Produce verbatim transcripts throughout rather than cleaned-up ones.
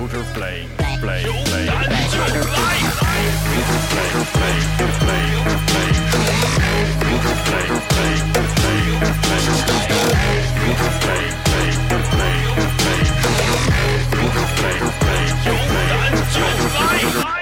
Future Flame Flame Flame Future Flame Flame Flame Flame Future Flame Flame Flame Future Flame Flame Flame Future Flame Flame 有胆就来。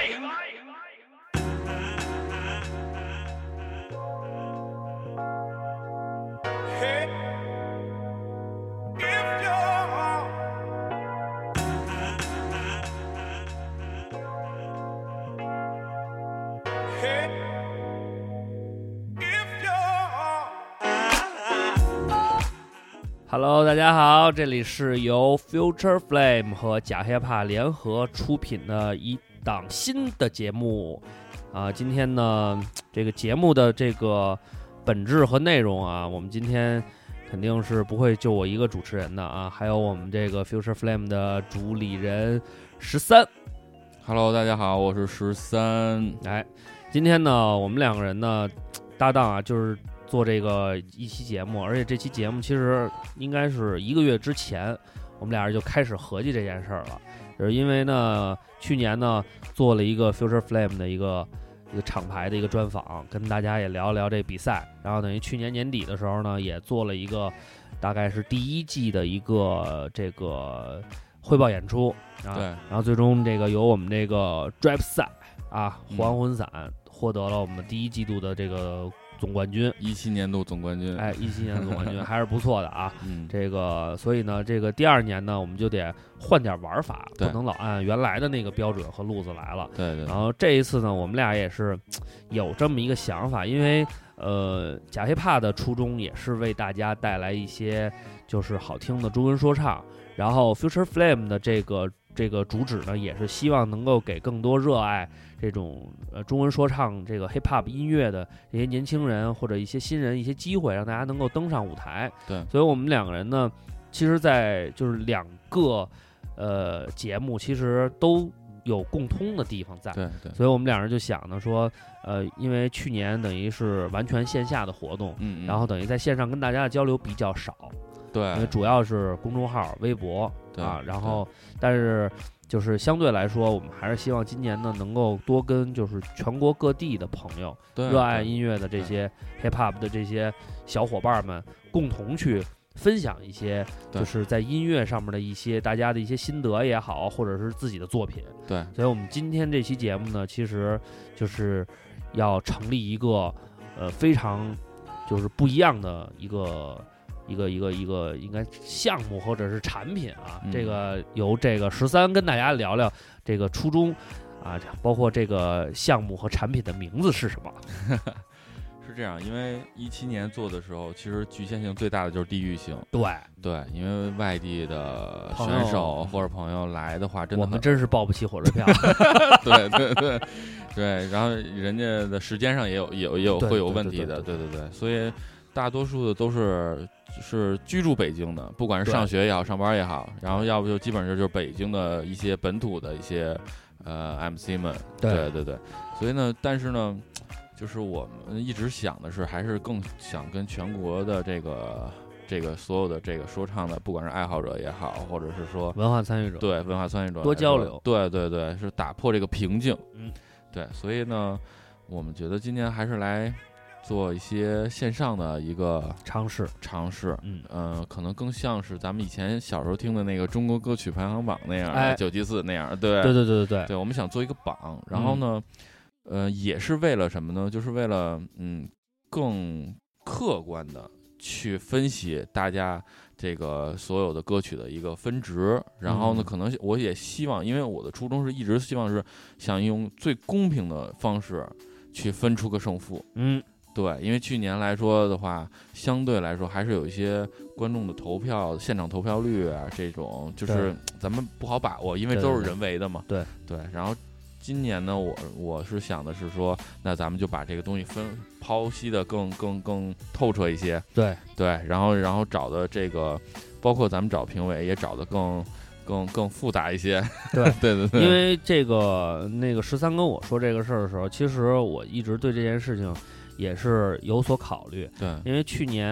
Hello， 大家好，这里是由 Future Flame 和假 hiphop 联合出品的一档新的节目啊。今天呢，这个节目的这个本质和内容啊，我们今天肯定是不会就我一个主持人的啊，还有我们这个 Future Flame 的主理人十三。 Hello， 大家好，我是十三。 哎，今天呢，我们两个人呢搭档啊，就是做这个一期节目，而且这期节目其实应该是一个月之前，我们俩人就开始合计这件事儿了。就是因为呢，去年呢做了一个 Future Flame 的一个一个厂牌的一个专访，跟大家也聊一聊这比赛。然后等于去年年底的时候呢，也做了一个大概是第一季的一个这个汇报演出啊。 对。 然后最终这个由我们这个 Drip 赛啊还魂伞获得了我们第一季度的这个总冠军， 一七年度总冠军， 哎，一七年的总冠军还是不错的啊。 嗯， 这个，所以呢，这个第二年呢，我们就得换点玩法，不能老按原来的那个标准和路子来了。 对 对, 对。 然后这一次呢，我们俩也是有这么一个想法，因为呃，假 hiphop 的初衷也是为大家带来一些就是好听的中文说唱，然后 Future Flame 的这个这个主旨呢，也是希望能够给更多热爱这种呃中文说唱这个 hip hop 音乐的这些年轻人或者一些新人一些机会，让大家能够登上舞台。 对， 所以我们两个人呢，其实在就是两个呃节目其实都有共通的地方在。 对对。 所以我们两人就想呢说，呃，因为去年等于是完全线下的活动， 嗯, 嗯， 然后等于在线上跟大家的交流比较少。 对， 因为主要是公众号、微博啊，然后但是就是相对来说，我们还是希望今年呢能够多跟就是全国各地的朋友、热爱音乐的这些 hip hop 的这些小伙伴们，共同去分享一些就是在音乐上面的一些大家的一些心得也好，或者是自己的作品。 对， 所以我们今天这期节目呢，其实就是要成立一个呃非常就是不一样的一个。一个一个一个应该项目或者是产品啊， 嗯、 这个由这个十三跟大家聊聊这个初衷啊，包括这个项目和产品的名字是什么。 是这样，因为一七年做的时候，其实局限性最大的就是地域性。 对对，因为外地的选手或者朋友来的话，真的我们真是报不起火车票。 对对对对，然后人家的时间上也有也有也有会有问题的，对对 对, 对, 对, 对，所以大多数的都是。是居住北京的，不管是上学也好，上班也好，然后要不就基本上就是北京的一些本土的一些呃 M C 们， 对对对对，所以呢，但是呢，就是我们一直想的是，还是更想跟全国的这个这个所有的这个说唱的，不管是爱好者也好，或者是说文化参与者， 对文化参与者多交流， 对对对，是打破这个瓶颈， 嗯， 对，所以呢，我们觉得今年还是来。做一些线上的一个尝试， 尝试， 嗯呃，可能更像是咱们以前小时候听的那个中国歌曲排行榜那样， 哎， 九七四那样，对， 对对对对对， 对，我们想做一个榜，然后呢，嗯、呃，也是为了什么呢？就是为了嗯，更客观的去分析大家这个所有的歌曲的一个分值，然后呢， 嗯、 可能我也希望，因为我的初衷是一直希望是想用最公平的方式去分出个胜负， 嗯。 对，因为去年来说的话，相对来说还是有一些观众的投票、现场投票率啊，这种就是咱们不好把握，因为都是人为的嘛。 对对, 对。然后今年呢，我我是想的是说，那咱们就把这个东西分剖析的更更更透彻一些。 对对，然后然后找的这个，包括咱们找评委也找的更。更更复杂一些， 对对对对， 因为这个那个十三跟我说这个事儿的时候，其实我一直对这件事情也是有所考虑。 对， 因为去年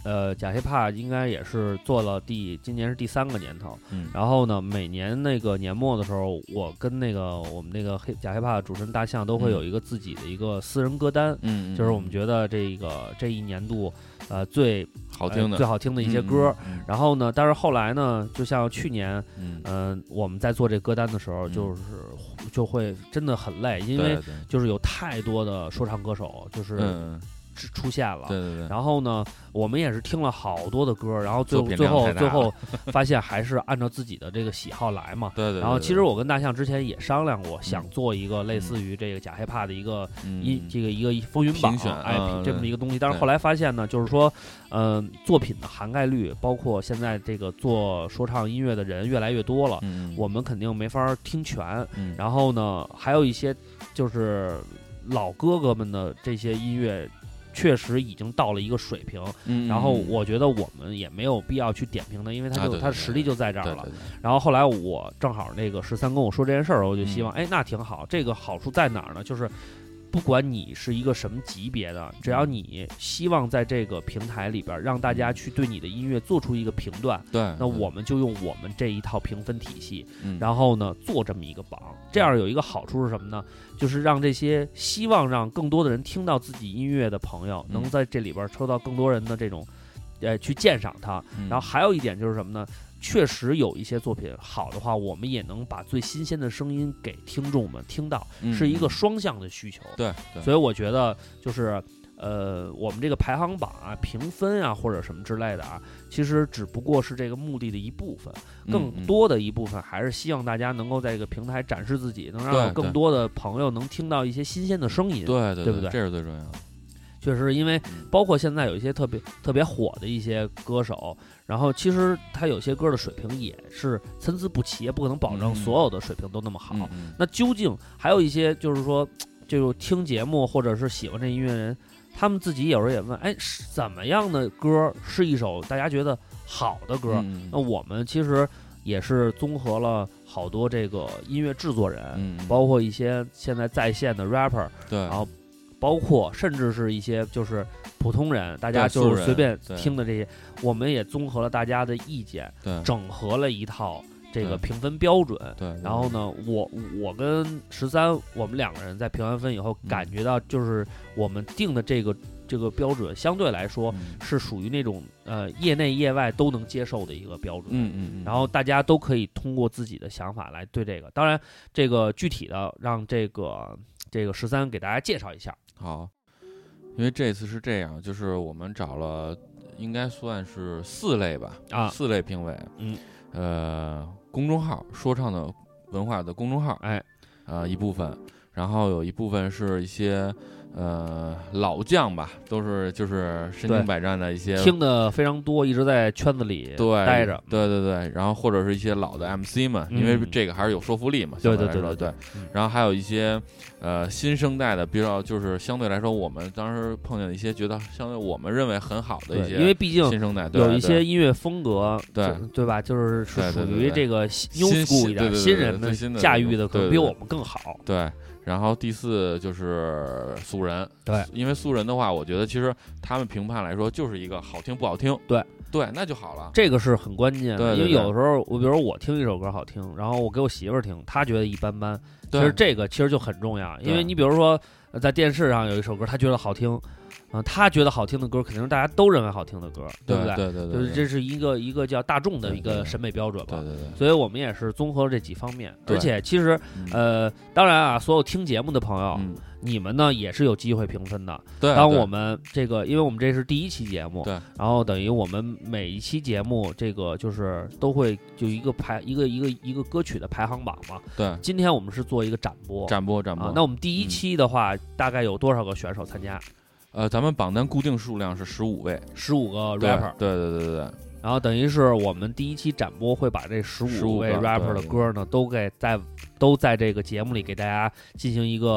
呃，假 hiphop 应该也是做了第今年是第三个年头， 嗯， 然后呢，每年那个年末的时候，我跟那个我们那个黑假 hiphop 主持人大象都会有一个自己的一个私人歌单， 嗯， 就是我们觉得这个这一年度呃最好听的、 呃、最好听的一些歌。 嗯嗯嗯、 然后呢，但是后来呢，就像去年， 嗯、 呃，我们在做这歌单的时候，就是就会真的很累，因为就是有太多的说唱歌手，就是。 嗯出现了， 对对对。 然后呢，我们也是听了好多的歌，然后最后最后最后发现还是按照自己的这个喜好来嘛。 对 对, 对, 对。 然后其实我跟大象之前也商量过，嗯、想做一个类似于这个假 hiphop 的一个一、嗯、这个一个风云榜哎、嗯、这么一个东西。但是后来发现呢，就是说，嗯、呃，作品的涵盖率，包括现在这个做说唱音乐的人越来越多了， 嗯、 我们肯定没法听全。 嗯、 然后呢，还有一些就是老哥哥们的这些音乐。确实已经到了一个水平， 嗯， 然后我觉得我们也没有必要去点评它，因为它就它的实力就在这儿了。 对对对， 然后后来我正好那个十三跟我说这件事儿，我就希望，哎，那挺好。这个好处在哪儿呢？就是不管你是一个什么级别的，只要你希望在这个平台里边让大家去对你的音乐做出一个评断， 对， 那我们就用我们这一套评分体系， 嗯、 然后呢做这么一个榜。这样有一个好处是什么呢？就是让这些希望让更多的人听到自己音乐的朋友，能在这里边抽到更多人的这种，呃，去鉴赏它。 嗯、 然后还有一点就是什么呢？确实有一些作品好的话，我们也能把最新鲜的声音给听众们听到， 嗯、 是一个双向的需求。 对，对， 所以我觉得就是呃，我们这个排行榜啊、评分啊或者什么之类的啊，其实只不过是这个目的的一部分，更多的一部分还是希望大家能够在这个平台展示自己，能让有更多的朋友能听到一些新鲜的声音。 对对， 对不对？ 这是最重要的。 确实，因为包括现在有一些特别特别火的一些歌手，然后其实他有些歌的水平也是参差不齐，也不可能保证所有的水平都那么好。 嗯嗯、 那究竟还有一些就是说，就听节目或者是喜欢这音乐人，他们自己有时候也问，哎，怎么样的歌是一首大家觉得好的歌？ 嗯、 那我们其实也是综合了好多这个音乐制作人， 嗯、 包括一些现在在线的 rapper， 对， 然后。包括甚至是一些就是普通人，大家就是随便听的这些，我们也综合了大家的意见，整合了一套这个评分标准。 对， 然后呢，我我跟十三，我们两个人在评完分以后，感觉到就是我们定的这个这个标准，相对来说是属于那种呃业内业外都能接受的一个标准。 嗯嗯嗯。 然后大家都可以通过自己的想法来对这个，当然这个具体的让这个这个十三给大家介绍一下。 好，因为这次是这样，就是我们找了应该算是四类吧， 啊， 四类评委， 嗯， 呃，公众号说唱的文化的公众号， 哎， 呃，一部分，然后有一部分是一些呃老将吧，都是就是身经百战的一些听的非常多，一直在圈子里对待着， 对对对，然后或者是一些老的 M C 嘛， 嗯、 因为这个还是有说服力嘛， 对对对对对， 然后还有一些。呃，新生代的比较就是相对来说，我们当时碰见了一些觉得相对我们认为很好的一些， 因为毕竟新生代有一些音乐风格， 对对吧？就是是属于这个 new school 一点， 新人们驾驭的可能比我们更好。 对，然后第四就是素人， 对， 因为素人的话，我觉得其实他们评判来说就是一个好听不好听， 对。 对，那就好了。 这个是很关键的， 对对对， 因为有的时候，我比如我听一首歌好听，然后我给我媳妇儿听，她觉得一般般。其实这个其实就很重要，因为你比如说在电视上有一首歌，她觉得好听，啊、呃，她觉得好听的歌，肯定是大家都认为好听的歌， 对不对？ 对对对， 就是这是一个一个叫大众的一个审美标准吧。 对对对。 所以我们也是综合了这几方面，而且其实呃，当然啊，所有听节目的朋友。 嗯你们呢也是有机会评分的。 对， 当我们这个，因为我们这是第一期节目， 对， 然后等于我们每一期节目，这个就是都会就一个排一个一个一个歌曲的排行榜嘛。 对， 今天我们是做一个展播， 展播展播、 啊。那我们第一期的话，嗯、大概有多少个选手参加？ 呃，咱们榜单固定数量是十五位， 十五个 rapper。 对对对对对。 然后等于是我们第一期展播会把这十五位 rapper 的歌呢，都给在都在这个节目里给大家进行一个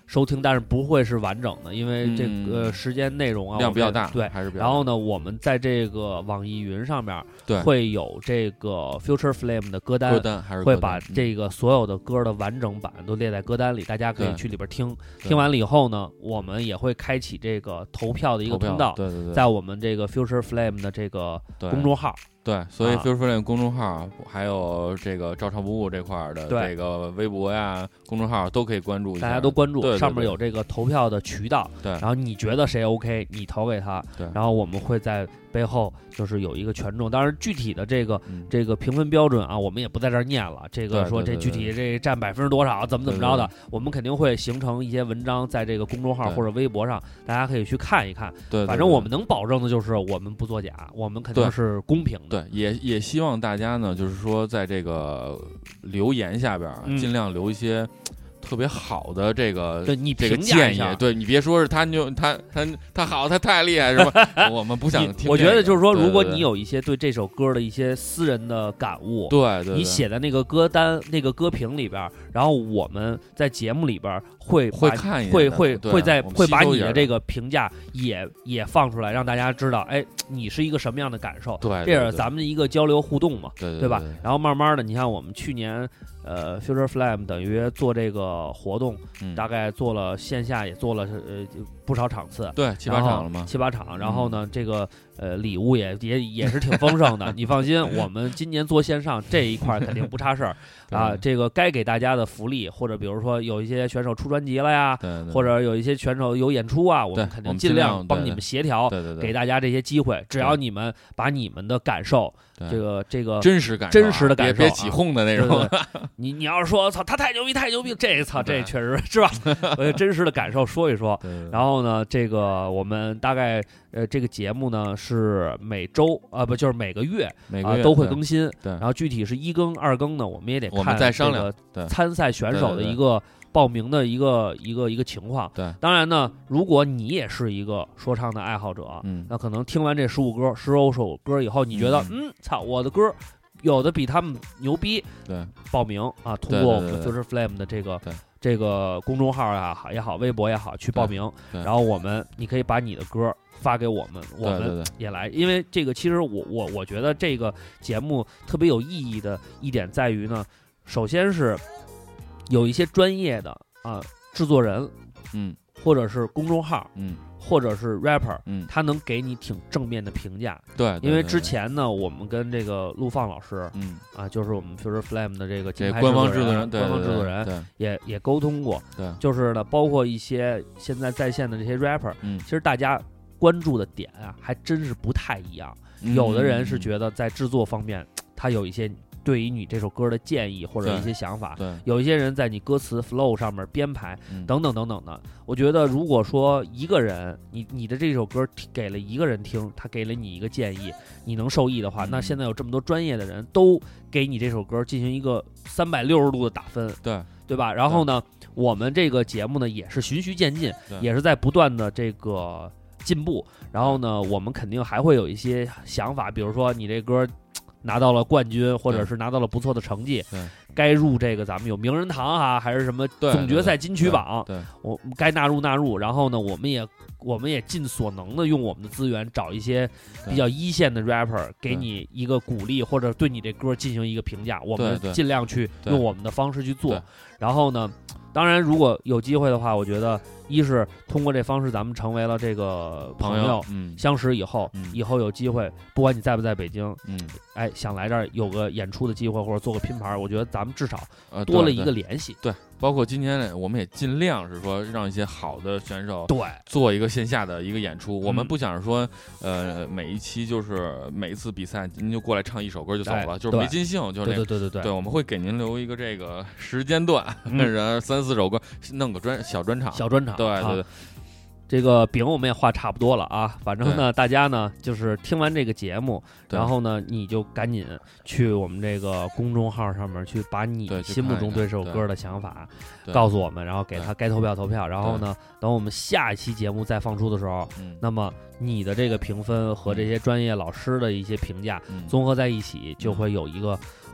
收听，但是不会是完整的，因为这个、 嗯、 时间内容啊量比较大， 对， 还是比较大。 然后呢，我们在这个网易云上面对会有这个 Future Flame 的歌单， 歌单还是会把这个所有的歌的完整版都列在歌单里，大家可以去里边听。听完了以后呢，我们也会开启这个投票的一个通道， 对对对， 在我们这个 Future Flame 的这个公众号。 对，所以 Future Flame 公众号、啊、还有这个照常不误这块的这个微博呀、公众号都可以关注一下， 大家都关注， 对对对， 上面有这个投票的渠道。 对， 然后你觉得谁 OK， 你投给他。 对， 然后我们会在背后就是有一个权重，当然具体的这个、 嗯、 这个评分标准啊，我们也不在这儿念了。这个说这具体这占百分之多少，怎么怎么着的， 对对对， 我们肯定会形成一些文章在这个公众号或者微博上，大家可以去看一看。 对，对对， 反正我们能保证的就是我们不作假，我们肯定是公平的。 对，也也希望大家呢，就是说在这个留言下边、嗯、尽量留一些特别好的这个对你这个建议，对你别说是他就他他他好，他太厉害是吧？我们不想听、这个。 我觉得就是说，如果你对对对有一些对这首歌的一些私人的感悟， 对 对, 对， 你写在那个歌单、那个歌评里边，然后我们在节目里边会会看一眼， 会会会在会把你的这个评价也也放出来，让大家知道，哎，你是一个什么样的感受？ 对，对， 对，这是咱们的一个交流互动嘛， 对 对, 对, 对吧？然后慢慢的，你看我们去年。呃 ，Future Flame 等于做这个活动， 嗯、 大概做了线下也做了呃不少场次， 对，七八场了吗？ 七八场，然后呢，嗯、这个呃礼物也也也是挺丰盛的。你放心，我们今年做线上这一块肯定不差事儿啊。这个该给大家的福利，或者比如说有一些选手出专辑了呀， 对对对， 或者有一些选手有演出啊，我们肯定尽量帮你们协调， 对对对， 给大家这些机会。只要你们把你们的感受。这个这个真实感受、啊， 真实的感受、啊， 别别起哄的那种。 对对对你你要是说操他太牛逼太牛逼，这操这确实是吧？我有真实的感受说一说。然后呢，这个我们大概呃这个节目呢是每周啊、呃、不就是每个月每个月、 呃、都会更新。 对。 然后具体是一更二更呢，我们也得看我们再商量参赛选手的一个。报名的一个一个一个情况， 对， 当然呢，如果你也是一个说唱的爱好者， 嗯， 那可能听完这十五歌、十五首歌以后，你觉得，嗯，操、嗯，我的歌有的比他们牛逼， 对， 报名啊，通过我们 Future Flame 的这个这个公众号啊也好，微博也好去报名，然后我们你可以把你的歌发给我们，我们也来，因为这个其实我我我觉得这个节目特别有意义的一点在于呢，首先是。有一些专业的啊制作人， 嗯， 或者是公众号， 嗯， 或者是 rapper， 嗯， 他能给你挺正面的评价， 对， 因为之前呢，我们跟这个陆放老师， 嗯， 啊，就是我们 Future Flame 的这个这官方制作人， 官方制作人， 对， 也也沟通过， 对， 就是呢，包括一些现在在线的这些 rapper， 嗯， 其实大家关注的点啊，还真是不太一样， 嗯、 有的人是觉得在制作方面，他有一些。对于你这首歌的建议或者一些想法， 对， 有一些人在你歌词 flow 上面编排、 嗯、 等等等等的，我觉得如果说一个人你你的这首歌给了一个人听，他给了你一个建议，你能受益的话， 嗯、 那现在有这么多专业的人都给你这首歌进行一个三百六十度的打分， 对对吧？然后呢，我们这个节目呢也是循序渐进，也是在不断的这个进步。然后呢，我们肯定还会有一些想法，比如说你这歌。拿到了冠军，或者是拿到了不错的成绩， 对， 该入这个咱们有名人堂啊，还是什么总决赛金曲榜， 对，对对我该纳入纳入。然后呢，我们也我们也尽所能的用我们的资源找一些比较一线的 rapper， 给你一个鼓励，或者对你这歌进行一个评价。我们尽量去用我们的方式去做。然后呢，当然如果有机会的话，我觉得一是通过这方式咱们成为了这个朋友， 朋友嗯， 相识以后、 嗯， 以后有机会，不管你在不在北京， 嗯， 哎，想来这儿有个演出的机会或者做个拼盘，我觉得咱们至少多了一个联系。 呃、对, 对, 对，包括今天我们也尽量是说让一些好的选手对做一个线下的一个演出。 嗯、 我们不想说，呃，每一期就是每一次比赛您就过来唱一首歌就走了，就是没尽兴，就是、那对个、 对对对对。 对，我们会给您留一个这个时间段， 嗯、 然后三四首歌，弄个专小专场， 小专场， 对对对。 啊这个饼我们也画差不多了啊，反正呢，大家呢就是听完这个节目，然后呢，你就赶紧去我们这个公众号上面去把你心目中对这首歌的想法告诉我们，然后给他该投票投票。然后呢，等我们下一期节目再放出的时候，那么你的这个评分和这些专业老师的一些评价综合在一起，就会有一个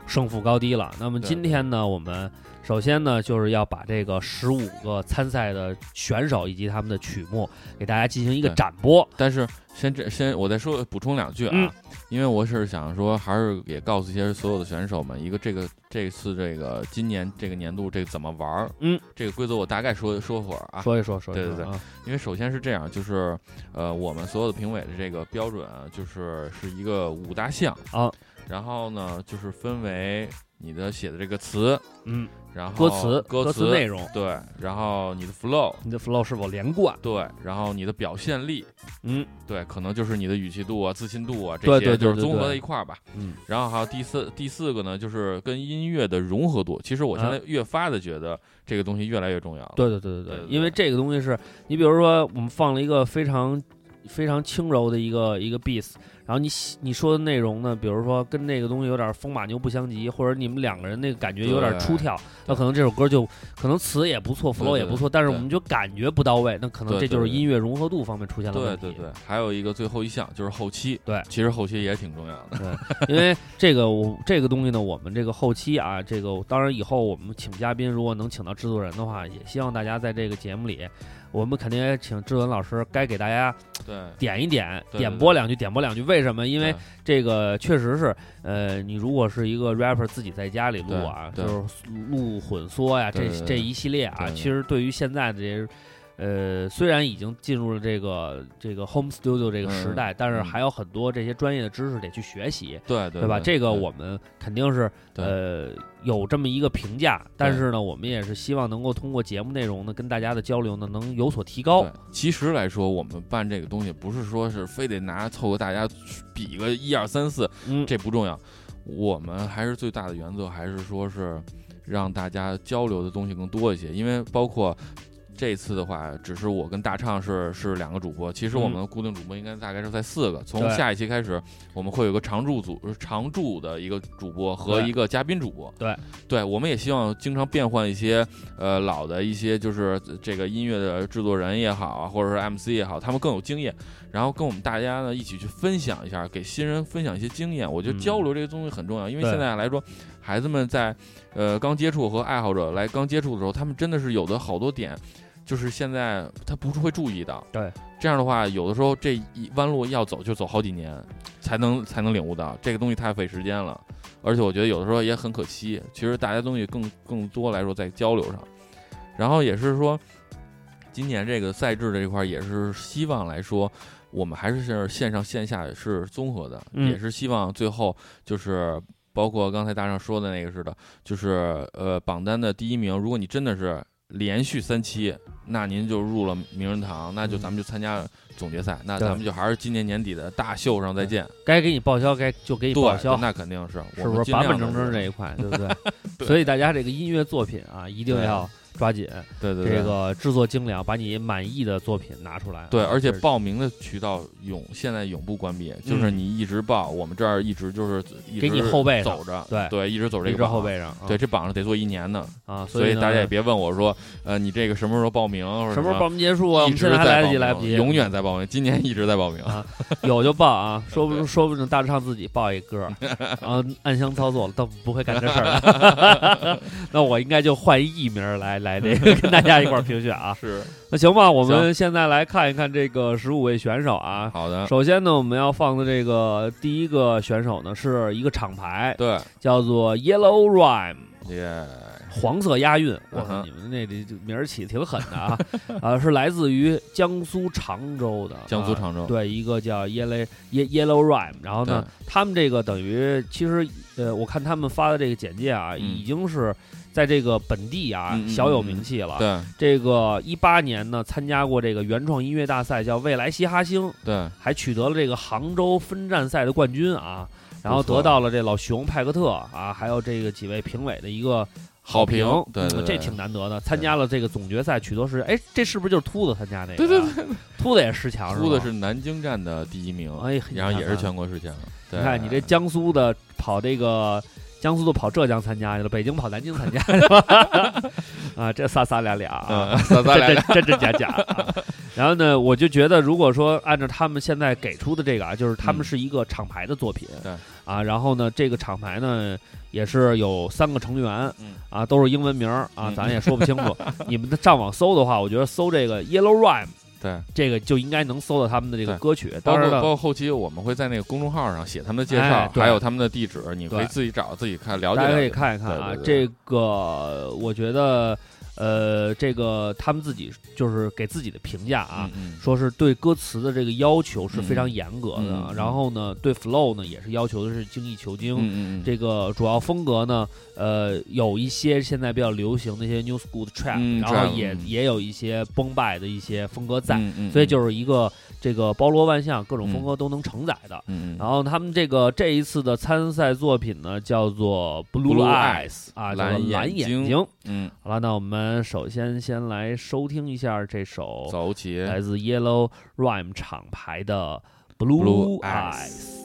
胜负高低了。那么今天呢，我们首先呢就是要把这个十五个参赛的选手以及他们的曲目给大家进行一个展播。 但是先这先我再说补充两句啊、 嗯， 因为我是想说，还是也告诉一些所有的选手们，一个这个这次这个今年这个年度这个怎么玩， 嗯， 这个规则我大概说说会儿啊， 说一说说一说。 对对对， 啊、 因为首先是这样，就是呃，我们所有的评委的这个标准啊，就是是一个五大项啊， 然后呢，就是分为你的写的这个词， 嗯。 然后歌词、 歌词内容， 对，然后你的 flow， 你的 flow 是否连贯， 对，然后你的表现力， 嗯， 对，可能就是你的语气度啊、自信度啊这些， 对对对对对就是综合在一块儿吧， 嗯， 然后还有第四第四个呢，就是跟音乐的融合度。其实我现在越发的觉得这个东西越来越重要了。 对对对对对对对， 因为这个东西是你比如说我们放了一个非常非常轻柔的一个一个 beat。然后你你说的内容呢，比如说跟那个东西有点风马牛不相及，或者你们两个人那个感觉有点出跳，那可能这首歌就可能词也不错 ，flow 也不错，但是我们就感觉不到位，那可能这就是音乐融合度方面出现了问题。 对对对，还有一个最后一项就是后期， 对， 其实后期也挺重要的。 对，因为这个我这个东西呢，我们这个后期啊，这个当然以后我们请嘉宾，如果能请到制作人的话，也希望大家在这个节目里。我们肯定也请志文老师该给大家对点一点， 对对对点播两句，点播两句。为什么？因为这个确实是，呃，你如果是一个 rapper 自己在家里录啊，就是录混缩呀，这这一系列啊，其实对于现在的这些。呃，虽然已经进入了这个这个 home studio 这个时代， 嗯、 但是还有很多这些专业的知识得去学习， 对对对吧？这个我们肯定是呃有这么一个评价，但是呢，我们也是希望能够通过节目内容呢，跟大家的交流呢，能有所提高。 其实来说，我们办这个东西不是说是非得拿凑合大家比个一二三四， 嗯， 这不重要。我们还是最大的原则，还是说是让大家交流的东西更多一些，因为包括。这次的话，只是我跟大畅是是两个主播，其实我们的固定主播应该大概是在四个。嗯、从下一期开始，我们会有个常驻组、常驻的一个主播和一个嘉宾主播。 对， 对，我们也希望经常变换一些呃老的一些就是这个音乐的制作人也好啊，或者是 M C 也好，他们更有经验，然后跟我们大家呢一起去分享一下，给新人分享一些经验。我觉得交流这个东西很重要，嗯、因为现在来说，孩子们在呃刚接触和爱好者来刚接触的时候，他们真的是有的好多点。就是现在他不是会注意到， 对， 这样的话，有的时候这一弯路要走就走好几年，才能才能领悟到这个东西太费时间了，而且我觉得有的时候也很可惜。其实大家东西更更多来说在交流上，然后也是说，今年这个赛制这一块也是希望来说，我们还是线上线下是综合的， 嗯、 也是希望最后就是包括刚才大上说的那个似的，就是呃榜单的第一名，如果你真的是。连续三期，那您就入了名人堂，那就咱们就参加总决赛，嗯、那咱们就还是今年年底的大秀上再见。 该给你报销，该就给你报销， 那肯定是， 是不是板板正正这一块，对不对？对，所以大家这个音乐作品啊，一定要抓紧， 对对对， 这个制作精良，把你满意的作品拿出来。 对，而且报名的渠道永现在永不关闭，嗯、就是你一直报，我们这儿一直就是一直给你后背走着， 对对，一直走这个榜后背上， 啊、对，这榜上得做一年呢啊， 所以大家也别问我说，呃，你这个什么时候报名？ 什么时候报名结束啊？我们现在还来得及，来不及， 永远在报名，今年一直在报名啊，有就报啊，说不说不定大畅自己报一歌，然后暗箱操作了，倒不会干这事儿。那我应该就换一艺名来来这个跟大家。大家一块儿评选啊， 是那行吧？我们现在来看一看这个十五位选手啊。 好的， 首先呢，我们要放的这个第一个选手呢是一个厂牌， 对， 叫做 Yellow Rhyme， 耶、yeah ， 黄色押韵。我靠、 uh-huh. 你们那这名儿起挺狠的啊！啊，是来自于江苏常州的， 江苏常州、 啊、对，一个叫 Yellow Yellow Rhyme。然后呢，他们这个等于其实呃，我看他们发的这个简介啊， 嗯、 已经是。在这个本地啊， 嗯、 小有名气了。 对， 这个一八年呢，参加过这个原创音乐大赛，叫未来嘻哈星。 对， 还取得了这个杭州分站赛的冠军啊，然后得到了这老熊派克特啊，还有这个几位评委的一个好评。 对, 对, 对、 嗯，这挺难得的。参加了这个总决赛，取得是哎，这是不是就是秃子参加那个？ 对对对， 秃子也十强是吧？ 秃子是南京站的第一名， 哎， 然后也是全国十强。 你看你这江苏的跑这个。江苏都跑浙江参加去了，北京跑南京参加去了，啊，这仨仨俩俩啊， 仨仨俩俩， 真真真假假。啊然后呢，我就觉得如果说按照他们现在给出的这个啊，就是他们是一个厂牌的作品， 对、 嗯、啊，然后呢，这个厂牌呢也是有三个成员， 嗯啊，都是英文名啊， 嗯、 咱也说不清楚。你们上网搜的话，我觉得搜这个 Yellow Rhyme。 对， 这个就应该能搜到他们的这个歌曲， 包括包当然括后期我们会在那个公众号上写他们的介绍， 哎、 还有他们的地址，你可以自己找自己看了解。 大家可以看一看啊， 对对对这个我觉得。呃，这个他们自己就是给自己的评价啊， 嗯嗯、 说是对歌词的这个要求是非常严格的， 嗯嗯、 然后呢，对 flow 呢也是要求的是精益求精。 嗯嗯、 这个主要风格呢，呃，有一些现在比较流行的一些 new school 的 trap，、 嗯、 然后也、嗯、也有一些崩败的一些风格在， 嗯嗯、 所以就是一个这个包罗万象，各种风格都能承载的。 嗯嗯、 然后他们这个这一次的参赛作品呢，叫做 Blue, Blue Eyes, Eyes 啊， 蓝蓝眼睛。嗯， 好了，那我们首先先来收听一下这首走起， 来自 Yellow Rhyme 厂牌的 Blue, Blue Eyes。 Eyes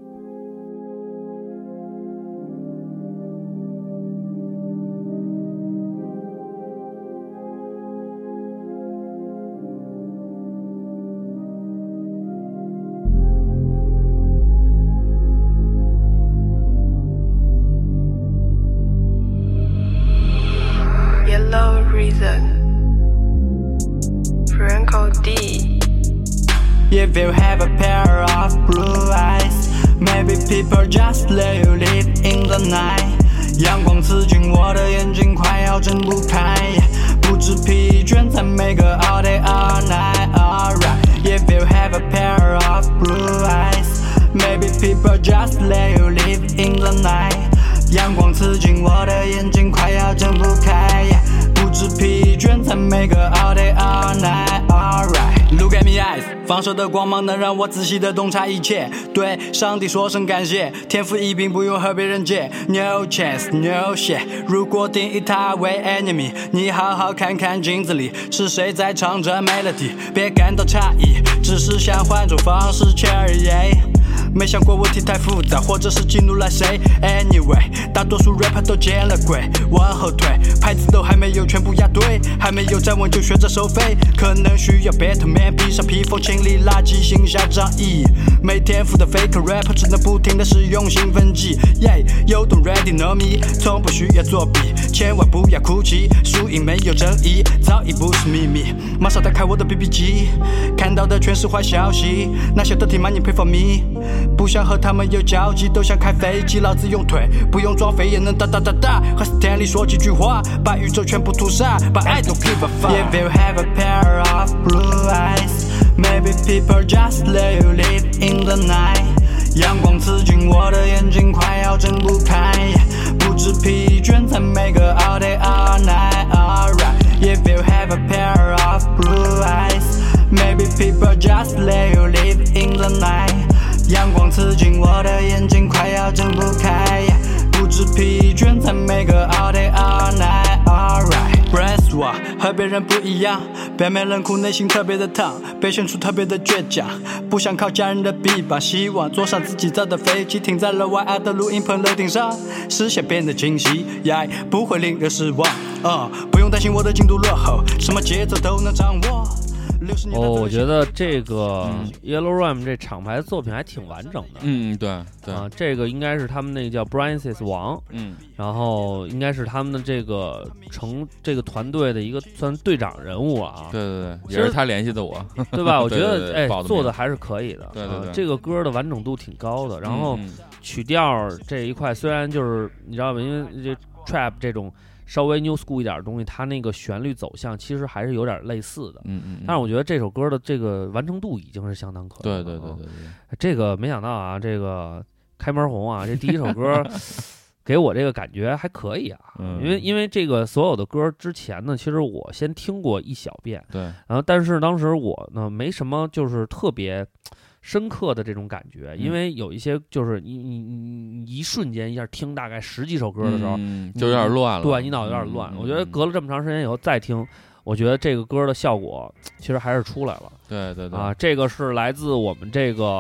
If you have a pair of blue eyes, maybe people just let you live in the night. 阳光刺进我的眼睛，快要睁不开，不知疲倦在每个 all day all night. Alright, if you have a pair of blue eyes, maybe people just let you live in the night. 阳光刺进我的眼睛，快要睁不开，不知疲倦在每个 all day all night. Alright, look at me eyes， 放射的光芒能让我仔细地洞察一切，对上帝说声感谢，天赋异禀不用和别人借。 No chance, no shit， 如果定义他为 enemy， 你好好看看镜子里是谁在唱着 melody， 别感到诧异，只是想换种方式去而已。没想过问题太复杂，或者是激怒了谁 Anyway， 大多数 rapper 都见了鬼，往后退，牌子都还没有全部压对，还没有站稳就学着收费，可能需要 better man 披上披风清理垃圾，行侠仗义。没天赋的 fake rapper 只能不停地使用兴奋剂。 Yeah, you don't ready know me， 从不需要作弊，千万不要哭泣，输赢没有争议，早已不是秘密。马上打开我的 B B 机，看到的全是坏消息，那些 dirty money pay for me，不想和他们有交集，都想开飞机，老子用腿，不用装飞也能哒哒哒哒。和 Stanley 说几句话，把宇宙全部屠杀。But I don't give a fuck. If you have a pair of blue eyes, maybe people just let you live in the night. 阳光刺进我的眼睛，快要睁不开，不知疲倦在每个 all day all night. Alright, if you have a pair of blue eyes, maybe people just let you live in the night. 阳光刺进我的眼睛，快要睁不开，不知疲倦在每个 all day all night. Alright, Brass 我和别人不一样，表面冷酷，内心特别的烫，被选出特别的倔强，不想靠家人的臂膀，希望坐上自己造的飞机，停在了 Y R 的录音棚楼顶上，视线变得清晰， yeah, 不会令人失望。uh, 不用担心我的进度落后，什么节奏都能掌握。 哦，我觉得这个 Yellow Rhyme 这厂牌作品还挺完整的。 嗯，对对啊，这个应该是他们那个叫 Brancis 王， 嗯， 然后应该是他们的这个成这个团队的一个算队长人物啊。 对对对，也是他联系的我， 对吧？我觉得对对对哎，做的还是可以的。 对对对， 啊，这个歌的完整度挺高的，然后嗯嗯曲调这一块虽然就是你知道吧，因为这 trap 这种稍微 new school 一点的东西，它那个旋律走向其实还是有点类似的。 嗯嗯， 但是我觉得这首歌的这个完成度已经是相当可以了。 对对对对对， 这个没想到啊，这个开门红啊，这第一首歌给我这个感觉还可以啊。 嗯， 因为因为这个所有的歌之前呢，其实我先听过一小遍， 对， 然后但是当时我呢没什么就是特别深刻的这种感觉，因为有一些就是你你你一瞬间一下听大概十几首歌的时候， 嗯、就有点乱了， 对你脑子有点乱。 嗯、 我觉得隔了这么长时间以后再听，我觉得这个歌的效果其实还是出来了。 对对对， 啊，这个是来自我们这个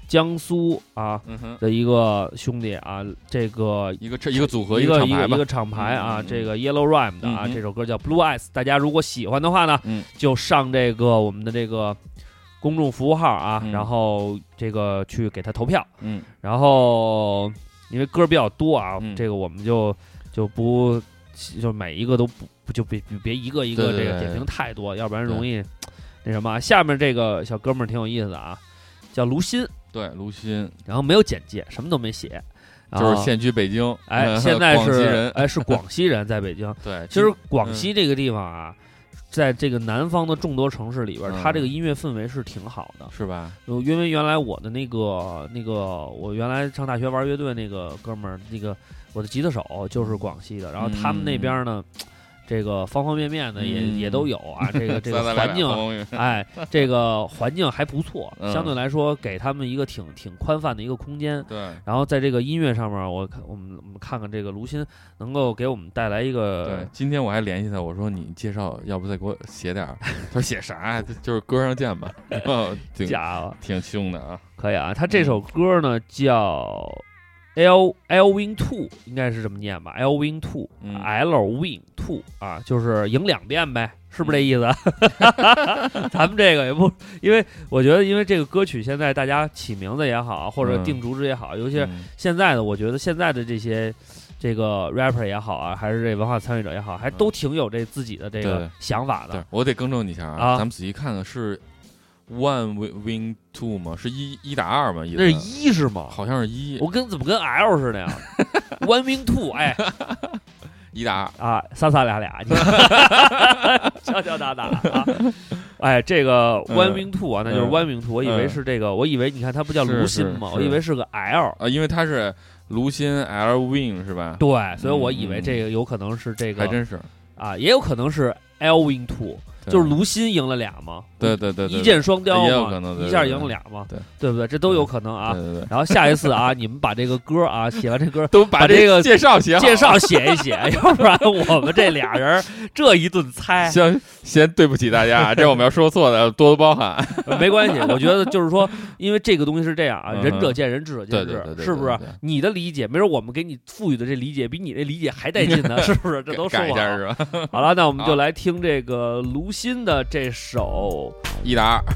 江苏啊嗯的一个兄弟啊，这个一个一个组合一个一个一个厂牌啊， 嗯、 这个 Yellow Rhyme 的啊， 嗯、 这首歌叫 Blue Eyes， 大家如果喜欢的话呢， 嗯， 就上这个我们的这个公众服务号啊， 嗯、 然后这个去给他投票， 嗯， 然后因为歌比较多啊， 嗯、 这个我们就就不就每一个都不不就别别一个一个这个点评太多，要不然容易那什么。下面这个小哥们儿挺有意思的啊，叫卢鑫。 对，卢鑫， 然后没有简介，什么都没写， 就是现居北京， 哎，现在是哎是广西人，在北京。 对， 其实广西这个地方啊，嗯、在这个南方的众多城市里边， 嗯、 它这个音乐氛围是挺好的， 是吧？ 因为原来我的那个那个，我原来上大学玩乐队那个哥们儿，那个我的吉他手就是广西的，然后他们那边呢。嗯这个方方面面的也、 嗯、 也都有啊，这个这个环境，哎，这个环境还不错， 嗯、 相对来说给他们一个挺挺宽泛的一个空间。 对， 然后在这个音乐上面，我看我们我们看看这个卢鑫能够给我们带来一个。 对，今天我还联系他，我说你介绍，要不再给我写点儿？他说写啥呀？就是歌上见吧。 家伙， 挺凶的啊。 可以啊，他这首歌呢、嗯、叫。L L Win Two 应该是这么念吧 ？L Win Two，、嗯、L Win Two 啊，就是赢两遍呗，是不是这意思？嗯、咱们这个也不，因为我觉得，因为这个歌曲现在大家起名字也好，或者定主旨也好，嗯、尤其是现在的，我觉得现在的这些这个 rapper 也好啊，还是这文化参与者也好，还都挺有这自己的这个想法的。 对，我得更正你一下啊，啊咱们仔细看看是。One win two 吗？是一一打二吗？ 那是一是吗？ 好像是一。 我跟怎么跟 L 似的呀 ？One win two， 哎， 一打二啊，仨仨俩俩，敲敲打打啊！哎，这个 One win two 啊，那就是 One win two。我以为是这个，我以为你看它不叫卢鑫吗？我以为是个 L 啊，因为它是卢鑫 L win 是吧？ 对，所以我以为这个有可能是这个， 还真是啊，也有可能是 L win two。就是卢鑫赢了俩嘛， 对对 对, 对， 一箭双雕嘛， 也有可能， 一下赢了俩嘛， 对对不对？这都有可能啊。 对对对。 然后下一次啊，你们把这个歌啊写完，这歌都把这个介绍写好， 介绍写一写，要不然我们这俩人这一顿猜。 行，先对不起大家，这我们要说错的多多包涵。 没关系，我觉得就是说，因为这个东西是这样啊，仁者见仁，智者见智，是不是？你的理解，没准我们给你赋予的这理解比你这理解还带劲呢，是不是？这都说改一下是吧？ 好了，那我们就来听这个卢鑫的这首一打二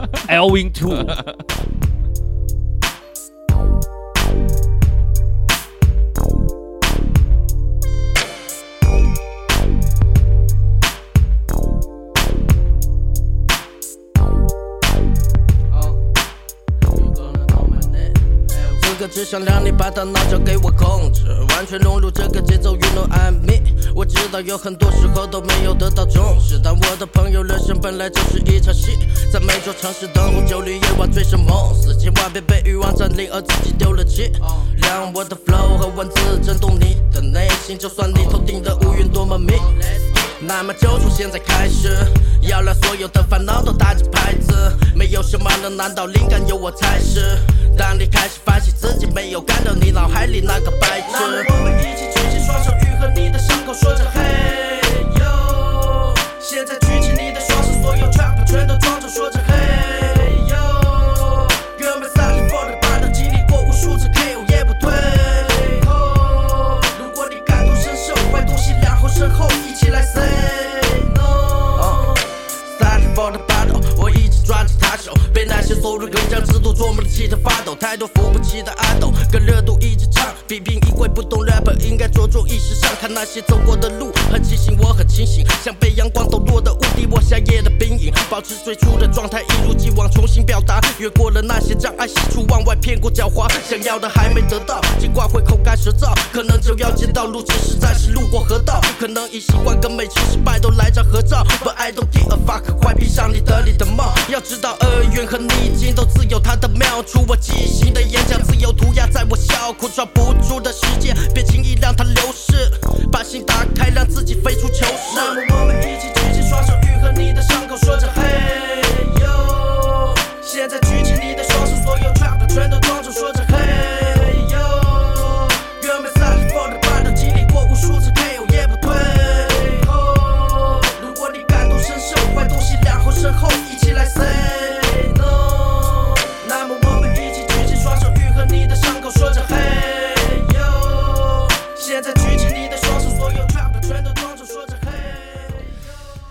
L Win Two。 只想让你把大脑交给我控制，完全融入这个节奏 You know I'm me。 我知道有很多时候都没有得到重视，但我的朋友人生本来就是一场戏，在每座城市灯红酒绿夜晚醉生梦死，千万别被欲望占领而自己丢了气，让我的 flow 和文字震动你的内心，就算你头顶的乌云多么密，那么就从现在开始，要让所有的烦恼都打进牌子，没有什么能难倒灵感，有我才是。当你开始反省自己没有干掉你脑海里那个白痴，那么我们一起举起双手，愈合你的伤口，说着嘿哟。现在举起你的双手，所有 trap 全都装着，说着嘿哟。原本三十 for the battle， 经历过无数次 K O 也不退后。如果你感同身受，坏东西然后身后一起来 say no。三十 for the battle， 我一直抓着他手，被那些所有人将制度琢磨的气得发抖，太多扶不起的阿斗，跟热度一直唱，批评一回不懂 rapper 应该着重意识上，看那些走过的路，很清醒，我很清醒，像被阳光抖落的雾滴，我夏夜的冰饮，保持最初的状态，一如既往重新表达，越过了那些障碍，喜出望外，骗过狡猾，想要的还没得到，尽管会口干舌燥，可能就要见到路，只是暂时路过河道，可能已习惯跟每次失败都来张合照 ，But I don't give a fuck， 快闭上你的你的梦，要知道厄运和逆境都自有它的妙处，我即兴的演讲自由涂鸦在我笑苦，抓不住的时间别轻易让它流逝，把心打开让自己飞出球室，那么我们一起举起双手，愈合你的伤口，说着嘿哟。现在举起你的双手，所有 trap 全都装着，说着嘿哟。原本三十 for the battle， 经历过无数次 K O 也不退后。如果你感同身受，坏东西然后身后一起来 say no， 那么我们一起举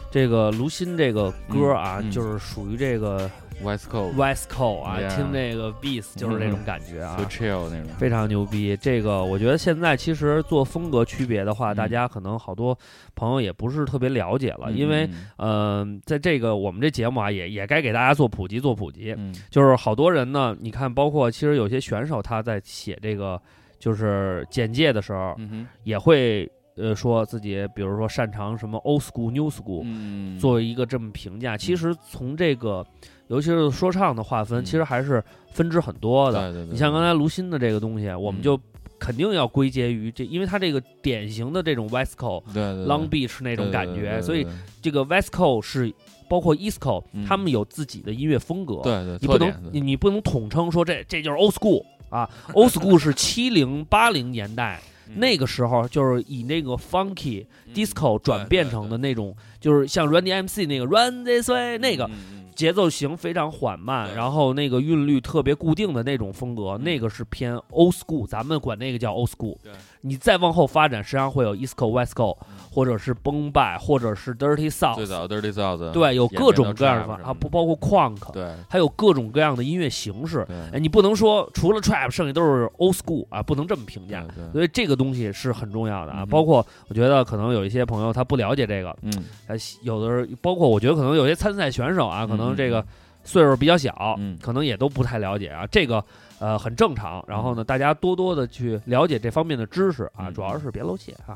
这个卢鑫这个歌啊， 嗯嗯、 就是属于这个 West Coast West Coast 啊， yeah. 听这个 beats 就是这种感觉啊， 就 chill 那种， 非常牛逼。这个我觉得现在其实做风格区别的话， 嗯、 大家可能好多朋友也不是特别了解了， 嗯、 因为嗯、呃，在这个我们这节目啊，也也该给大家做普及做普及。 嗯， 就是好多人呢，你看，包括其实有些选手他在写这个就是简介的时候， 嗯、 也会。呃，说自己比如说擅长什么 old school new school， 嗯， 作为一个这么评价，其实从这个尤其是说唱的划分， 嗯、 其实还是分支很多的。 对对对， 你像刚才卢鑫的这个东西，我们就肯定要归结于这，因为它这个典型的这种 West Coast、 对对 Long Beach 那种感觉， 对对对对对对， 所以这个 West Coast 是包括 East Coast，、 嗯、 他们有自己的音乐风格。 对对， 你不能你你不能统称说这这就是 old school 啊，old school 是七零八零年代。那个时候就是以那个 funky disco 转变成的那种，就是像 Run D M C 那个 Run This Way 那个节奏型非常缓慢，然后那个韵律特别固定的那种风格，那个是偏 old school， 咱们管那个叫 old school。你再往后发展，实际上会有 East Coast、West Coast， 或者是崩败，或者是 Dirty South。 最早 Dirty South。 对，有各种各样的啊，不包括 Crunk。 对， 还有各种各样的音乐形式。哎，你不能说除了 Trap， 剩下都是 Old School 啊，不能这么评价。所以这个东西是很重要的啊。 嗯、 包括我觉得可能有一些朋友他不了解这个， 嗯， 有的人包括我觉得可能有些参赛选手啊，可能这个岁数比较小， 嗯， 可能也都不太了解啊。这个。呃，很正常。然后呢，大家多多的去了解这方面的知识啊， 嗯、 主要是别露怯啊。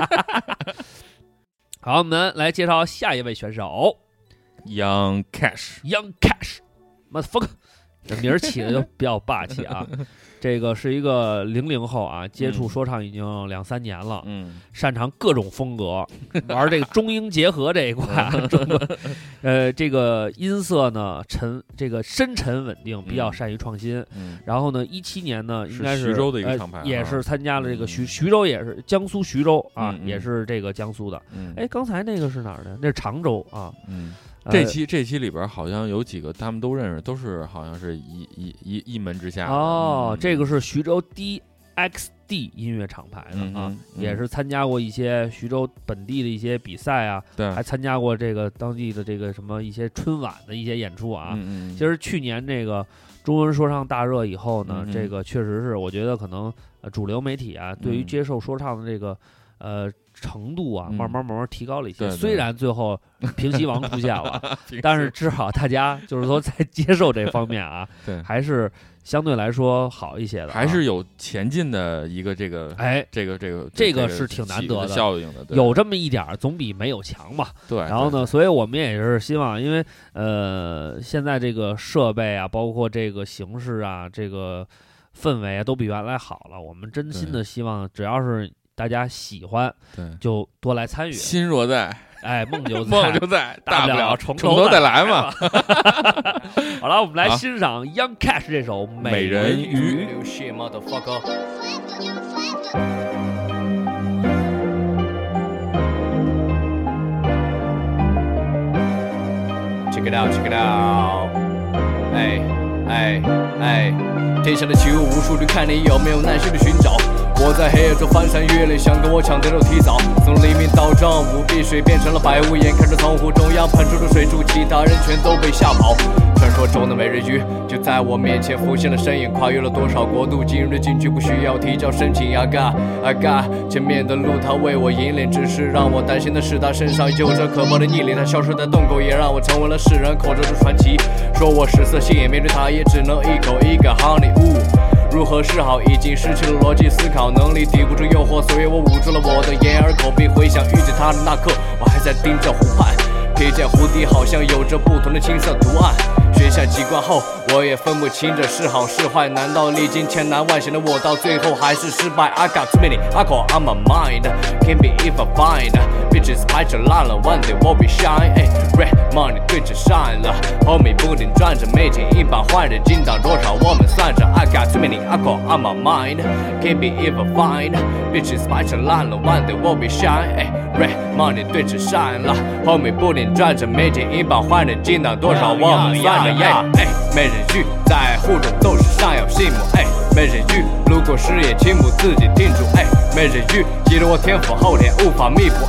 好，我们来介绍下一位选手 ，Young Cash。Young Cash，motherfucker， 这名儿起的就比较霸气啊。这个是一个零零后啊，接触说唱已经两三年了， 嗯， 擅长各种风格，玩这个中英结合这一块啊，中国，呃，这个音色呢沉，这个深沉稳定，比较善于创新。 嗯， 然后呢，一七年呢，应该是徐州的一个厂牌、啊呃，也是参加了这个徐、嗯、徐州，也是江苏徐州啊， 嗯嗯、 也是这个江苏的。 嗯， 哎，刚才那个是哪儿的？那是常州啊。 嗯。这期这期里边好像有几个他们都认识，都是好像是一一一一门之下的哦、 嗯。 这个是徐州 D X D 音乐厂牌的啊、 嗯嗯， 也是参加过一些徐州本地的一些比赛啊， 对， 还参加过这个当地的这个什么一些春晚的一些演出啊。 嗯嗯。 其实去年这个中文说唱大热以后呢， 嗯嗯这个确实是我觉得可能呃主流媒体啊，对于接受说唱的这个呃。程度啊，慢慢慢慢提高了一些。 嗯、 虽然最后平西王出现了，但是至少大家就是说在接受这方面啊， 对， 还是相对来说好一些的、啊， 还是有前进的一个这个， 哎， 这个这个这个是挺难得的效应的， 有这么一点总比没有强嘛。 对。 然后呢，所以我们也是希望，因为呃，现在这个设备啊，包括这个形式啊，这个氛围啊，都比原来好了。我们真心的希望，只要是大家喜欢， 对， 就多来参与。 心若在， 哎，梦就在， 梦就在， 大不了从头再来嘛。 好了，我们来欣赏 Young Cash 这首《美人鱼》。 Check it out, check it out. 哎哎哎，天下的奇物无数，你看你有没有耐心的寻找？我在黑夜中翻山越岭，想跟我抢的肉提早。从黎明到正午，碧水变成了白雾，眼看着从湖中央喷出的水柱，其他人全都被吓跑。传说中的美人鱼就在我面前浮现了身影，跨越了多少国度，今日进去不需要提交申请。I got, I got， 前面的路他为我引领，只是让我担心的是他身上有着可怕的逆鳞，他消失在洞口，也让我成为了世人口中的传奇。说我食色性也，面对他也只能一口一个 honey。呜，如何是好，已经失去了逻辑思考能力，抵不住诱惑，所以我捂住了我的眼耳口鼻。回想遇见他的那刻，我还在盯着湖畔，瞥见湖底好像有着不同的青色图案。学下几关后，我也分不清这是好是坏，难道历经千难万险的我到最后还是失败？ I got too many alcohol on my mind, can't be if I find bitches 排着烂了 one day will be shine。 Red money 对着闪了，后面不停转着，每天一把坏人进档多少我们算着。 I got too many alcohol on my mind, can't be if I find bitches 排着烂了 one day will be shine。 Red money 对着闪了，后面不停转着，每天一把坏人进档多少我们算着。哎哎，美人鱼在湖中都是上要羡慕。哎，美人鱼路过时也请勿自己定住。哎，美人鱼记得我天赋后天无法弥补。哎，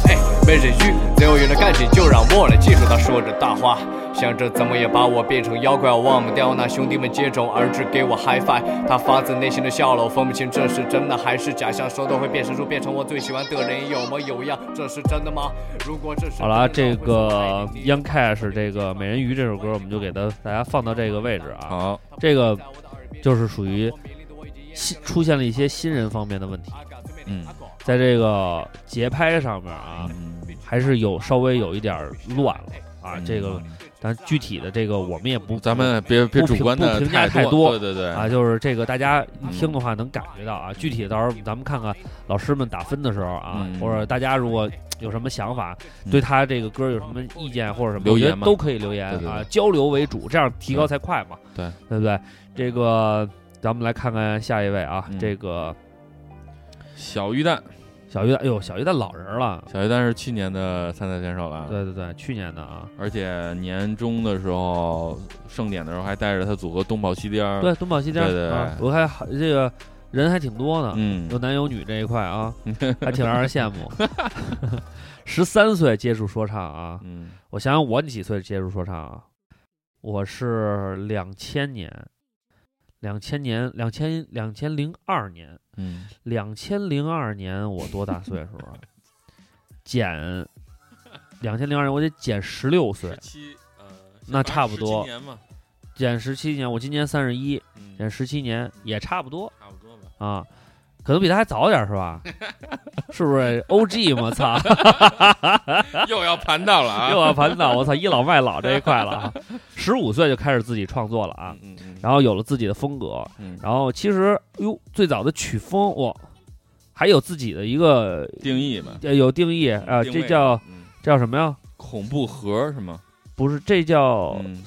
没人鱼，最后有人干起就让我来记住他说着大话，想着怎么也把我变成妖怪，忘不掉那兄弟们接踵而至给我 high five， 他发自内心的笑了，我分不清这是真的还是假象，说都会变成书，变成我最喜欢的人，有模有样，这是真的吗？如果这是好了，这个 Young Cash 这个美人鱼这首歌，我们就给它大家放到这个位置啊。 好， 这个就是属于新出现了一些新人方面的问题， 嗯， 在这个节拍上面啊， 嗯、 还是有稍微有一点乱了啊。 嗯、 这个，但具体的这个我们也不， 咱们别别主观的不评价太多，对对对啊，就是这个大家一听的话能感觉到啊。嗯、具体的到时候咱们看看老师们打分的时候啊， 嗯、 或者大家如果有什么想法，嗯、对他这个歌有什么意见或者什么， 留言嘛都可以留言对对对啊，交流为主，这样提高才快嘛， 对对不对？这个。咱们来看看下一位啊， 嗯、 这个小鱼蛋， 小鱼蛋，哎呦，小鱼蛋老人了。 小鱼蛋是去年的参赛选手了， 对对对，去年的啊。 而且年终的时候，盛典的时候还带着他组合东跑西颠。 对，东跑西颠。 对对对， 啊、我看这个人还挺多的， 嗯， 有男有女这一块啊，还挺让人羡慕。十三岁接触说唱啊， 嗯， 我想想我几岁接触说唱啊？我是两千年。两千年，两千两千零二年， 嗯， 两千零二年我多大岁数啊？减两千零二年，我得减十六岁， 七呃， 那差不多， 年嘛， 减十七年，我今年三十一，减十七年也差不多， 差不多吧， 啊，可能比他还早点是吧？是不是 O G 嘛？操， 又要盘道了啊！ 又要盘道，我操，倚老卖老这一块了啊！十五岁就开始自己创作了啊， 嗯嗯、 然后有了自己的风格， 嗯、 然后其实哟，最早的曲风哇，还有自己的一个定义嘛， 有定义啊、呃，这叫、 嗯、 这叫什么呀？ 恐怖盒是吗？ 不是，这叫、 嗯、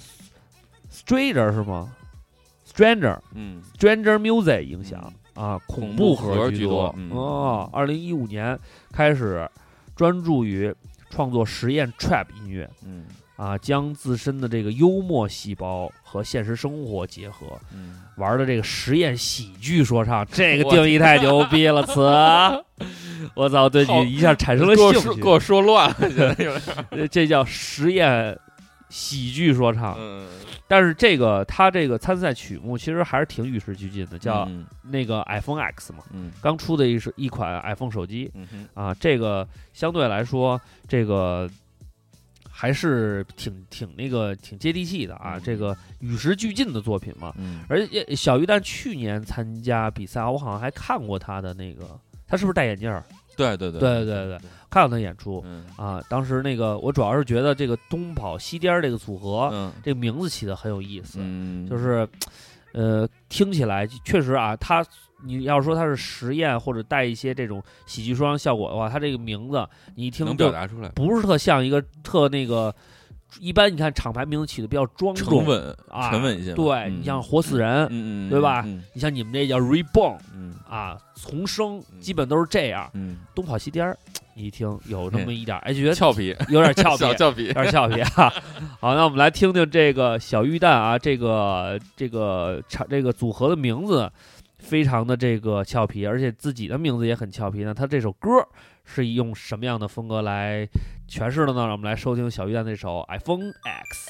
Stranger 是吗 ？Stranger， 嗯 ，Stranger Music 影响。 嗯啊，恐怖盒居多、 嗯、哦。二零一五年开始专注于创作实验 trap 音乐， 嗯啊，将自身的这个幽默细胞和现实生活结合， 嗯， 玩的这个实验喜剧说唱，这个定义太牛逼了，词，我操，对你一下产生了兴趣， 给我说乱了， 这叫实验喜剧说唱。 嗯。 但是这个他这个参赛曲目其实还是挺与时俱进的，叫那个 iPhone X 嘛， 嗯， 刚出的一是一款 iPhone 手机， 嗯啊，这个相对来说这个还是挺挺那个挺接地气的啊， 嗯、 这个与时俱进的作品嘛， 嗯， 而且小鱼蛋去年参加比赛，我好像还看过他的那个，他是不是戴眼镜儿？ 对对对对对对对，看到他演出、 嗯、 啊，当时那个我主要是觉得这个东跑西颠这个组合， 嗯， 这个名字起的很有意思， 嗯， 就是，呃，听起来确实啊，他你要说他是实验或者带一些这种喜剧说唱效果的话，他这个名字你一听能表达出来， 不是特像一个特那个。一般你看厂牌名字起的比较庄重、 沉稳啊， 沉稳一些。 对、 嗯、 你像活死人， 嗯嗯， 对吧？ 嗯、 你像你们这叫 reborn， 嗯啊，重生，基本都是这样。 嗯， 东跑西颠儿，你一听有那么一点，哎，觉得俏皮， 有点俏皮， 小俏皮， 有点俏皮啊。好，那我们来听听这个小玉蛋啊，这个这个唱这个组合的名字非常的这个俏皮，而且自己的名字也很俏皮。那他这首歌是用什么样的风格来诠释的呢？让我们来收听小玉蛋那首 iPhone X。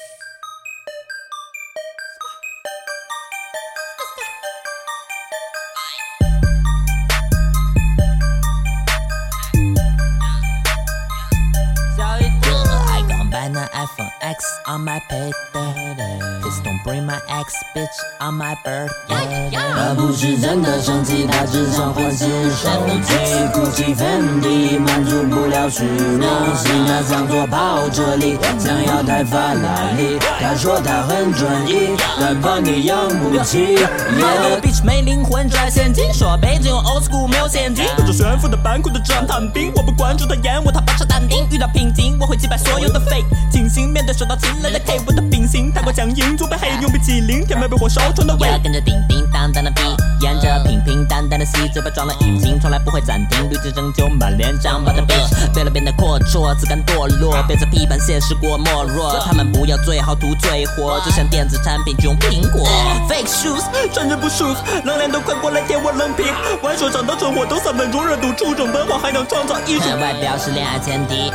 iPhone X on my paper, please don't bring my ex bitch on my birthday. 他不是真的生气，他只想换新手机。Gucci Fendi 满足不了虚荣心，他想做跑车里，想要台法拉利。他说他很专一，但怕你养不起。Yeah, bitch 没灵魂拽现金，说北京有 old school 没有现金，跟着炫富的板库的这样探兵，我不关注他厌恶他把持淡定，遇到瓶颈我会击败所有的 fake。清醒面对受到侵略的 K， 我的秉性太过强硬，做被黑牛逼麒麟，天没被火烧成的胃。跟着叮叮当当的 B， 沿着平平淡淡的 C， 嘴巴装了引擎，从来不会暂停，绿之拯救满脸长疤的 bitch， 为了变得阔绰，自甘堕落，别再批判现实过没落。他们不要最好图最火，就像电子产品就用苹果。Fake shoes 穿着不舒服，冷脸都快过来贴我冷皮，玩说唱到存活都三分钟热度，初中文化还能创造艺术。外表是恋爱前提，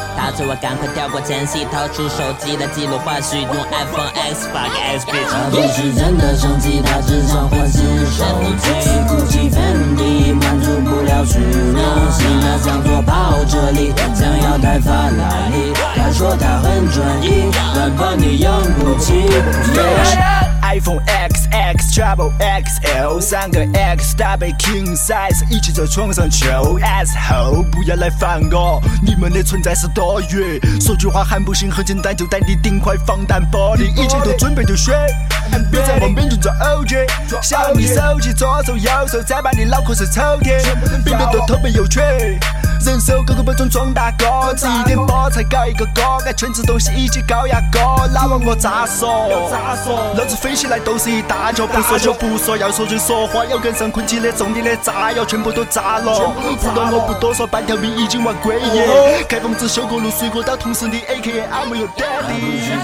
他催我赶快跳过前戏，掏出手机来记录花絮，用 iPhone X 发给 S bitch。他不是真的生气，他只想换新手机。Gucci Fendi 满足不了虚荣心，他想做跑车里，想要台法拉利。他说他很专一，但怕你养不起。 iPhone X X Trouble X L 三个 X 搭配 King Size 一起在床上求 asshole 不要来烦我，你们的存在是多余。说句话还不行，很简单，就带你顶块防弹玻璃，一切都准备就绪。别在我面前做 O G， 想你手机左手右手，再把你脑壳是抽屉，边边都特别有趣。人手个个包装装大哥，吃一点菠菜搞一个锅，爱全吃东西一起高压锅，哪往我咋说？老子飞起来都是一大脚，不说就不说，要说就说话，要跟上空气的重点的炸药全部都炸了。不然我不多说，半条命已经玩归耶。开房子修个路水果刀，同时你 A K A I'm your daddy。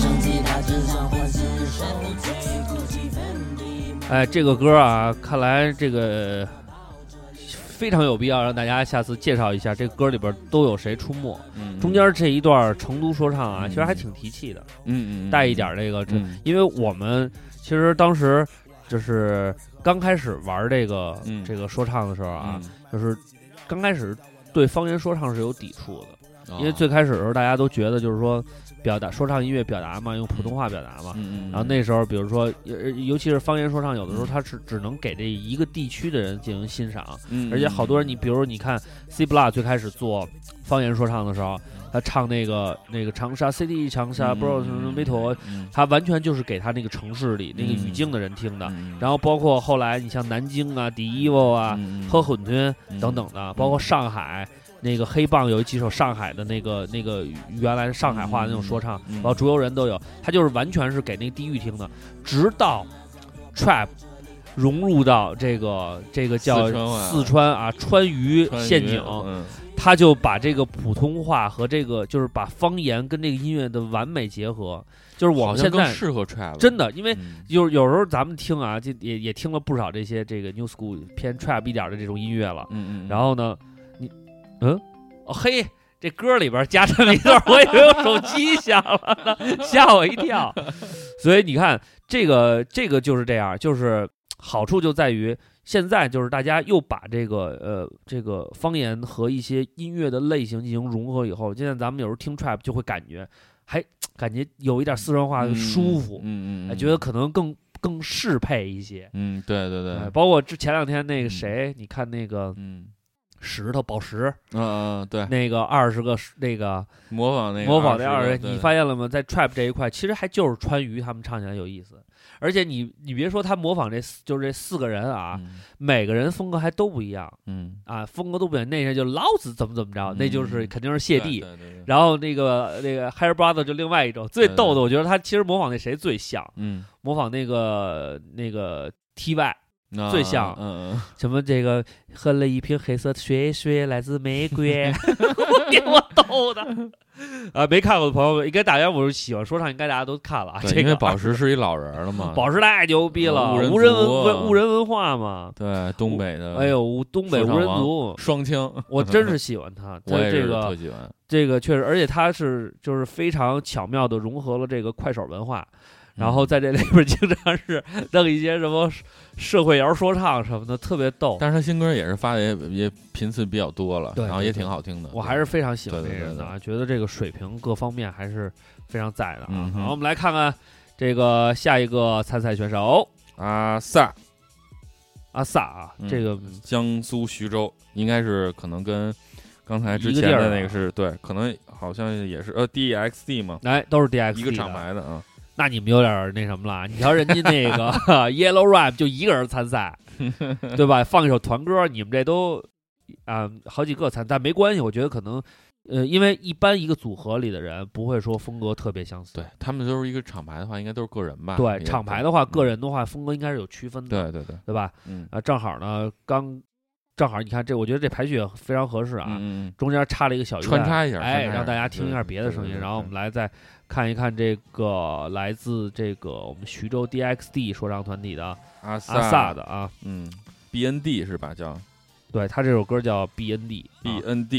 哎，这个歌啊，看来这个非常有必要让大家下次介绍一下这个歌里边都有谁出没。嗯，中间这一段成都说唱啊，嗯、其实还挺提气的。嗯嗯，带一点这个，嗯、因为我们其实当时就是刚开始玩这个、嗯、这个说唱的时候啊，嗯、就是刚开始对方言说唱是有抵触的，哦、因为最开始的时候大家都觉得就是说。表达说唱音乐表达嘛，用普通话表达嘛，嗯、然后那时候比如说，尤其是方言说唱，有的时候它是只能给这一个地区的人进行欣赏，嗯、而且好多人，你比如说你看 C Block 最开始做方言说唱的时候，他唱那个那个长沙 City 长沙 Bro 维陀，他完全就是给他那个城市里那个语境的人听的，嗯、然后包括后来你像南京啊、第一 Evil 啊、喝混吞等等的，包括上海。那个黑棒有几首上海的那个那个原来上海话的那种说唱，嗯、然后竹游人都有，他就是完全是给那个地域听的，直到 trap 融入到这个这个叫四川啊川渝陷阱，嗯、他就把这个普通话和这个就是把方言跟这个音乐的完美结合。就是我们现在适合 trap 真的，因为有有时候咱们听啊，就也也听了不少这些这个 new school 偏 trap 一点的这种音乐了，嗯嗯，然后呢。嗯，哦嘿，这歌里边加这么一段，我以为我手机响了呢，吓我一跳。所以你看，这个这个就是这样，就是好处就在于现在就是大家又把这个呃这个方言和一些音乐的类型进行融合以后，现在咱们有时候听 trap 就会感觉还感觉有一点四川话的舒服，嗯嗯，嗯觉得可能更更适配一些。 嗯，对对对， 哎、包括之前两天那个谁，嗯、你看那个嗯。石头宝石， 嗯嗯，对， 那个二十个那个模仿那个模仿那二十个，你发现了吗？在 trap 这一块，其实还就是川渝他们唱起来有意思，而且你你别说他模仿这就是这四个人啊，嗯、每个人风格还都不一样，嗯啊，风格都不一样。那人就老子怎么怎么着，嗯、那就是肯定是谢帝， 对对对对然后那个那个 Hair Brother 就另外一种，最逗的，我觉得他其实模仿那谁最像，嗯，模仿那个那个 T Y。最像，嗯嗯，什么这个喝了一瓶黑色的血水，来自美国，给我逗的。啊，没看过的朋友们，应该大家我是喜欢说唱，应该大家都看了啊。这个、 因为宝石是一老人了嘛， 宝石太牛逼了， 无人无人文无人文化嘛。 对，东北的， 哎呦，东北无人族双枪， 我真是喜欢他。 我也是特喜欢。 这个确实，而且他是就是非常巧妙的融合了这个快手文化。然后在这里边经常是弄一些什么社会摇说唱什么的，特别逗。 但是他新歌也是发的也也频次比较多了， 对， 然后也挺好听的。 我还是非常喜欢这个人的啊，觉得这个水平各方面还是非常在的啊。 嗯、 好，我们来看看这个下一个参赛选手阿萨， 阿萨啊， 嗯、 这个江苏徐州，应该是可能跟刚才之前的那个是对，可能好像也是呃 D X D 嘛， 哎，都是 D X D 一个厂牌的啊。 那你们有点那什么了？你瞧人家那个 Yellow Rap 就一个人参赛，对吧？放一首团歌，你们这都啊、呃、好几个参，但没关系。我觉得可能呃，因为一般一个组合里的人不会说风格特别相似。 对他们都是一个厂牌的话，应该都是个人吧？ 对，厂牌的话，个人的话，风格应该是有区分的。 对对对， 对吧？ 嗯啊，正好呢，刚。正好你看这，我觉得这排序也非常合适啊。 嗯， 中间插了一个小穿插一下， 哎，让大家听一下别的声音，然后我们来再看一看这个来自这个我们徐州 D X D 说唱团体的阿阿萨的啊， 嗯 ，B N D 是吧？叫， 对他这首歌叫 B N D，B N D，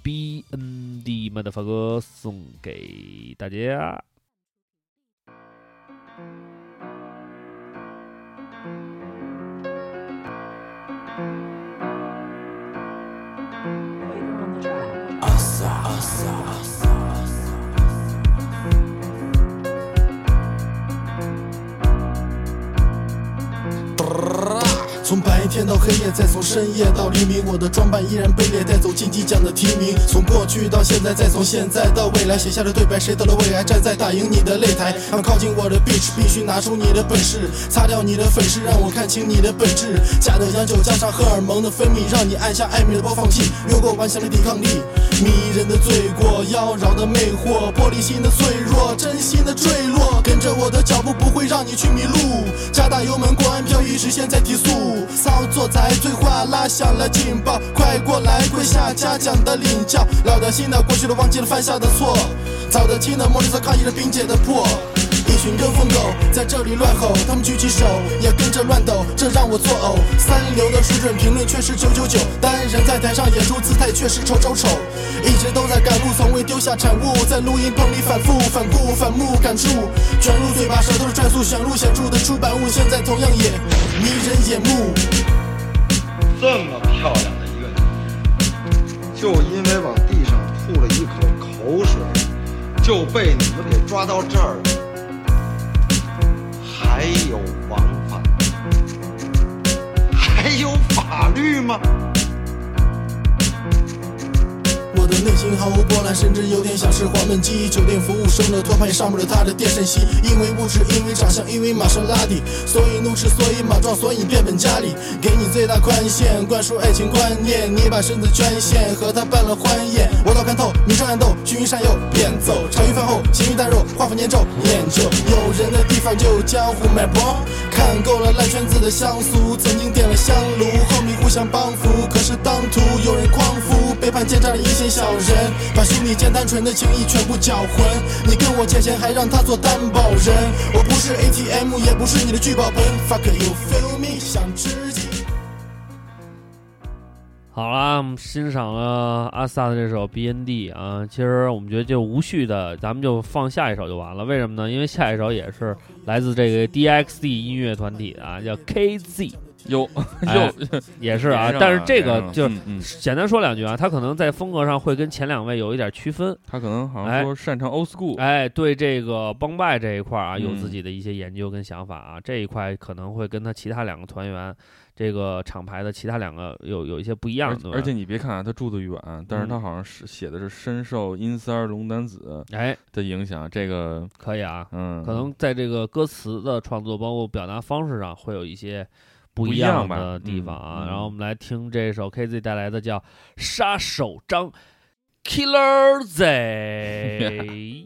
B N D Motherfucker 送给大家。 从白天到黑夜，再从深夜到黎明，我的装扮依然卑劣，带走金鸡奖的提名。从过去到现在，再从现在到未来，写下的对白，谁得了未来，站在打赢你的擂台。让靠近我的 bitch， 必须拿出你的本事，擦掉你的粉饰，让我看清你的本质。假的洋酒加上荷尔蒙的分泌，让你按下暧昧的播放器，越过顽强的抵抗力。迷人的罪过，妖娆的魅惑，玻璃心的脆弱，真心的坠落。跟着我的脚步，不会让你去迷路。加大油门，过安漂移，视线在提速。操作在最话拉响了警报，快过来跪下嘉奖的领教，了得新的过去的忘记了犯下的错，早得轻的莫里斯抗议了冰解的破。一群跟风狗在这里乱吼，他们举起手也跟着乱抖，这让我作呕。三流的水准评论却是九九九，单人在台上演出姿态却是丑丑丑。一直都在赶路，从未丢下产物，在录音棚里反复反顾反目感触，卷入嘴巴舌头的转速，显露显著的出版物，现在同样也迷人眼目。 这么漂亮的一个女人，就因为往地上吐了一口口水，就被你们给抓到这儿了。还有王法，还有法律吗？ 我的内心毫无波澜，甚至有点像是黄焖鸡。酒店服务生的托盘也上不了他的电声系，因为物质，因为长相，因为玛莎拉蒂，所以怒斥，所以莽撞，所以变本加厉。给你最大宽限，灌输爱情观念，你把身子捐献，和他办了欢宴。我早看透，明争暗斗，虚云善诱，便走。茶余饭后，咸鱼淡肉，画风念咒，念旧。有人的地方就有江湖 ，my bro。看够了烂圈子的香俗，曾经点了香炉，后面互相帮扶。可是当涂有人匡扶，背叛奸诈的一些小人，把兄弟间单纯的情谊全部搅浑。你跟我借钱还让他做担保人，我不是 A T M， 也不是你的聚宝盆。Fuck you feel me， 想知己。 好啦，我们欣赏了阿萨的这首 B N D 啊，其实我们觉得就无序的，咱们就放下一首就完了。为什么呢？因为下一首也是来自这个 D X D 音乐团体的啊，叫 K Z。 有有、 哎、也是啊，但是这个就嗯嗯简单说两句啊，他可能在风格上会跟前两位有一点区分。 他可能好像说擅长 old school， 哎，对这个邦拜这一块啊， 嗯有自己的一些研究跟想法啊，这一块可能会跟他其他两个团员。这个厂牌的其他两个有有一些不一样的， 而且你别看啊，他住得远，但是他好像是写的是深受阴三儿龙丹子哎的影响，这个可以啊， 嗯， 可能在这个歌词的创作包括表达方式上会有一些不一样的地方啊。 嗯、 然后我们来听这首 K Z 带来的叫《杀手章》 Killer Z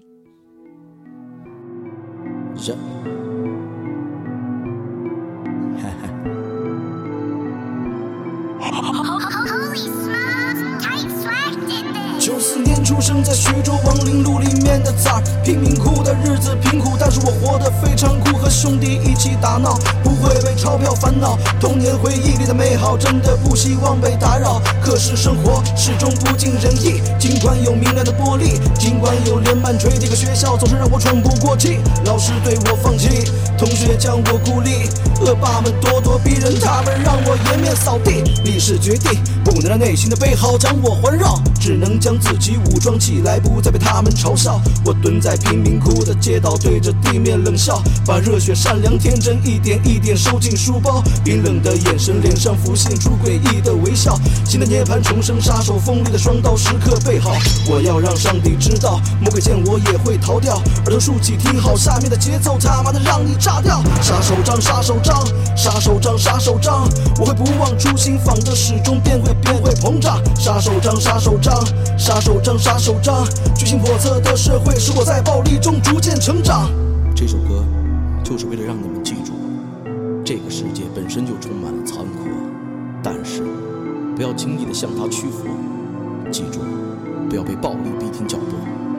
九四年出生在徐州王陵路里面的崽儿，贫民窟的日子贫苦，但是我活得非常酷，和兄弟一起打闹，不会为钞票烦恼。童年回忆里的美好，真的不希望被打扰。可是生活始终不尽人意，尽管有明亮的玻璃，尽管有连曼垂地，可学校总是让我喘不过气。老师对我放弃，同学将我孤立，恶霸们咄咄逼人，他们让我颜面扫地。历史决定，不能让内心的悲嚎将我环绕，只能将自己武装起来，不再被他们嘲笑。我蹲在贫民窟的街道，对着地面冷笑，把热血善良天真一点一点收进书包。冰冷的眼神，脸上浮现出诡异的微笑。新的涅槃重生，杀手锋利的双刀时刻备好。我要让上帝知道，魔鬼见我也会逃掉。耳朵竖起，听好下面的节奏，他妈的让你炸掉。杀手章，杀手章，杀手章，杀手章，我会不忘初心，仿的始终便会便会膨胀。杀手章，杀手章，杀手章，杀手章，居心叵测的社会使我在暴力中逐渐成长。这首歌就是为了让你们记住，这个世界本身就充满了残酷，但是不要轻易的向它屈服。记住，不要被暴力逼听脚步。我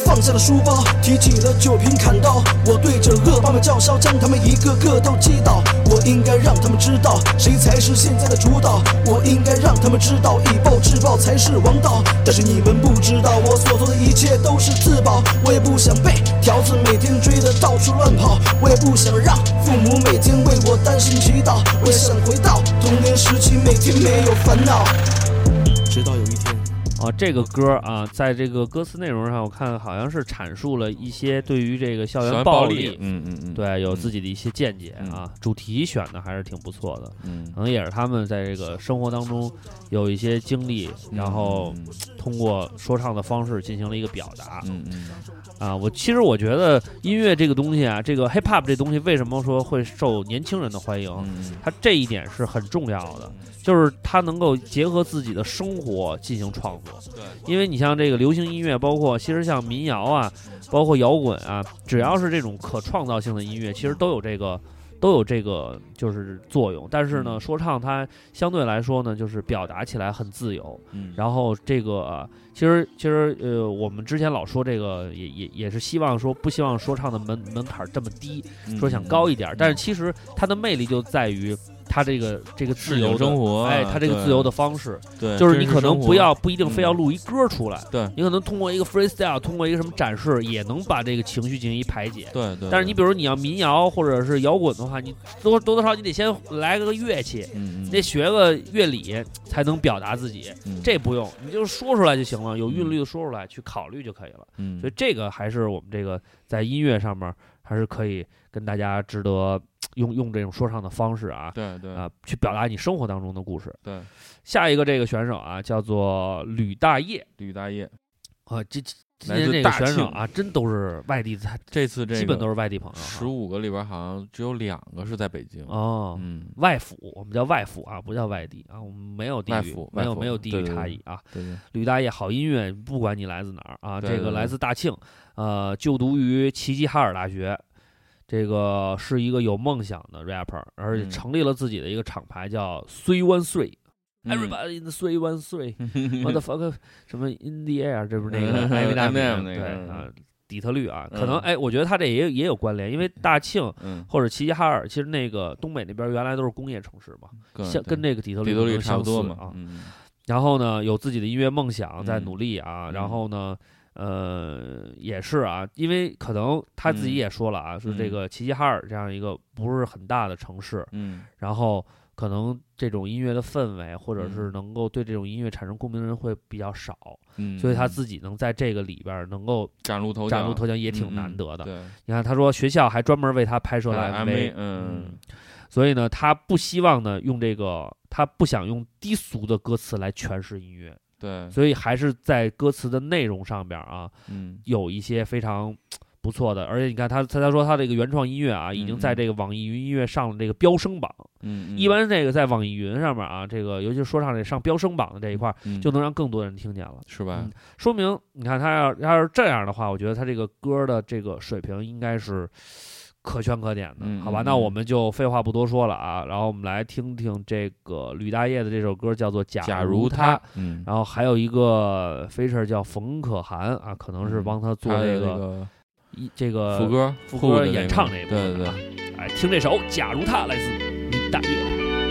放下了书包，提起了酒瓶砍刀，我对着恶霸们叫嚣，将他们一个个都击倒。我应该让他们知道，谁才是现在的主导。我应该让他们知道，以暴制暴才是王道。但是你们不知道，我所做的一切都是自保。我也不想被条子每天追得到处乱跑，我也不想让父母每天为我担心祈祷。我也想回到童年时期，每天没有烦恼。直到有一天。 啊，这个歌啊，在这个歌词内容上，我看好像是阐述了一些对于这个校园暴力， 力嗯嗯嗯， 对，有自己的一些见解啊。 嗯、 主题选的还是挺不错的， 嗯， 可能也是他们在这个生活当中有一些经历， 嗯、 然后通过说唱的方式进行了一个表达。 嗯嗯。 啊，我其实我觉得音乐这个东西啊，这个 hip hop 这东西为什么说会受年轻人的欢迎？ 嗯、 它这一点是很重要的，就是它能够结合自己的生活进行创作。 对， 因为你像这个流行音乐，包括其实像民谣啊，包括摇滚啊，只要是这种可创造性的音乐，其实都有这个。都有这个就是作用，但是呢，说唱它相对来说呢，就是表达起来很自由。 嗯， 然后这个、呃、其实其实呃，我们之前老说这个也也也是希望说不希望说唱的门门槛这么低， 嗯、 说想高一点，但是其实它的魅力就在于。他这个这个自由的生活， 哎，他这个自由的方式， 对， 就是你可能不要不一定非要录一歌出来， 对， 你可能通过一个 freestyle， 通过一个什么展示，也能把这个情绪进行一排解， 对对。 但是你比如你要民谣或者是摇滚的话，你多多多少你得先来个乐器， 嗯， 你得学个乐理才能表达自己， 嗯、 这不用，你就说出来就行了，有韵律的说出来，去考虑就可以了。 嗯， 所以这个还是我们这个在音乐上面还是可以跟大家值得。用用这种说唱的方式啊， 对对啊，去表达你生活当中的故事。 对， 下一个这个选手啊，叫做吕大业。 吕大业啊，这今年这个选手啊，真都是外地的， 这次这基本都是外地朋友。 十五个里边好像只有两个是在北京哦， 嗯， 外府，我们叫外府啊，不叫外地啊，我们没有地域，没有没有地域差异啊。 对对， 吕大业好音乐，不管你来自哪儿啊， 对对对这个来自大庆，呃，就读于齐齐哈尔大学。这个是一个有梦想的 rapper， 而且成立了自己的一个厂牌，叫虽万岁。Everybody in the 虽万岁，motherfucker， 什么 in the air， 这不是那个 Eminem 那个啊，底特律啊，可能哎，我觉得他这也也有关联，因为大庆或者齐齐哈尔，其实那个东北那边原来都是工业城市嘛，像跟这个底特律底特律差不多嘛啊。然后呢，有自己的音乐梦想，在努力啊，然后呢。呃，也是啊，因为可能他自己也说了啊，是、 嗯、 这个齐齐哈尔这样一个不是很大的城市， 嗯， 然后可能这种音乐的氛围，或者是能够对这种音乐产生共鸣的人会比较少， 嗯， 所以他自己能在这个里边能够崭露头角， 崭露头角也挺难得的。 嗯、对， 你看他说学校还专门为他拍摄了 M V， 嗯， 嗯所以呢，他不希望呢用这个，他不想用低俗的歌词来诠释音乐。 对， 所以还是在歌词的内容上边啊， 嗯， 有一些非常不错的，而且你看他他他说他这个原创音乐啊，已经在这个网易云音乐上了这个飙升榜， 嗯， 一般这个在网易云上面啊，这个尤其是说唱这上飙升榜的这一块， 嗯、 就能让更多人听见了， 是吧？ 嗯、说明你看他要要是这样的话，我觉得他这个歌的这个水平应该是。可圈可点的， 嗯、 好吧？ 嗯、 那我们就废话不多说了啊，然后我们来听听这个吕大业的这首歌，叫做《 假如他》。 嗯， 然后还有一个 feature 叫冯可涵啊，可能是帮他做这个一、嗯、这个副歌副歌演唱这一部分、 对对对，哎，听这首《假如他》来自吕大业。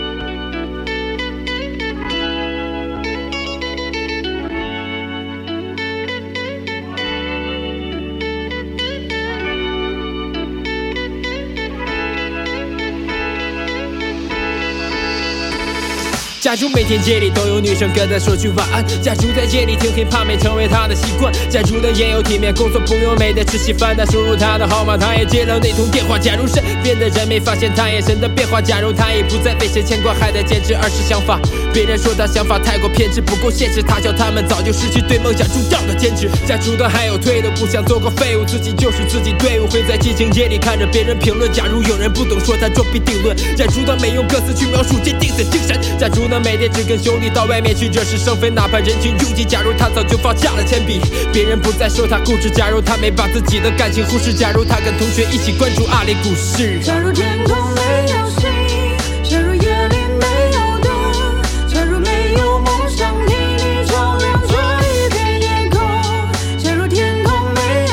假如每天街里都有女生跟他说句晚安，假如在夜里听 hiphop 没成为他的习惯，假如能也有体面工作不用每天吃稀饭，他输入他的号码他也接了那通电话，假如身边的人没发现他眼神的变化，假如他已不再被谁牵挂，还在坚持儿时想法，别人说他想法太过偏执不够现实，他叫他们早就失去对梦想重要的坚持，假如他还有退路不想做个废物，自己就是自己队伍，会在激情夜里看着别人评论，假如有人不懂说他装逼定论，假如他没用歌词去描述坚定的精神，假如那每天只跟兄弟到外面去惹是生非，哪怕人群拥挤，假如他早就放下了铅笔，别人不再说他固执，假如他没把自己的感情忽视，假如他跟同学一起关注阿里股市， 假如天空没有星，假如夜里没有灯，假如没有梦想替你照亮这一片夜空，假如天空没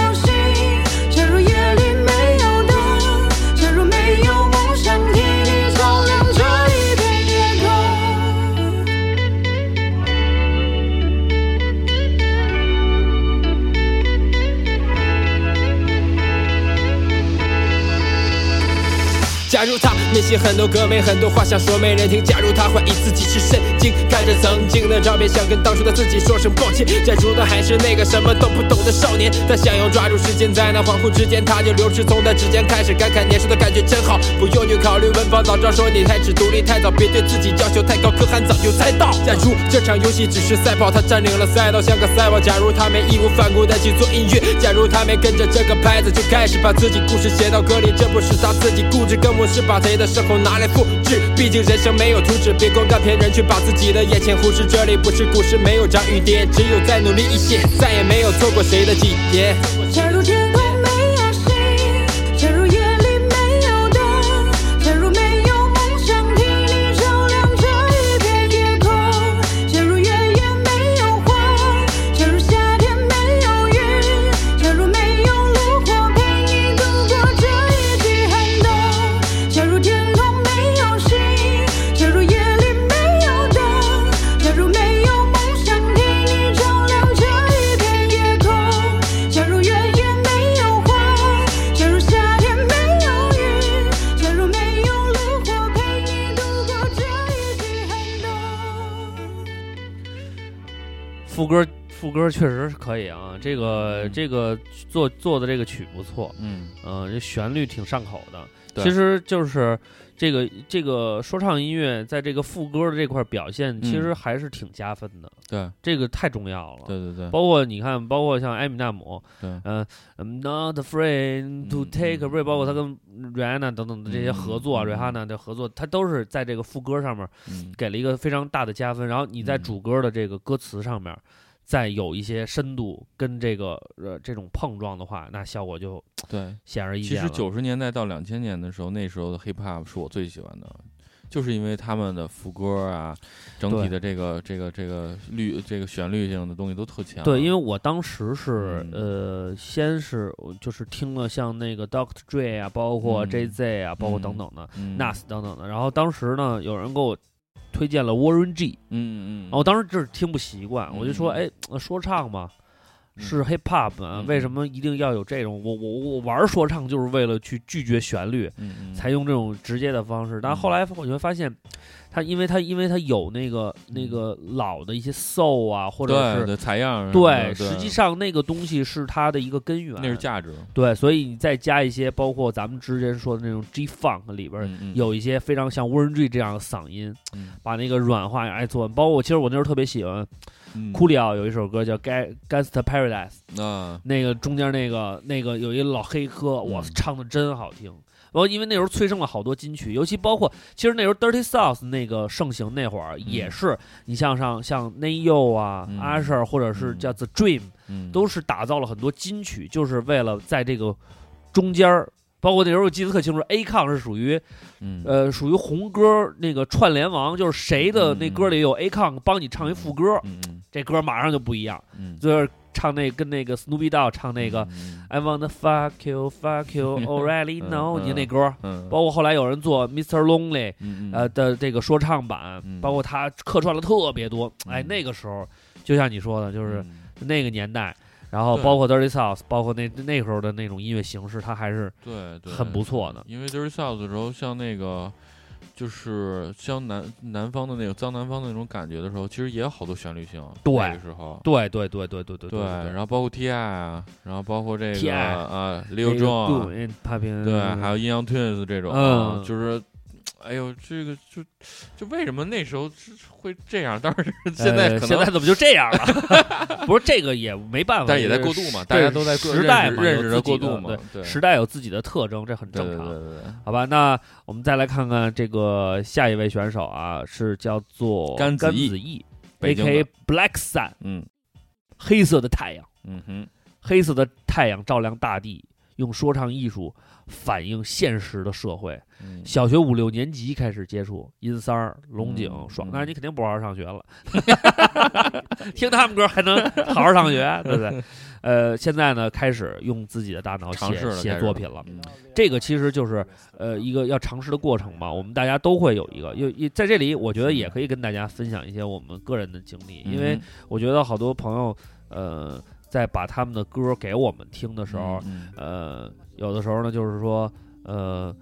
假如他内心很多歌没很多话想说没人听，假如他怀疑自己是神经，看着曾经的照片想跟当初的自己说声抱歉，假如他还是那个什么都不懂的少年，他想要抓住时间，在那恍惚之间他就流逝，从他指尖开始感慨年少的感觉真好，不用去考虑文法，早知道说你太迟独立太早，别对自己要求太高，可汗早就猜到。假如这场游戏只是赛跑，他占领了赛道像个赛跑，假如他没义无反顾的去做音乐，假如他没跟着这个拍子就开始把自己故事写到歌里，这不是他自己固执，更不是把谁的生活拿来复制，毕竟人生没有图纸，别光看别人去把自己的眼前忽视，这里不是故事，没有涨与跌，只有再努力一些，再也没有错过谁的季节。 假如天空没有星，假如夜里没有灯，假如没有梦想替你照亮这一片夜空，假如月夜没有花，假如夏天没有雨，假如没有炉火陪你度过这一季寒冬，假如天空没有星，假如夜里没有灯，假如没有梦想替你照亮这一片夜空，假如月夜没有花，假如夏天没有雨，假如没有炉火陪你度过这一季寒冬。 副歌副歌确实是可以啊，这个、嗯、这个做做的这个曲不错， 嗯呃，这旋律挺上口的。 对其实就是这个这个说唱音乐在这个副歌的这块表现，其实还是挺加分的。 对， 这个太重要了。 对对对， 包括你看，包括像艾米纳姆， 对， 嗯、呃、，I'm not afraid to take a break，、嗯、包括他跟 Rihanna 等等的这些合作啊、嗯、，Rihanna 的合作，他都是在这个副歌上面给了一个非常大的加分。然后你在主歌的这个歌词上面。再有一些深度跟这个呃这种碰撞的话，那效果就对显而易见了。 其实九十年代到两千年的时候，那时候的 hip hop 是我最喜欢的，就是因为他们的副歌啊，整体的这个这个这个律这个旋律性的东西都特强。 对，因为我当时是、 嗯、 呃，先是就是听了像那个 doctor Dre 啊，包括 J Z 啊， 嗯、 包括等等的、 嗯、 Nas 等等的，然后当时呢，有人给我推荐了 Warren G， 嗯嗯， 然后我当时就是听不习惯， 嗯、 我就说，哎，说唱嘛，是 hip hop 啊， 嗯、 为什么一定要有这种？我我我玩说唱就是为了去拒绝旋律， 嗯、 才用这种直接的方式。但后来我就会发现，他因为他因为他有那个那个老的一些 soul 啊，或者是采样， 对，实际上那个东西是它的一个根源， 那是价值。 对，所以你再加一些，包括咱们之前说的那种 G Funk 里边有一些非常像 Warren G 这样的嗓音， 嗯、 把那个软化哎做。包括其实我那时候特别喜欢。 嗯、 库里奥有一首歌叫《Gangsta Paradise》 啊， 那个中间那个那个有一老黑哥，哇、嗯，唱的真好听。然后因为那时候催生了好多金曲，尤其包括其实那时候 Dirty South 那个盛行那会儿， 嗯、 也是你像像像 Neo 啊、 嗯、 Usher 或者是叫 The Dream，、 嗯、 都是打造了很多金曲，就是为了在这个中间儿。包括那时候我记得特清楚 ，A 抗是属于， 嗯、 呃，属于红歌那个串联王，就是谁的那歌里有 A 抗帮你唱一副歌， 嗯嗯、 这歌马上就不一样， 嗯、 就是唱那跟那个 Snoopy Dogg 唱那个、 嗯、 I wanna fuck you fuck you already know 你那歌， 嗯、 包括后来有人做 Mister Lonely，、 嗯、 呃的这个说唱版， 嗯、 包括他客串了特别多， 嗯、 哎，那个时候就像你说的，就是那个年代。然后包括 Dirty South， 包括那那时候的那种音乐形式，它还是对对很不错的。 因为 Dirty South 的时候，像那个就是像南南方的那种脏南方的那种感觉的时候，其实也有好多旋律性。 对， 那个时候， 对对对对对对对。然后包括 T I 啊，然后包括这个啊 Lil Jon， 对，还有阴阳 Twins 这种， 嗯， 就是。哎呦，这个就就为什么那时候会这样？但是现在可能、 呃、现在怎么就这样了？不是这个也没办法， 但也在过渡嘛，大家都在时代嘛， 认识着过渡嘛， 对，时代有自己的特征，这很正常。 对对对对对， 好吧，那我们再来看看这个下一位选手啊，是叫做甘子毅 ，A K A Black Sun， 嗯， 黑色的太阳， 嗯哼， 黑色的太阳照亮大地，用说唱艺术反映现实的社会。 嗯、 小学五六年级开始接触阴三儿、龙井、 嗯、 爽，那你肯定不好好上学了。听他们歌还能好好上学，对不对？呃，现在呢，开始用自己的大脑写写作品了。 嗯、 这个其实就是呃一个要尝试的过程嘛。我们大家都会有一个，有在这里，我觉得也可以跟大家分享一些我们个人的经历， 嗯、 因为我觉得好多朋友呃在把他们的歌给我们听的时候， 嗯、 呃，有的时候呢就是说呃。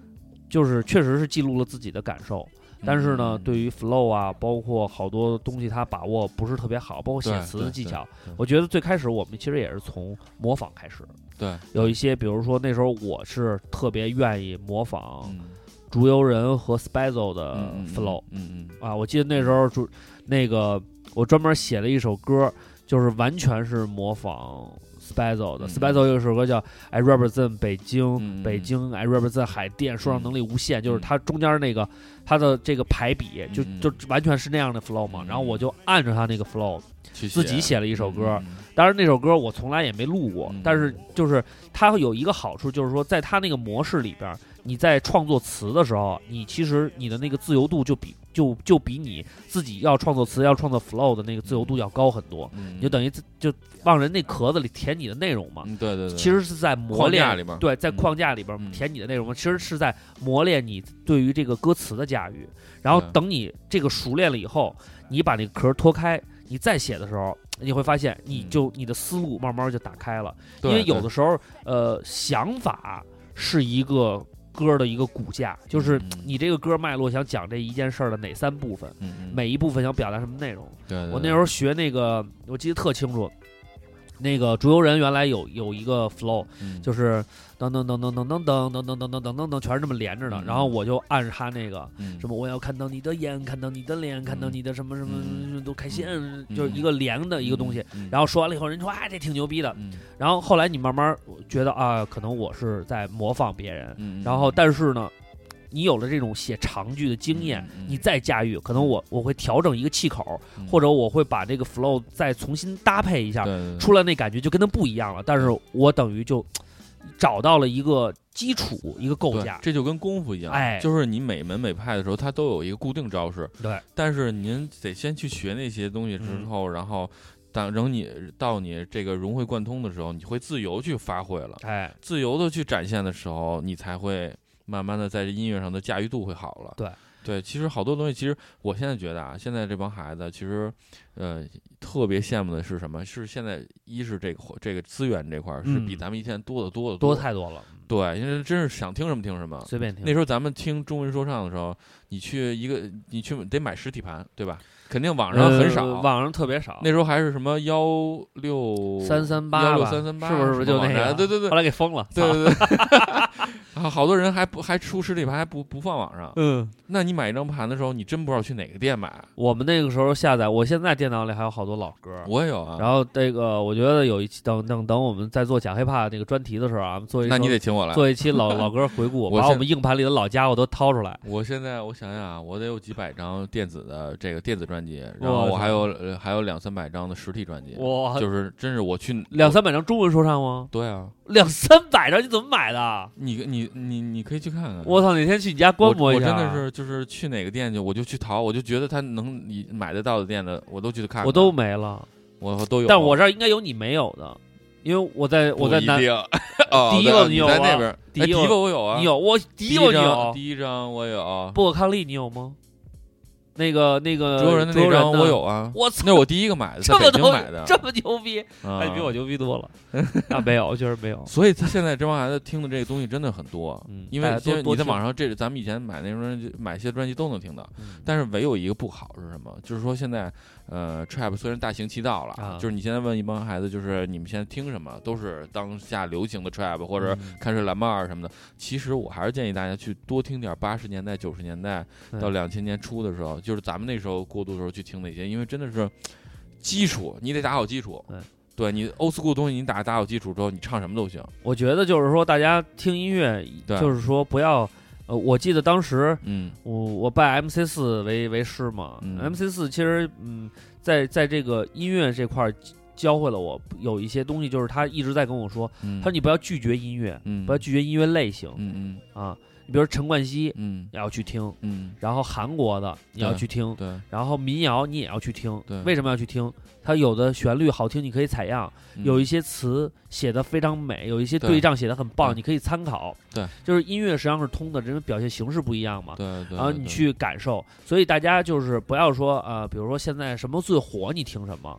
就是确实是记录了自己的感受。但是呢， 嗯、 对于 flow 啊，包括好多东西，他把握不是特别好，包括写词的技巧。我觉得最开始我们其实也是从模仿开始。 对， 有一些，比如说那时候我是特别愿意模仿竹游人和 Spazzo 的 flow。 嗯嗯, 嗯啊，我记得那时候就那个我专门写了一首歌，就是完全是模仿 Spazzo 的。 嗯、 Spazzo 有一首歌叫 I Represent 北京， 嗯、 北京 I Represent 海淀，说唱能力无限，嗯、就是它中间那个它的这个排比就就完全是那样的 flow 嘛。 嗯、 然后我就按着它那个 flow 自己写了一首歌。 嗯、 当然那首歌我从来也没录过， 嗯、 但是就是它有一个好处，就是说在它那个模式里边，你在创作词的时候，你其实你的那个自由度就比就就比你自己要创作词要创作 flow 的那个自由度要高很多。 嗯、 你就等于就往人那壳子里填你的内容嘛。 嗯、对对对。 其实是在磨练里边， 对，在框架里边填你的内容嘛。嗯、其实是在磨练你对于这个歌词的驾驭。然后等你这个熟练了以后，你把那个壳脱开，你再写的时候，你会发现你就你的思路慢慢就打开了。因为有的时候，呃，想法是一个歌的一个骨架，就是你这个歌脉络想讲这一件事儿的哪三部分， 嗯、 每一部分想表达什么内容。 对对对， 我那时候学那个，我记得特清楚。那个竹游人原来有有一个 flow，、 嗯、 就是噔噔噔噔噔噔噔噔噔噔噔噔噔，全是这么连着的。 嗯、 然后我就按着他那个、 嗯、 什么，我要看到你的眼，看到你的脸，嗯、看到你的什么什么、嗯、都开心， 嗯、 就是一个连的一个东西。 嗯、 然后说完了以后，人说啊，这挺牛逼的。 嗯、 然后后来你慢慢觉得啊，可能我是在模仿别人。 嗯、 然后但是呢。你有了这种写长句的经验， 嗯、 你再驾驭，可能我我会调整一个气口， 嗯、 或者我会把这个 flow 再重新搭配一下， 对对对， 出来那感觉就跟它不一样了。但是我等于就找到了一个基础，一个构架， 这就跟功夫一样， 哎， 就是你每门每派的时候，它都有一个固定招式， 对。 但是您得先去学那些东西之后，嗯、然后。当等你到你这个融会贯通的时候，你会自由去发挥了， 哎， 自由的去展现的时候，你才会慢慢的在音乐上的驾驭度会好了。 对对，其实好多东西，其实我现在觉得啊，现在这帮孩子其实，呃，特别羡慕的是什么？是现在一是这个这个资源这块儿是比咱们以前多得多的多太多了。 对，因为真是想听什么听什么， 随便听。 那时候咱们听中文说唱的时候，你去一个，你去得买实体盘，对吧？肯定网上很少， 呃、网上特别少。 那时候还是什么幺六三三八， 幺六三三八， 是不是？是不是就那个？ 对对对， 后来给封了。 对对对，啊，好多人还不还出实体盘，还不不放网上。 嗯， 那你买一张盘的时候，你真不知道去哪个店买。 我们那个时候下载，我现在电脑里还有好多老歌， 我也有啊。 然后这个，我觉得有一期等等等我们在做讲 hiphop 那个专题的时候啊，做一那你得请我来做一期老老歌回顾，把我们硬盘里的老家伙都掏出来。 我现在我想想啊，我得有几百张电子的这个电子专辑，然后我还有呃还有两三百张的实体专辑。 哇， 就是真是我去两三百张中文说唱吗？ 对啊， 两三百张你怎么买的？ 你你你你可以去看看。 我操，哪天去你家观摩一下。我真的是就是去哪个店去，我就去淘，我就觉得他能你买得到的店的，我都去看看。 我都没了， 我都有。 但我这儿应该有你没有的。因为我在我在南， 哦， 第一个你有在那边， 第一个我有啊， 你有我第一个你有， 第一张我有， 薄荷康利你有吗？那个那个竹游人的那张我有啊， 我操， 那是我第一个买的， 这么多买的， 这么牛逼，哎，比我牛逼多了。那没有，确实没有。 所以他现在这帮孩子听的这个东西真的很多， 嗯， 因为因为你在网上这咱们以前买那专辑买些专辑都能听到，但是唯有一个不好是什么？就是说现在呃 trap 虽然大行其道了，就是你现在问一帮孩子，就是你们现在听什么，都是当下流行的 trap 或者看水蓝帽儿什么的。其实我还是建议大家去多听点八十年代、九十年代到两千年初的时候，就是咱们那时候过渡的时候去听那些，因为真的是基础，你得打好基础。对你 old school 的东西，你打打好基础之后，你唱什么都行。 我觉得就是说，大家听音乐，就是说不要。呃，我记得当时， 嗯， 我我拜 M C 四为为师嘛、 嗯、 ，M C 四其实，嗯，在在这个音乐这块教会了我有一些东西，就是他一直在跟我说， 嗯、 他说你不要拒绝音乐， 嗯， 不要拒绝音乐类型， 嗯嗯啊。你比如陈冠希， 嗯， 也要去听， 嗯， 然后韩国的你要去听， 对， 然后民谣你也要去听， 对， 为什么要去听？它有的旋律好听，你可以采样； 嗯、 有一些词写的非常美，有一些对仗写的很棒，你可以参考。 对， 就是音乐实际上是通的，因为表现形式不一样嘛。 对对。 然后你去感受，所以大家就是不要说呃，比如说现在什么最火，你听什么。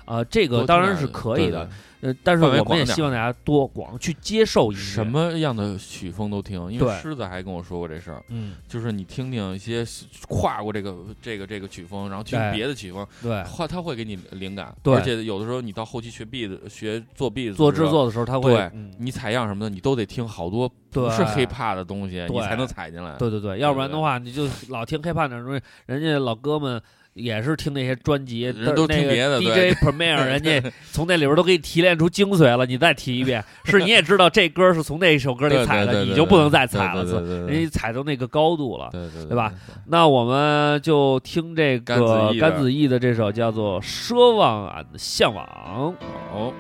呃，这个当然是可以的。呃，但是我们也希望大家多广去接受音乐， 什么样的曲风都听。因为狮子还跟我说过这事儿， 嗯， 就是你听听一些跨过这个这个这个曲风，然后听别的曲风， 对， 话他会给你灵感。 对， 而且有的时候你到后期学 beat 学做 beat 做制作的时候，他会， 对、嗯、你采样什么的，你都得听好多不是 hiphop 的东西，你才能采进来。 对对对，要不然的话，你就老听 hiphop 那种东西，人家老哥们。也是听那些专辑， 人都听别的 D J Premier， 人家从那里边都给你提炼出精髓了。你再提一遍，是你也知道这歌是从那首歌里采的，你就不能再采了，人家采到那个高度了， 对对对吧？那我们就听这个甘子毅的这首叫做《奢望俺的向往》。 好。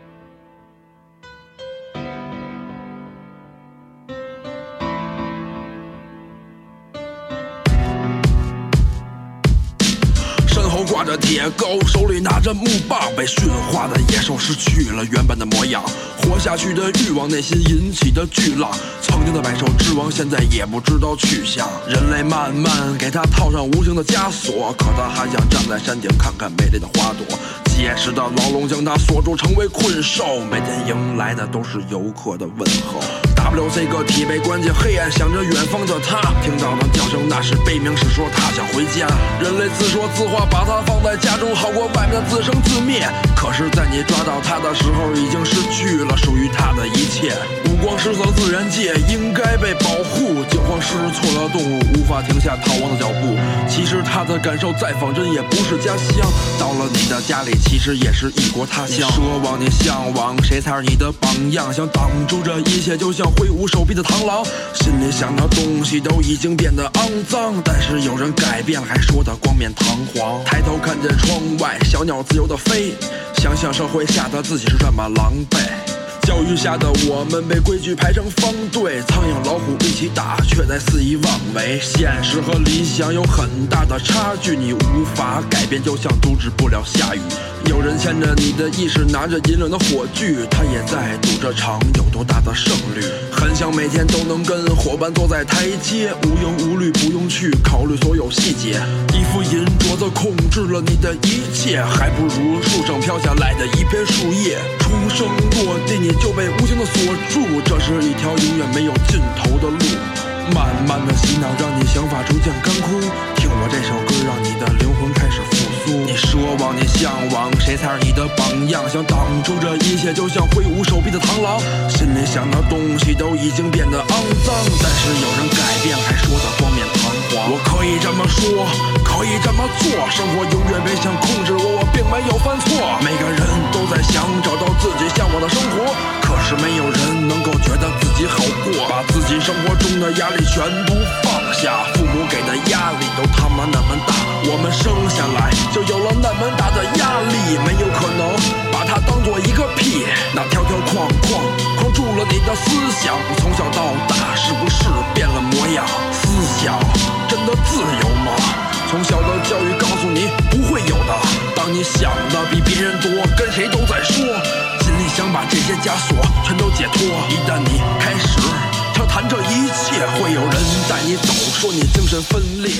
身后挂着铁钩，手里拿着木棒，被驯化的野兽失去了原本的模样，活下去的欲望，内心引起的巨浪。曾经的百兽之王，现在也不知道去向。人类慢慢给他套上无形的枷锁，可他还想站在山顶看看美丽的花朵。结实的牢笼将他锁住，成为困兽。每天迎来的都是游客的问候。W C 个体被关进黑暗，想着远方的他，听到的叫声那是悲鸣，是说他想回家。人类自说自话，把他放在家中，好过外面的自生自灭。可是，在你抓到他的时候，已经失去了属于他的一切。五光十色的自然界应该被保护，惊慌失措的动物无法停下逃亡的脚步。其实他的感受再仿真也不是家乡，到了你的家里，其实也是异国他乡。奢望你向往，谁才是你的榜样？想挡住这一切，就像挥舞手臂的螳螂。心里想的东西都已经变得肮脏，但是有人改变了，还说得冠冕堂皇。抬头看见窗外，小鸟自由地飞，想想社会下的自己是这么狼狈。教育下的我们被规矩排成方队，苍蝇老虎一起打，却在肆意妄为。现实和理想有很大的差距，你无法改变，就像阻止不了下雨。有人牵着你的意识，拿着银冷的火炬，他也在赌这场有多大的胜率。很想每天都能跟伙伴坐在台阶，无忧无虑，不用去考虑所有细节。一副银镯子控制了你的一切，还不如树上飘下来的一片树叶。出生落地，你就被无情的锁住，这是一条永远没有尽头的路。慢慢的洗脑，让你想法逐渐干枯。听我这首歌，让你的灵魂开始复苏。你奢望，你向往，谁才是你的榜样？想挡住这一切，就像挥舞手臂的螳螂。心里想的东西都已经变得肮脏，但是有人改变，还说得冠冕堂皇。我可以这么说，可以这么做，生活永远别想控制我，我并没有犯错。每个人都在想找到自己向往的生活，可是没有人能够觉得自己好过。把自己生活中的压力全部放下，父母给的压力都他妈那么大，我们生下来就有了那么大的压力，没有可能把它当做一个屁。那条条框框框住了你的思想，从小到大是不是变了模样？思想真的自由吗？从小的教育告诉你不会有的，当你想的比别人多，跟谁都在说，心里想把这些枷锁全都解脱。一旦你开始畅谈这一切，会有人带你走，说你精神分裂。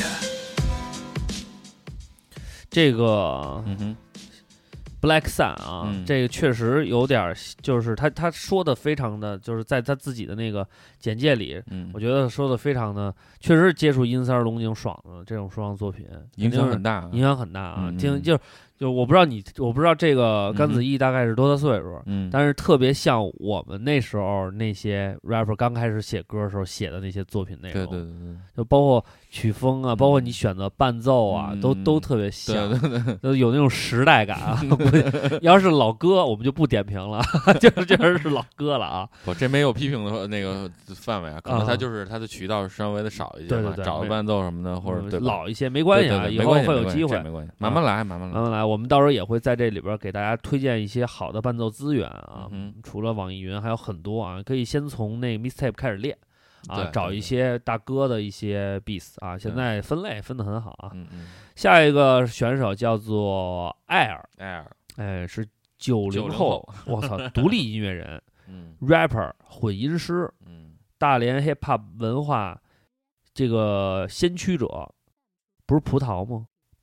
这个，嗯哼 ，Black Sun 啊，嗯、这个确实有点，就是他他说的非常的，就是在他自己的那个简介里，嗯，我觉得说的非常的，确实是接触阴三龙井爽的这种说唱作品， 影响很大， 影响很大啊！ 嗯、 听就就我不知道你，我不知道这个甘子毅大概是多大岁数，嗯，但是特别像我们那时候那些 rapper 刚开始写歌的时候写的那些作品内容， 对对对对， 就包括曲风啊，包括你选择伴奏啊， 嗯、 都都特别像， 对对对， 都有那种时代感啊。要是老歌，我们就不点评了，就是确实是老歌了啊。 我这没有批评的那个范围啊，可能他就是他的渠道稍微的少一些， 对对对， 找个伴奏什么的，或者对老一些没关系啊，以后会有机会， 没关系，慢慢来，慢慢来， 慢慢来。我们到时候也会在这里边给大家推荐一些好的伴奏资源啊， 嗯、 除了网易云还有很多啊，可以先从那 mixtape 开始练啊，找一些些大哥的一些 beats 啊，现在分类分得很好啊。 嗯嗯、 下一个选手叫做艾尔， 艾尔， 哎，是九零后， 我操，独立音乐人， 嗯 ，rapper 混音师， 嗯， 大连 hip hop 文化这个先驱者，不是葡萄吗？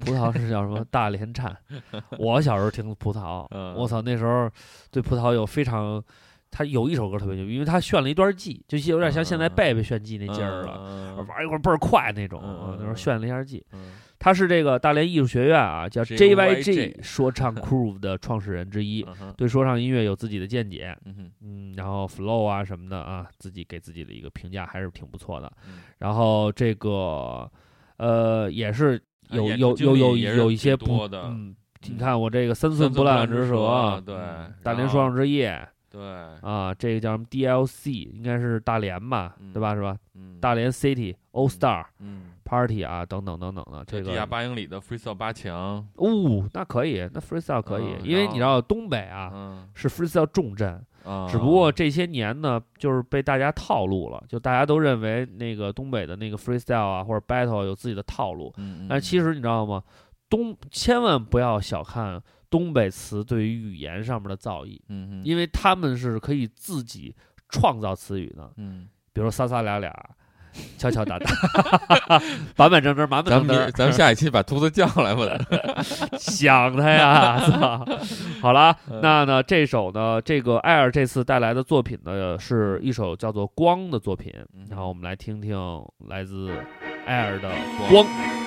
葡萄是叫什么？大连颤。我小时候听葡萄， 嗯、 我操，那时候对葡萄有非常，他有一首歌特别牛，因为他炫了一段技，就有点像现在贝贝炫技那劲儿了， 嗯嗯、 玩一会儿倍儿快那种。 嗯、 那时候炫了一下技。 嗯、 他是这个大连艺术学院啊，叫 J Y G 说唱 crew 的创始人之一， 嗯、 对说唱音乐有自己的见解。 嗯嗯，然后 flow 啊什么的啊，自己给自己的一个评价还是挺不错的。 嗯、 然后这个呃也是。有啊、 有有有有一些不嗯，你看我这个三寸不烂之舌， 对， 大连说唱之夜， 对啊，这个叫什么 D L C， 应该是大连吧， 嗯、 对吧？是吧？ 嗯、 大连 City All Star， 嗯 ，Party 啊，等等等等的，这个地下八英里的 freestyle 八强， 哦，那可以，那 freestyle 可以， 嗯、 因为你知道东北啊、 嗯、 是 freestyle 重镇。 啊、 只不过这些年呢，就是被大家套路了，就大家都认为那个东北的那个 freestyle 啊或者 battle 有自己的套路， 嗯、 但其实你知道吗？东千万不要小看东北词对于语言上面的造诣， 嗯， 因为他们是可以自己创造词语的， 嗯， 比如撒撒俩俩。敲敲打打，板板正正，满满正正。咱们下一期把秃子叫来吧， 想他呀！操，好了，那呢，这首呢，这个艾尔这次带来的作品呢，是一首叫做《光》的作品，然后我们来听听来自艾尔的《光》。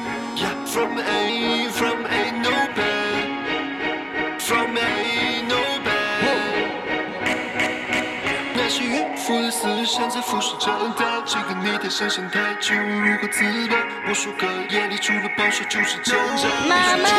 那些迂腐的思想在腐蚀着他，这个你太想象太久，如何自拔？我说课眼里除了暴雪就是挣扎。妈妈，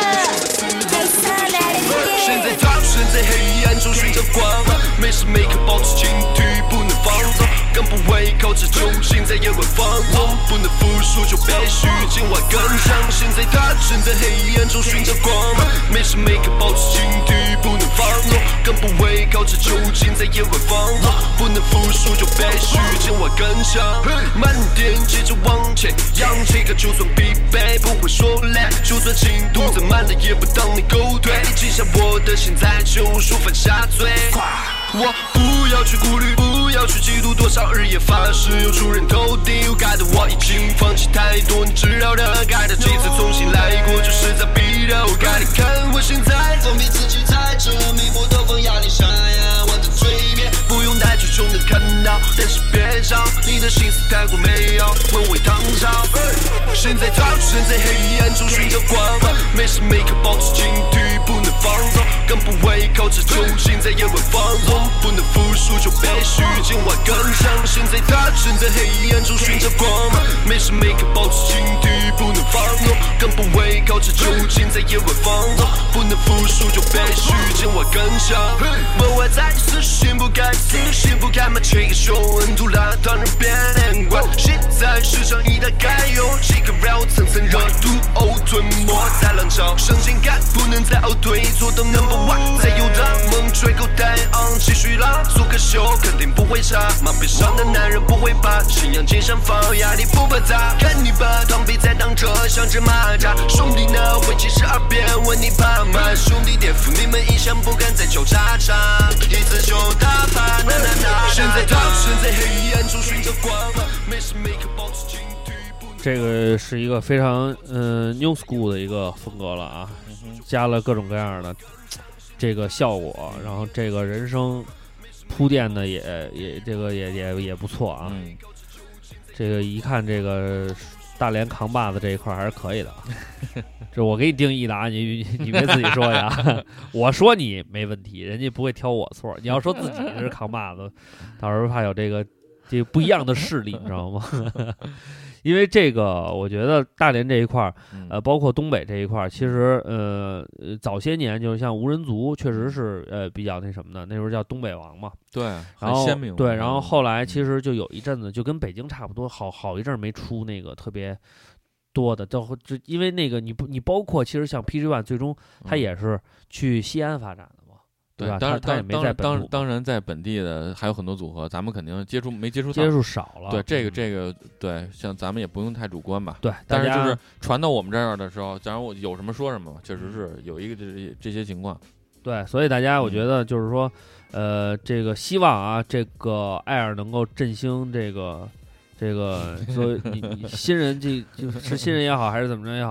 现在逃生在黑暗中寻找光芒，每时每刻保持警惕，不能放纵，更不会靠着酒精在夜晚放纵，不能服输就必须今晚更强。现在他身在黑暗中寻找光芒，每时每刻保持警惕，不能放纵，更不会靠着酒精在夜晚放纵，不能服输就必须今晚更强。慢点接着往前，扬起个就算疲惫不会说累，就算进度再慢了也不当你狗腿，记下我的现在就说犯下罪。我不要去顾虑，不要去嫉妒，多少日夜发誓要出人头地。有该的我已经放弃太多，你知道的，该的几次重新来过，就是在逼的。我该你看我现在，总比自己在这弥补都放压力下呀，望着嘴边，不用太久就能看到，但是别找你的心思太过美妙，沦为唐朝。现在逃生在黑暗中寻找光芒，每时每刻保持警惕，不能放纵，更不会靠着酒精在夜晚放纵，不能服输就必须今晚更强。现在他身在黑暗中寻找光芒，每时每刻保持警惕，不能放纵，更不会靠着酒精在夜晚放纵，不能服输就必须今晚更强。门外在死心不甘心，心不甘嘛这个秀恩图拉当然别连贯，现在市场一大概有几个 real 层层热度哦吞没在浪潮，上进感不能再后退，做到 number one 才有的梦吹口袋昂，继续浪做个秀肯定不会差，马背上的男人不会怕，信仰肩上放压力不怕砸，看你吧螳臂在当车像只蚂蚱，兄弟呢会七十二变问你怕吗？兄弟颠覆你们印象不敢再求叉叉，一次就打趴那那那。现在逃生在黑暗中寻找光芒，每时每刻保持警惕。 这个是一个非常呃 new school 的一个风格了啊，加了各种各样的这个效果，然后这个人声铺垫的也也这个也也也不错啊。 嗯， 这个一看这个大连扛把子这一块还是可以的，这我给你定义的啊，你你别自己说呀，我说你没问题，人家不会挑我错。你要说自己是扛把子，到时候怕有这个这个不一样的势力，你知道吗？因为这个，我觉得大连这一块儿，呃，包括东北这一块儿，其实呃，早些年就是像无人族，确实是呃比较那什么的，那时候叫东北王嘛， 对， 然后很鲜明。 对，然后后来其实就有一阵子，就跟北京差不多，好好一阵没出那个特别多的，就就因为那个你不你包括其实像 P G One 最终他也是去西安发展的。 对， 吧？ 当然， 他也没在本当当然在本地的还有很多组合，咱们肯定接触没接触到， 接触少了。 对，这个这个对，像咱们也不用太主观吧。 对， 但是就是传到我们这儿的时候，假如我有什么说什么，确实是有一个这这些情况。 对，所以大家我觉得就是说，呃，这个希望啊，这个艾尔能够振兴这个这个，所以你你新人这就是新人也好，还是怎么着也好。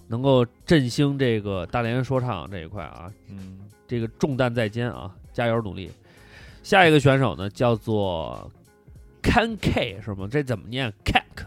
能够振兴这个大连说唱这一块啊， 嗯， 这个重担在肩啊，加油努力。下一个选手呢叫做 Can K 是吗？这怎么念 ？Kank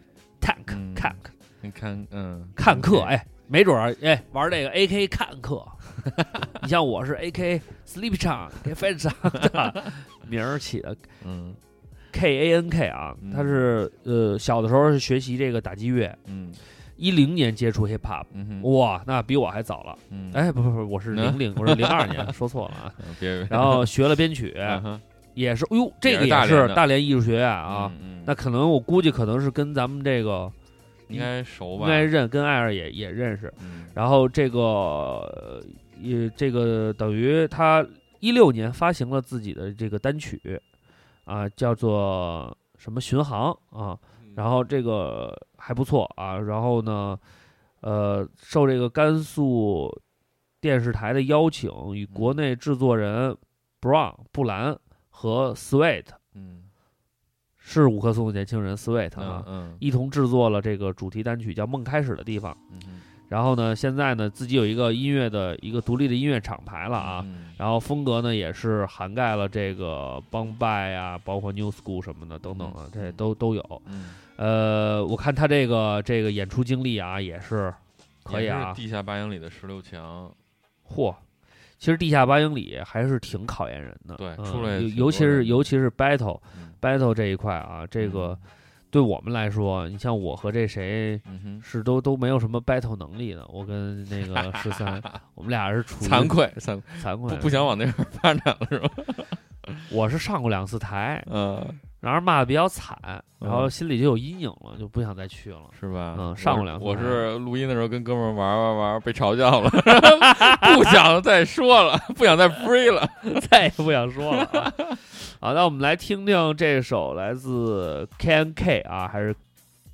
Tank Kank， 你看，嗯， 看客，哎，没准儿哎玩这个 A K 看客，你像我是 A K Sleep 唱 ，A K 唱名儿起的， 嗯 ，K A N K 啊，他是呃小的时候是学习这个打击乐， 嗯。 一零年接触 hip hop，、 嗯、 哇，那比我还早了。 嗯、 哎，不不不，我是零零，我是零二年，说错了啊。 别然后学了编曲， 嗯、 也是，哟，这个也是大连艺术学院啊。 嗯嗯、 那可能我估计可能是跟咱们这个应该熟吧， 应该认，跟艾尔也也认识。 嗯、 然后这个也这个等于他一六年发行了自己的这个单曲啊，叫做什么巡航啊。然后这个还不错啊，然后呢，呃，受这个甘肃电视台的邀请，与国内制作人 Brown 布兰和 Sweet， 嗯， 是五棵松的年轻人 Sweet 啊， 嗯嗯、 一同制作了这个主题单曲叫《梦开始的地方》。 嗯、 然后呢，现在呢自己有一个音乐的一个独立的音乐厂牌了啊， 嗯、 然后风格呢也是涵盖了这个邦拜啊，包括 New School 什么的等等啊， 嗯、 这都都有。 嗯呃，我看他这个这个演出经历啊，也是可以啊。 地下八英里的十六强， 嚯！其实地下八英里还是挺考验人的。 对， 嗯、 出来尤其是尤其是 battle、 嗯、 battle 这一块啊，这个、嗯、对我们来说，你像我和这谁、 嗯、 是都都没有什么 battle 能力的。我跟那个十三，我们俩是处于惭愧惭惭愧， 不不想往那边发展了是吧？ 我是上过两次台， 嗯。 然后骂的比较惨，然后心里就有阴影了，就不想再去了， 是吧？ 嗯，上过两次。 我是录音的时候跟哥们玩玩玩，被嘲笑了，不想再说了，不想再 free 了， 再也不想说了啊。好，那我们来听听这首来自 Can K 啊，还是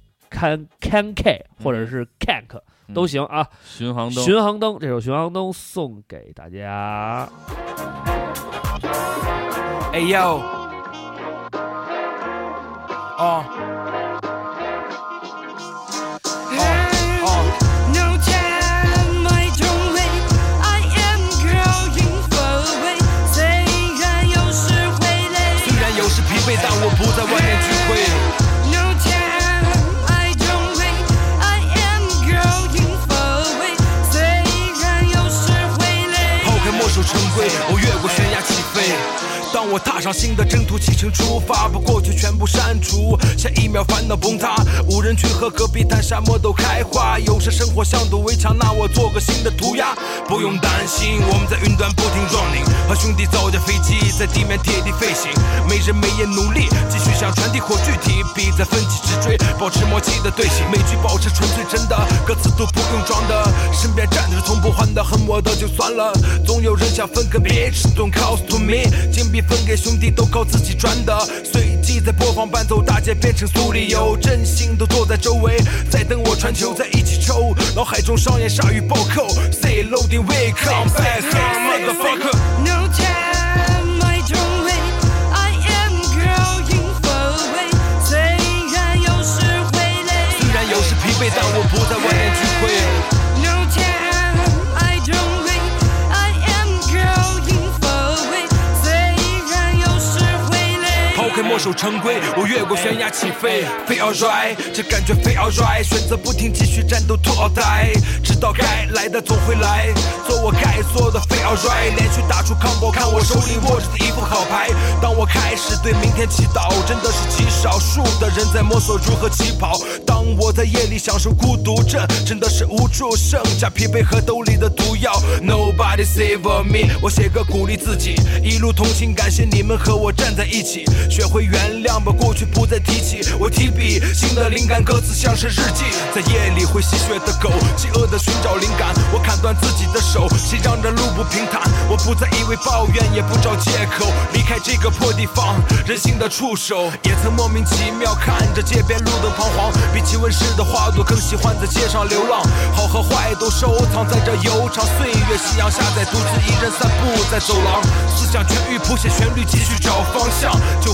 Can Can K 或者是 Kank、嗯、都行啊。 巡航灯， 巡航灯，这首巡航灯送给大家。 哎呦。Uh. Uh, uh. No time, I don't wait. I am growing far away. 虽然有时会累， 虽然有时疲惫，但我不在外面聚会。 No time, I don't wait. I am growing far away. 虽然有时会累， 抛开墨守成规，我越过悬崖起飞。当我踏上新的征途，启程出发，把过去全部删除，下一秒烦恼崩塌。无人区和戈壁滩沙漠都开花，有时生活像堵围墙，那我做个新的涂鸦。不用担心，我们在云端不停 running， 和兄弟造架飞机在地面贴地飞行，没日没夜努力，继续想传递或具体，比在奋起直追，保持默契的队形，每句保持纯粹真的，歌词都不用装的，身边站着是从不换的，恨我的就算了，总有人想分个 bitch don't cost to me， 金币分给兄弟都靠自己赚的，随机在播放伴奏，大街变成苏里游，真心都坐在周围，在等我传球，在一起抽，脑海中上演鲨鱼暴扣 ，say loading we come back motherfucker。 No time, I don't wait. I am growing far away. 虽然有时会累， 虽然有时疲惫，但我不在外面聚会。 No time, I don't wait. I am growing far away. 虽然有时会累， 抛开墨守成规，我越过悬崖起飞。Feel alright， 这感觉 feel alright， 选择不停继续战斗 to or die， 直到该来的总会来，做我该做的 feel alright， 连续打出 combo， 看我手里握着的一副好牌。当我开始对明天祈祷，真的是极少数的人在摸索如何起跑。当我在夜里享受孤独症，真的是无助，剩下疲惫和兜里的毒药。Nobody save me， 我写歌鼓励自己，一路同行，感谢你们和我站在一起，学会原谅吧，过去不再提起。我提笔，新的灵感，歌词像是日记，在夜里会吸血的狗，饥饿的寻找灵感。我砍断自己的手，谁让这路不平坦？我不再一味抱怨，也不找借口，离开这个破地方，人性的触手。也曾莫名其妙看着街边路灯彷徨，比起温室的花朵更喜欢在街上流浪。好和坏都收藏在这悠长岁月，夕阳下再独自一人散步在走廊，思想痊愈，谱写旋律，继续找方向。酒风干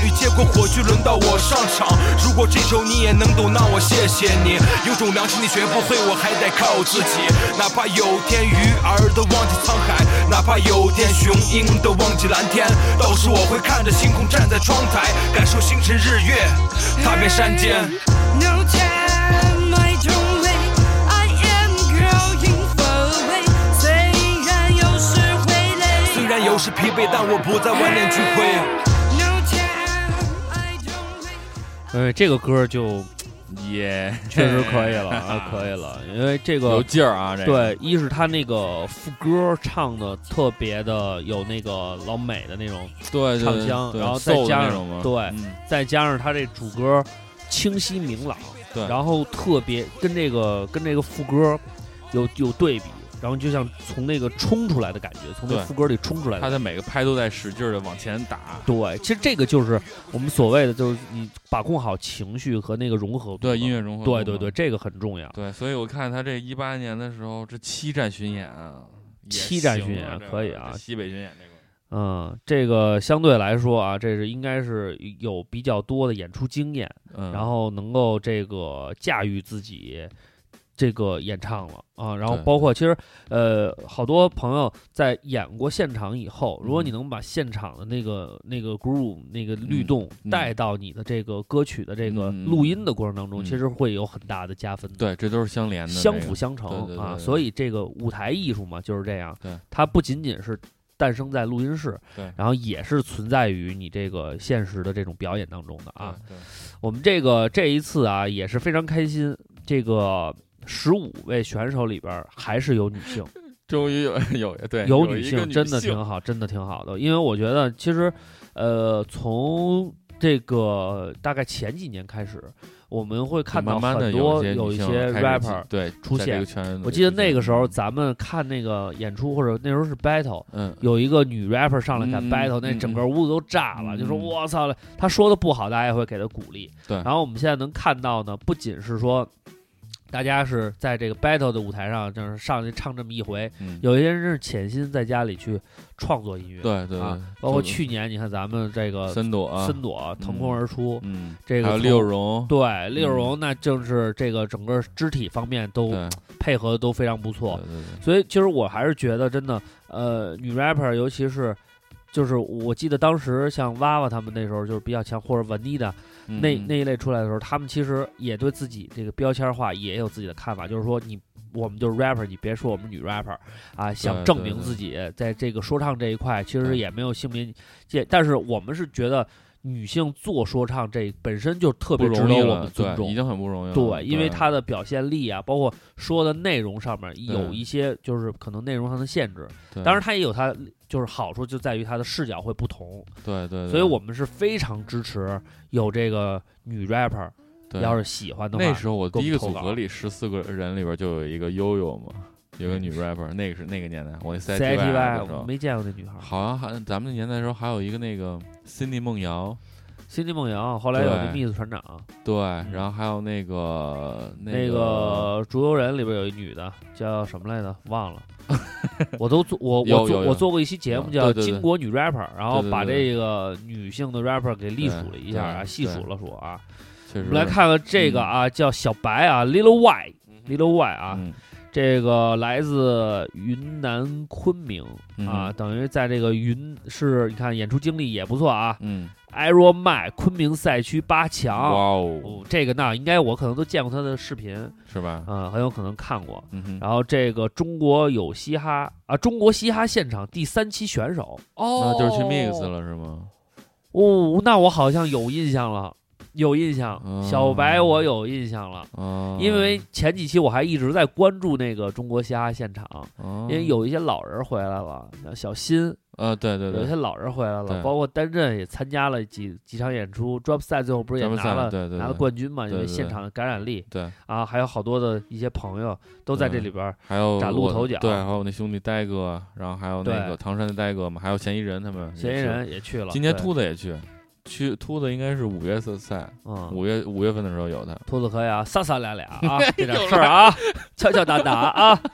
雨，结果或许轮到我上场。如果这首你也能懂，那我谢谢你。有种良心你学不会，我还得靠自己。哪怕有天鱼儿都忘记沧海，哪怕有天雄鹰都忘记蓝天，到时我会看着星空，站在窗台，感受星辰日月，踏遍山间。 No time, I don't wait. I am growing far away. 虽然有时会累， 虽然有时疲惫，但我不再万念俱灰。 No time, I don't wait. 呃，这个歌就也确实可以了啊，可以了，因为这个有劲儿啊。这个、 对，一是他那个副歌唱的特别的有那个老美的那种对唱腔， 对对然后再加上对、 嗯， 再加上他这主歌清晰明朗， 对， 然后特别跟这个跟这个副歌有有对比。然后就像从那个冲出来的感觉，从那副歌里冲出来的， 他的每个拍都在使劲的往前打。 对，其实这个就是我们所谓的，就是你把控好情绪和那个融合。 对，音乐融合。 对对对，这个很重要。 对，所以我看他这一八年的时候，这七站巡演啊， 七站巡演可以啊， 西北巡演这个。 嗯，这个相对来说啊，这是应该是有比较多的演出经验， 嗯、 然后能够这个驾驭自己。这个演唱了啊，然后包括其实呃，好多朋友在演过现场以后，如果你能把现场的那个那个 groove 那个律动带到你的这个歌曲的这个录音的过程当中， 嗯、 其实会有很大的加分的。 对，这都是相连的， 相辅相成、 这个、对对对对啊。所以这个舞台艺术嘛，就是这样。 对， 它不仅仅是诞生在录音室， 对， 然后也是存在于你这个现实的这种表演当中的啊。 对，对我们这个这一次啊，也是非常开心，这个。十五位选手里边还是有女性， 终于有有对有女性，真的挺好，真的挺好的。因为我觉得其实，呃，从这个大概前几年开始，我们会看到很多有一些 rapper 对出现。 我记得那个时候咱们看那个演出，或者那时候是 battle， 嗯， 有一个女 rapper 上来看 battle，、嗯、那整个屋子都炸了， 嗯、 就说我操了，他说的不好，大家也会给他鼓励。 对， 然后我们现在能看到呢，不仅是说。大家是在这个 battle 的舞台上，就是上去唱这么一回。 嗯、 有一些人是潜心在家里去创作音乐， 对对对、 啊，包括去年你看咱们这个森朵、啊， 森朵腾空而出， 嗯， 这个还有李有荣， 对李有荣，那正是这个整个肢体方面都配合的都非常不错。 对对对， 所以其实我还是觉得真的，呃，女 rapper 尤其是。就是我记得当时像娃娃他们那时候就是比较强，或者文妮的那嗯那一类出来的时候，他们其实也对自己这个标签化也有自己的看法，就是说你我们就是 rapper， 你别说我们女 rapper 啊，想证明自己在这个说唱这一块其实也没有性别界，但是我们是觉得女性做说唱这本身就特别值得我们尊重， 已经很不容易了。 对，因为她的表现力啊，包括说的内容上面有一些就是可能内容上的限制，当然她也有她。就是好处就在于她的视角会不同， 对 对, 对， 所以我们是非常支持有这个女 rapper， 要是喜欢的话。 那时候我第一个组合里十四个人里边就有一个悠悠嘛，有个女 rapper， 那个是那个年代，我 C I T Y 我没见过那女孩， 好像还咱们那年代的时候还有一个那个 Cindy 梦瑶。 辛迪梦瑶，后来有那密斯船长， 对，然后还有那个那个、那个竹游人里边有一女的叫什么来着？忘了。我都做我我做我做过一期节目叫《巾帼女 rapper》，然后把这个女性的 rapper 给隶属了一下啊，细数了数啊。我们来看看这个啊，叫小白啊 ，Lil Y，Lil Y 啊。 嗯这个来自云南昆明、 嗯、 啊，等于在这个云市，你看演出经历也不错啊。 嗯 ，Aero 麦昆明赛区八强， 哇哦、 哦，这个那应该我可能都见过他的视频， 是吧？ 嗯，很有可能看过。 嗯、 然后这个中国有嘻哈啊，中国嘻哈现场第三期选手， 哦，那就是去 mix 了是吗？ 哦，那我好像有印象了。有印象， 哦、 小白我有印象了， 哦、 因为前几期我还一直在关注那个中国嘻哈现场， 哦、 因为有一些老人回来了，像小新， 呃，对对对， 有一些老人回来了，包括丹震也参加了几几场演出 ，Drop 赛最后不是也拿了对对对拿了冠军嘛？ 对对对因为现场的感染力， 对啊，还有好多的一些朋友都在这里边， 还有崭露头角， 对，还有那兄弟呆哥，然后还有那个唐山的呆哥嘛，还有嫌疑人他们， 嫌疑人也去了， 今年秃子也去。去秃子应该是五月赛赛， 嗯， 五月五月份的时候有他。 秃子可以啊，撒撒俩俩啊，这点事儿啊，敲敲打打啊。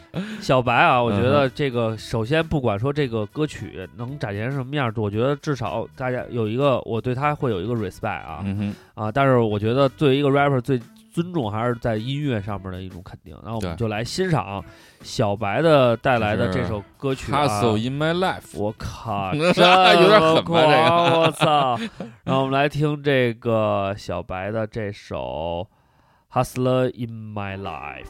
小白啊，我觉得这个首先不管说这个歌曲能展现什么样，我觉得至少大家有一个，我对他会有一个 respect 啊， 嗯哼啊，但是我觉得对于一个 rapper 最尊重还是在音乐上面的一种肯定。然后我们就来欣赏小白的带来的这首歌曲、啊《 Hustle in My Life》。 我靠， 有点狠吧这个？ 我操！然后我们来听这个小白的这首《Hustler in My Life》。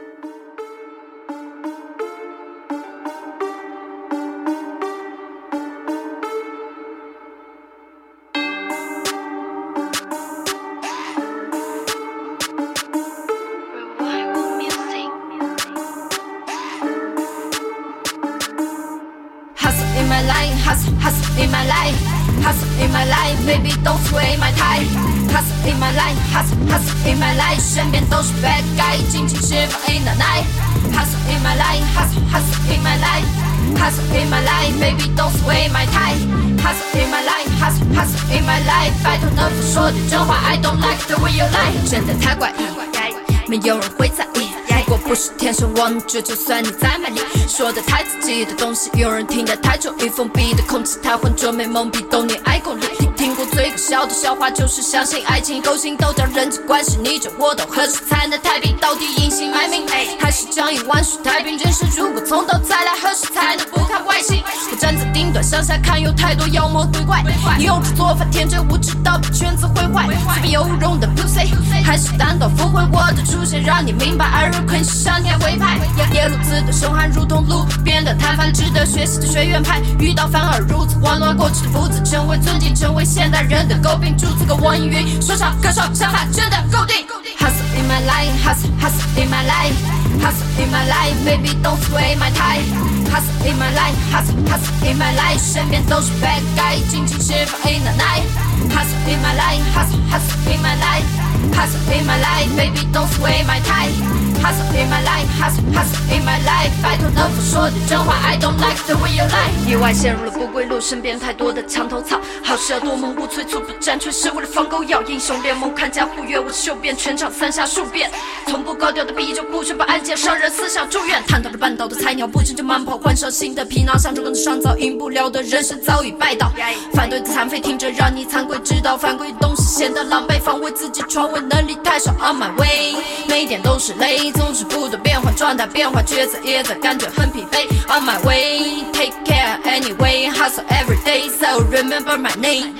Hustle, hustle in my life, hustle in my life, baby don't sway my tie. Hustle in my life, hustle, hustle in my life， 身边都是 bad guy， 尽情释放 in the night. Hustle in my life, hustle, hustle in my life, hustle in my life, baby don't sway my tie. Hustle in my life, hustle, hustle in my life， 拜托能否说点真话 ？I don't like the way you lie， 真的太怪异，没有人会在意。我不是天生王者，就算你再卖力，说的太刺激的东西，有人听得太久，一封闭的空气太浑浊，没蒙蔽，懂你爱功力。听过最可笑的笑话，就是相信爱情，勾心斗角，人际关系逆转，我都何时才能太平？到底隐姓埋名，还是将一万世太平？人生如果从头再来，何时才能不看外形？我站在顶端向下看，有太多妖魔鬼怪，你幼稚做法，天真无知，到底圈子毁坏。随便有容的 pussy， 还是单刀赴会，我的出现让你明白，艾瑞昆是上天委派。耶路子的凶悍如同路边的摊贩，值得学习的学院派，遇到反而如此混乱，过去的父子成为尊敬，成为现代人的诟病，逐字个网易云，说唱歌手想法真的够定。Hustle in my life, hustle, hustle in my life, hustle in my life, baby don't sway my tie. Hustle in my life, hustle, hustle in my life， 身边都是 bad guy， 尽情释放 in the night. Hustle in my life, hustle, hustle in my life, hustle in my life, baby don't sway my tie. Hustle in my life, hustle, hustle in my life， 拜托能否说点真话 ？I don't like the way you lie。意外陷入了不归路，身边太多的墙头草，好事要多么无催促不战，却是为了放狗咬。英雄联盟看家护院，我修遍全场三下数遍，从不高调的啤酒酷炫，把案件伤人思想住院，探讨着半岛的菜鸟，不成就慢跑，换上新的皮囊，想着跟着上早，赢不了的人生早已败倒。反对的残废听着，让你惭愧知道，犯规的东西显得狼狈，防卫自己床位能力太少。On my way， 每天都是累。总是不断变换，状态变化，角色也在感觉很疲惫。On my way, take care anyway, hustle every day, so remember my name.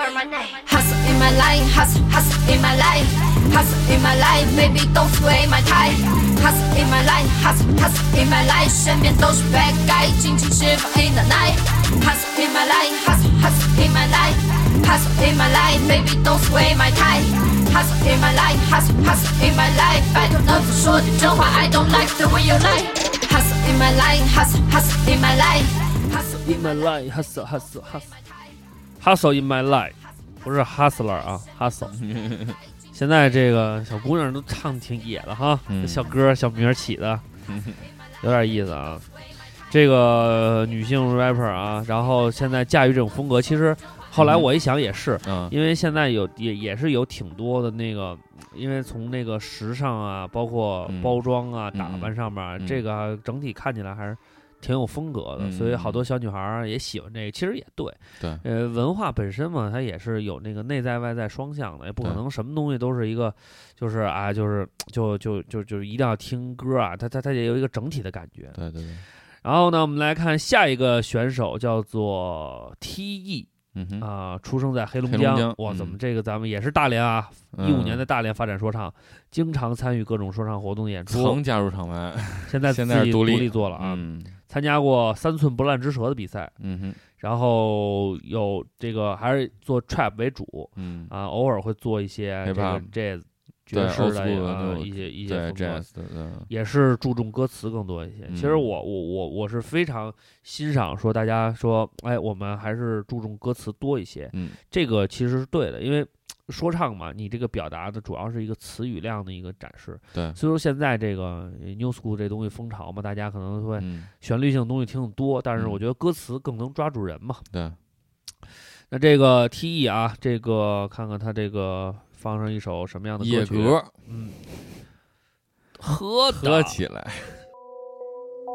Hustle in my life, hustle, hustle in my life, hustle in my life, baby don't sway my tie. Hustle in my life, hustle, hustle in my life， 身边都是 bad guy， 尽情释放 in the night. Hustle in my life, hustle, hustle in my life, hustle in my life, baby don't sway my tie.Hustle in my life, hustle, hustle in my life， 拜托能否说点真话 ？I don't like the way you lie. Hustle in my life, hustle, hustle in my life, hustle in my life, hustle, hustle, hustle, hustle in my life， 不是 hustler 啊 ，hustle。现在这个小姑娘都唱挺野的哈，这小歌小名起的，有点意思啊。这个女性 rapper 啊，然后现在驾驭这种风格，其实。后来我一想也是， 嗯、 因为现在有也也是有挺多的那个，因为从那个时尚啊，包括包装啊、嗯、打扮上面、 嗯， 这个整体看起来还是挺有风格的， 嗯、 所以好多小女孩也喜欢这个。其实也对， 对， 呃，文化本身嘛，它也是有那个内在外在双向的，也不可能什么东西都是一个，就是啊，就是就就就就一定要听歌啊，它它它也有一个整体的感觉。 对对对。 然后呢，我们来看下一个选手，叫做 T E。 嗯哼啊、呃，出生在黑龙江， 黑龙江哇， 嗯、 怎么这个咱们也是大连啊？一五、 嗯、 年在大连发展说唱，经常参与各种说唱活动演出， 曾加入厂牌， 现在现在是独立立做了啊。 嗯、 参加过三寸不烂之舌的比赛， 嗯哼， 然后有这个还是做 trap 为主， 嗯啊，偶尔会做一些这个 jazz。爵士的啊一些一些风格，也是注重歌词更多一些。 嗯、 其实我我我我是非常欣赏说大家说，哎，我们还是注重歌词多一些。 嗯， 这个其实是对的，因为说唱嘛，你这个表达的主要是一个词语量的一个展示。 对， 所以说现在这个 New School 这东西风潮嘛，大家可能会嗯、 旋律性的东西听得多，但是我觉得歌词更能抓住人嘛。 对。 那这个 T E 啊，这个看看他这个。放上一首什么样的歌曲？ 野歌， 嗯，喝喝起来。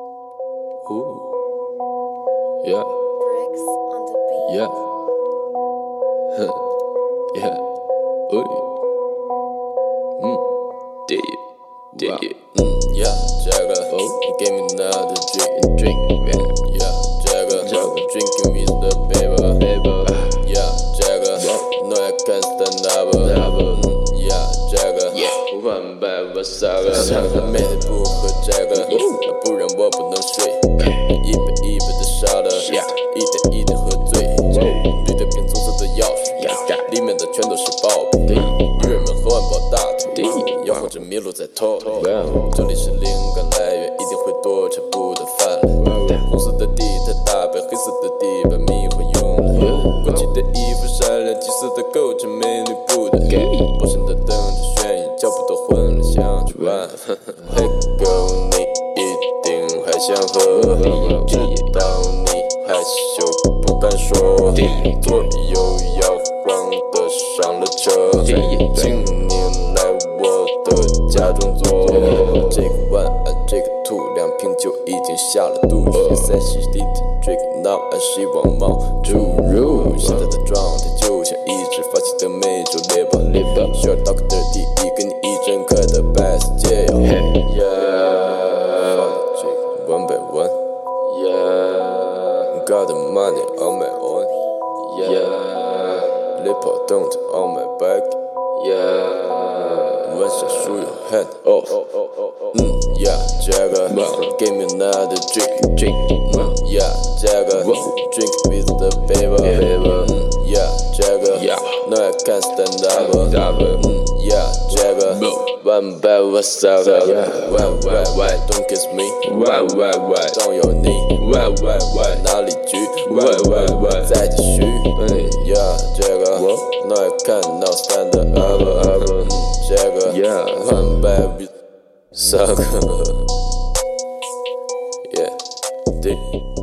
Ooh. Yeah. Bricks on the beat. Yeah. Huh. Yeah. Ooh. Mm. Dig it. Dig wow. it. Mm. Yeah. Jagger. Oh. Give me another drink. Drink. Man. Yeah. Jagger. Jagger. Drinking with the baby. Baby. Yeah. Jagger. Yeah. No, I can't stand up. Mm. Yeah. Jagger. Yeah. One by one saga.每天不喝 Jagger， 不然我不能睡。一杯一杯的杀了，一点一点喝醉。绿的瓶棕色的钥匙，里面的全都是宝贝。女人们喝完抱大腿，摇晃着麋鹿在偷偷。这里是灵感来源，一定会多吃不得饭了。红色的地太大，被黑色的地板迷惑用了。过期的衣服闪亮，金色的构成美女不得。陌生的等着旋转，脚步都混了，想去玩。嘿狗，你一定还想喝，知道你害羞不敢说，左右摇晃的上了车，请你来我的家中坐。这个晚安，这个吐，两瓶酒已经下了肚，三十滴的 drink now， 按希望冒出肉。现在的状态就像一只发起的美洲猎豹，需要到个的第一，给你一整块的白色解药。One by one, yeah. Got the money on my own, yeah. Lip don't on my back, yeah. One shot through your head, oh, mm, yeah. Jagger, give me another drink, drink, mm, yeah. Jagger, drink with the baby, mm, yeah. Jagger, no I can't stand up, mm, yeah. Jagger, one by one saga, why why why don't kiss me, why why why don't you need, why why why 哪里去 why why why 再继续 yeah Jagger no I can't now stand up mm, Jagger yeah one by one saga yeah dig。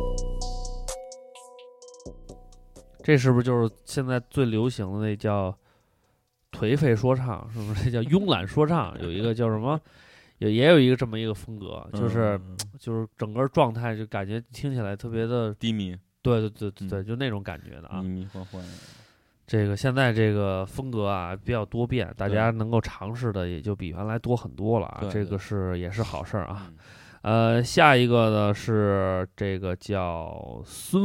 这是不是就是现在最流行的那叫颓废说唱？是不是这叫慵懒说唱？有一个叫什么？也也有一个这么一个风格，就是、嗯、就是整个状态就感觉听起来特别的低迷。 对对对对对、嗯，就那种感觉的啊， 迷迷幻幻。 这个现在这个风格啊比较多变，大家能够尝试的也就比原来多很多了啊，这个是也是好事儿啊。嗯、呃，下一个呢是这个叫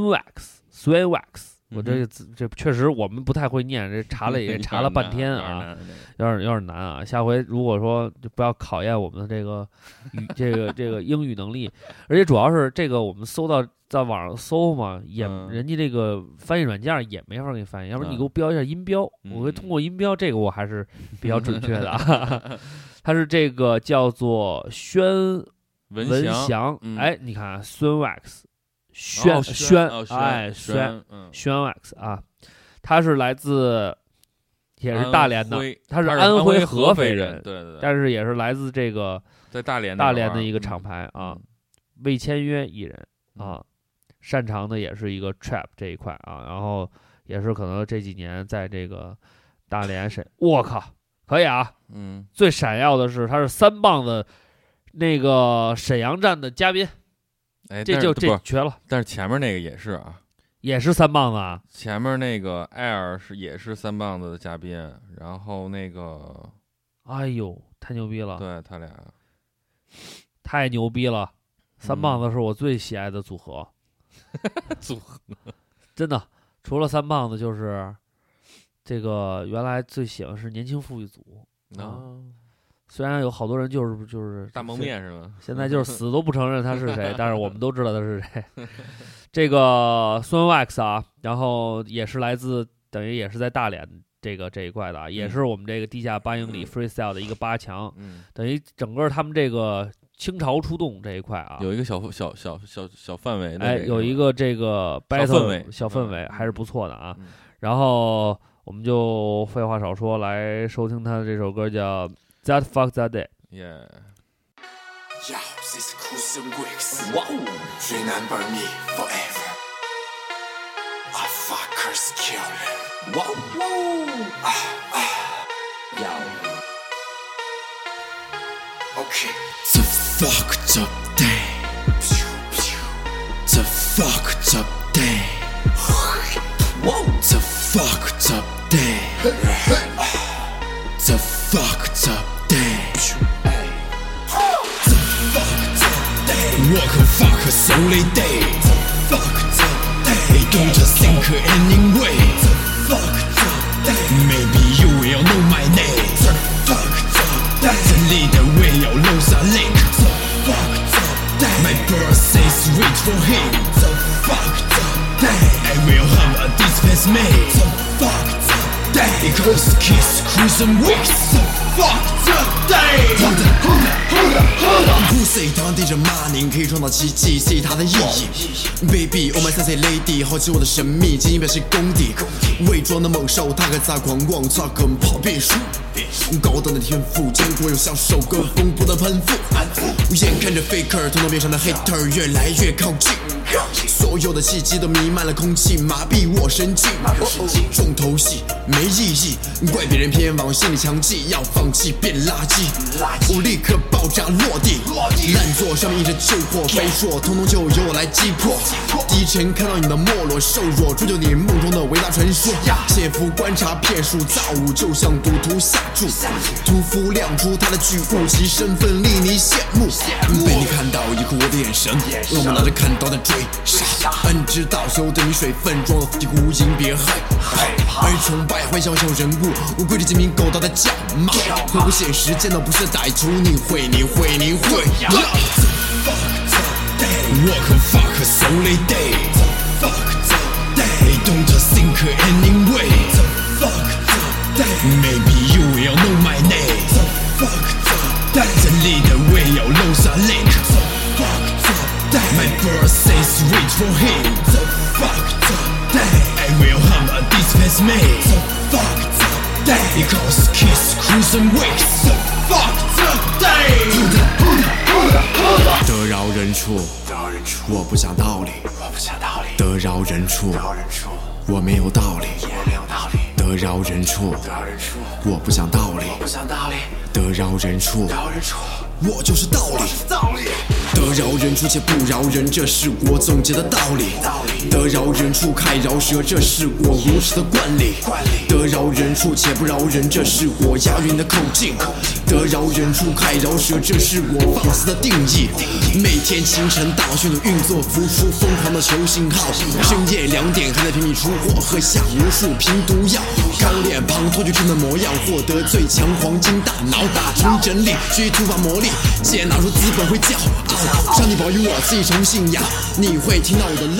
Swagwax，Swagwax。我这个字这确实我们不太会念，这查了也查了半天啊，有点有点难啊。下回如果说就不要考验我们的这个语这个这个英语能力，而且主要是这个我们搜到在网上搜嘛，也、嗯、人家这个翻译软件也没法给你翻译，要不然你给我标一下音标，嗯、我会通过音标，这个我还是比较准确的啊。它是这个叫做宣文文祥，嗯、哎，你看 Swagwax。宣宣哎宣宣 Wax 啊，他是来自也是大连的，他是安徽合肥人， 对对对， 但是也是来自这个在大连大连的一个厂牌啊，未签约艺人啊，擅长的也是一个 trap 这一块啊，然后也是可能这几年在这个大连沈，我靠，可以啊， 嗯， 最闪耀的是他是三棒的那个沈阳站的嘉宾。 哎， 这就这绝了！ 但是前面那个也是啊， 也是三棒子啊。 前面那个 Air 是也是三棒子的嘉宾，然后那个， 哎呦，太牛逼了！ 对他俩， 太牛逼了！三棒子是我最喜爱的组合， 嗯、组合真的，除了三棒子就是这个原来最喜欢是年轻富裕组啊。 嗯虽然有好多人就是就是大蒙面是吧？ 现在就是死都不承认他是谁，但是我们都知道他是谁。这个孙 Wax 啊，然后也是来自等于也是在大连这个这一块的啊，也是我们这个地下八英里 freestyle 的一个八强， 嗯， 等于整个他们这个清朝出动这一块啊， 有一个小小小小小范围的、 哎，有一个这个 battle 小氛围， 小氛围还是不错的啊。 嗯、 然后我们就废话少说，来收听他的这首歌叫。That fuck that day. Yeah. Yo, this is Custom Wicks. Wow. Remember me forever. I fuckers kill. Wow. Wow. Ah, ah. Yo. Okay. The fucked up day. fucked up day. It's a fucked up day. It's a fucked up day. It's a fucked up day. Work a fuck a solely day. It's a fucked up day. Don't just think anyway. It's a fucked up day. Maybe you will know my name. It's a fucked up day. The leader will lose a link. It's a fucked up day. My birthday's wait for him. It's a fucked up day. I will have a dispense made. It's a fucked up day. Because kiss crimson weeks. It's a fucked up day. Hold it, hold it, hold it, hold it. Pussy 当地着骂您可以创造奇迹 ，see 它的意义。Baby, oh my sexy lady， 好奇我的神秘，仅仅表示功底。伪装的猛兽，他可砸狂妄，他可跑变数。高等的天赋，坚果有销售，歌风不断攀附。眼看着 faker， 头脑边上的 hater 越来越靠近。所有的契机都弥漫了空气，麻痹我神经。重头戏没意义，怪别人偏往心里强记，要放弃变垃圾。我立刻爆炸落地，烂座上面印着救火，非说通通就由我来击破。低沉看到你的没落瘦弱，铸就你梦中的伟大传说。潜伏观察骗术造物，就像赌徒下注，屠夫亮出他的巨物，其身份令你羡慕。被你看到一刻我的眼神，恶魔拿着砍刀在追杀。恩知道所有对你水分，装作自己无影别害。而崇拜幻想小人物，我跪着精明狗刀在叫骂。回顾现实，见到不是歹徒，你会你会你会。Work a fuck a solely day. Fucked up day. Don't think anyway. Fucked up day. Maybe you will know my name. Fucked up day. The leader will lose a link. Fucked up day. My birthday's wait for him. Fucked up day. I will have a dispense made. Fucked up day. Because kiss crimson weeks. Fucked up day. 得饶人处，我不讲道理；得饶人处，我没有道理；得饶人处，我不讲道理；得饶人处，我就是道理。得饶人处且不饶人，这是我总结的道理。得饶人处开饶舌，这是我如此的惯例。得饶人处且不饶人，这是我押韵的口径。得饶人处开饶舌，这是我放肆的定义。每天清晨大脑迅速运作，浮出疯狂的球信号。深夜两点还在拼命出货，喝下无数瓶毒药。高脸庞脱去真的模样，获得最强黄金大脑，打成真理，需突发魔力，借拿出资本会骄傲。上帝保佑我自己成信仰，你会听到我的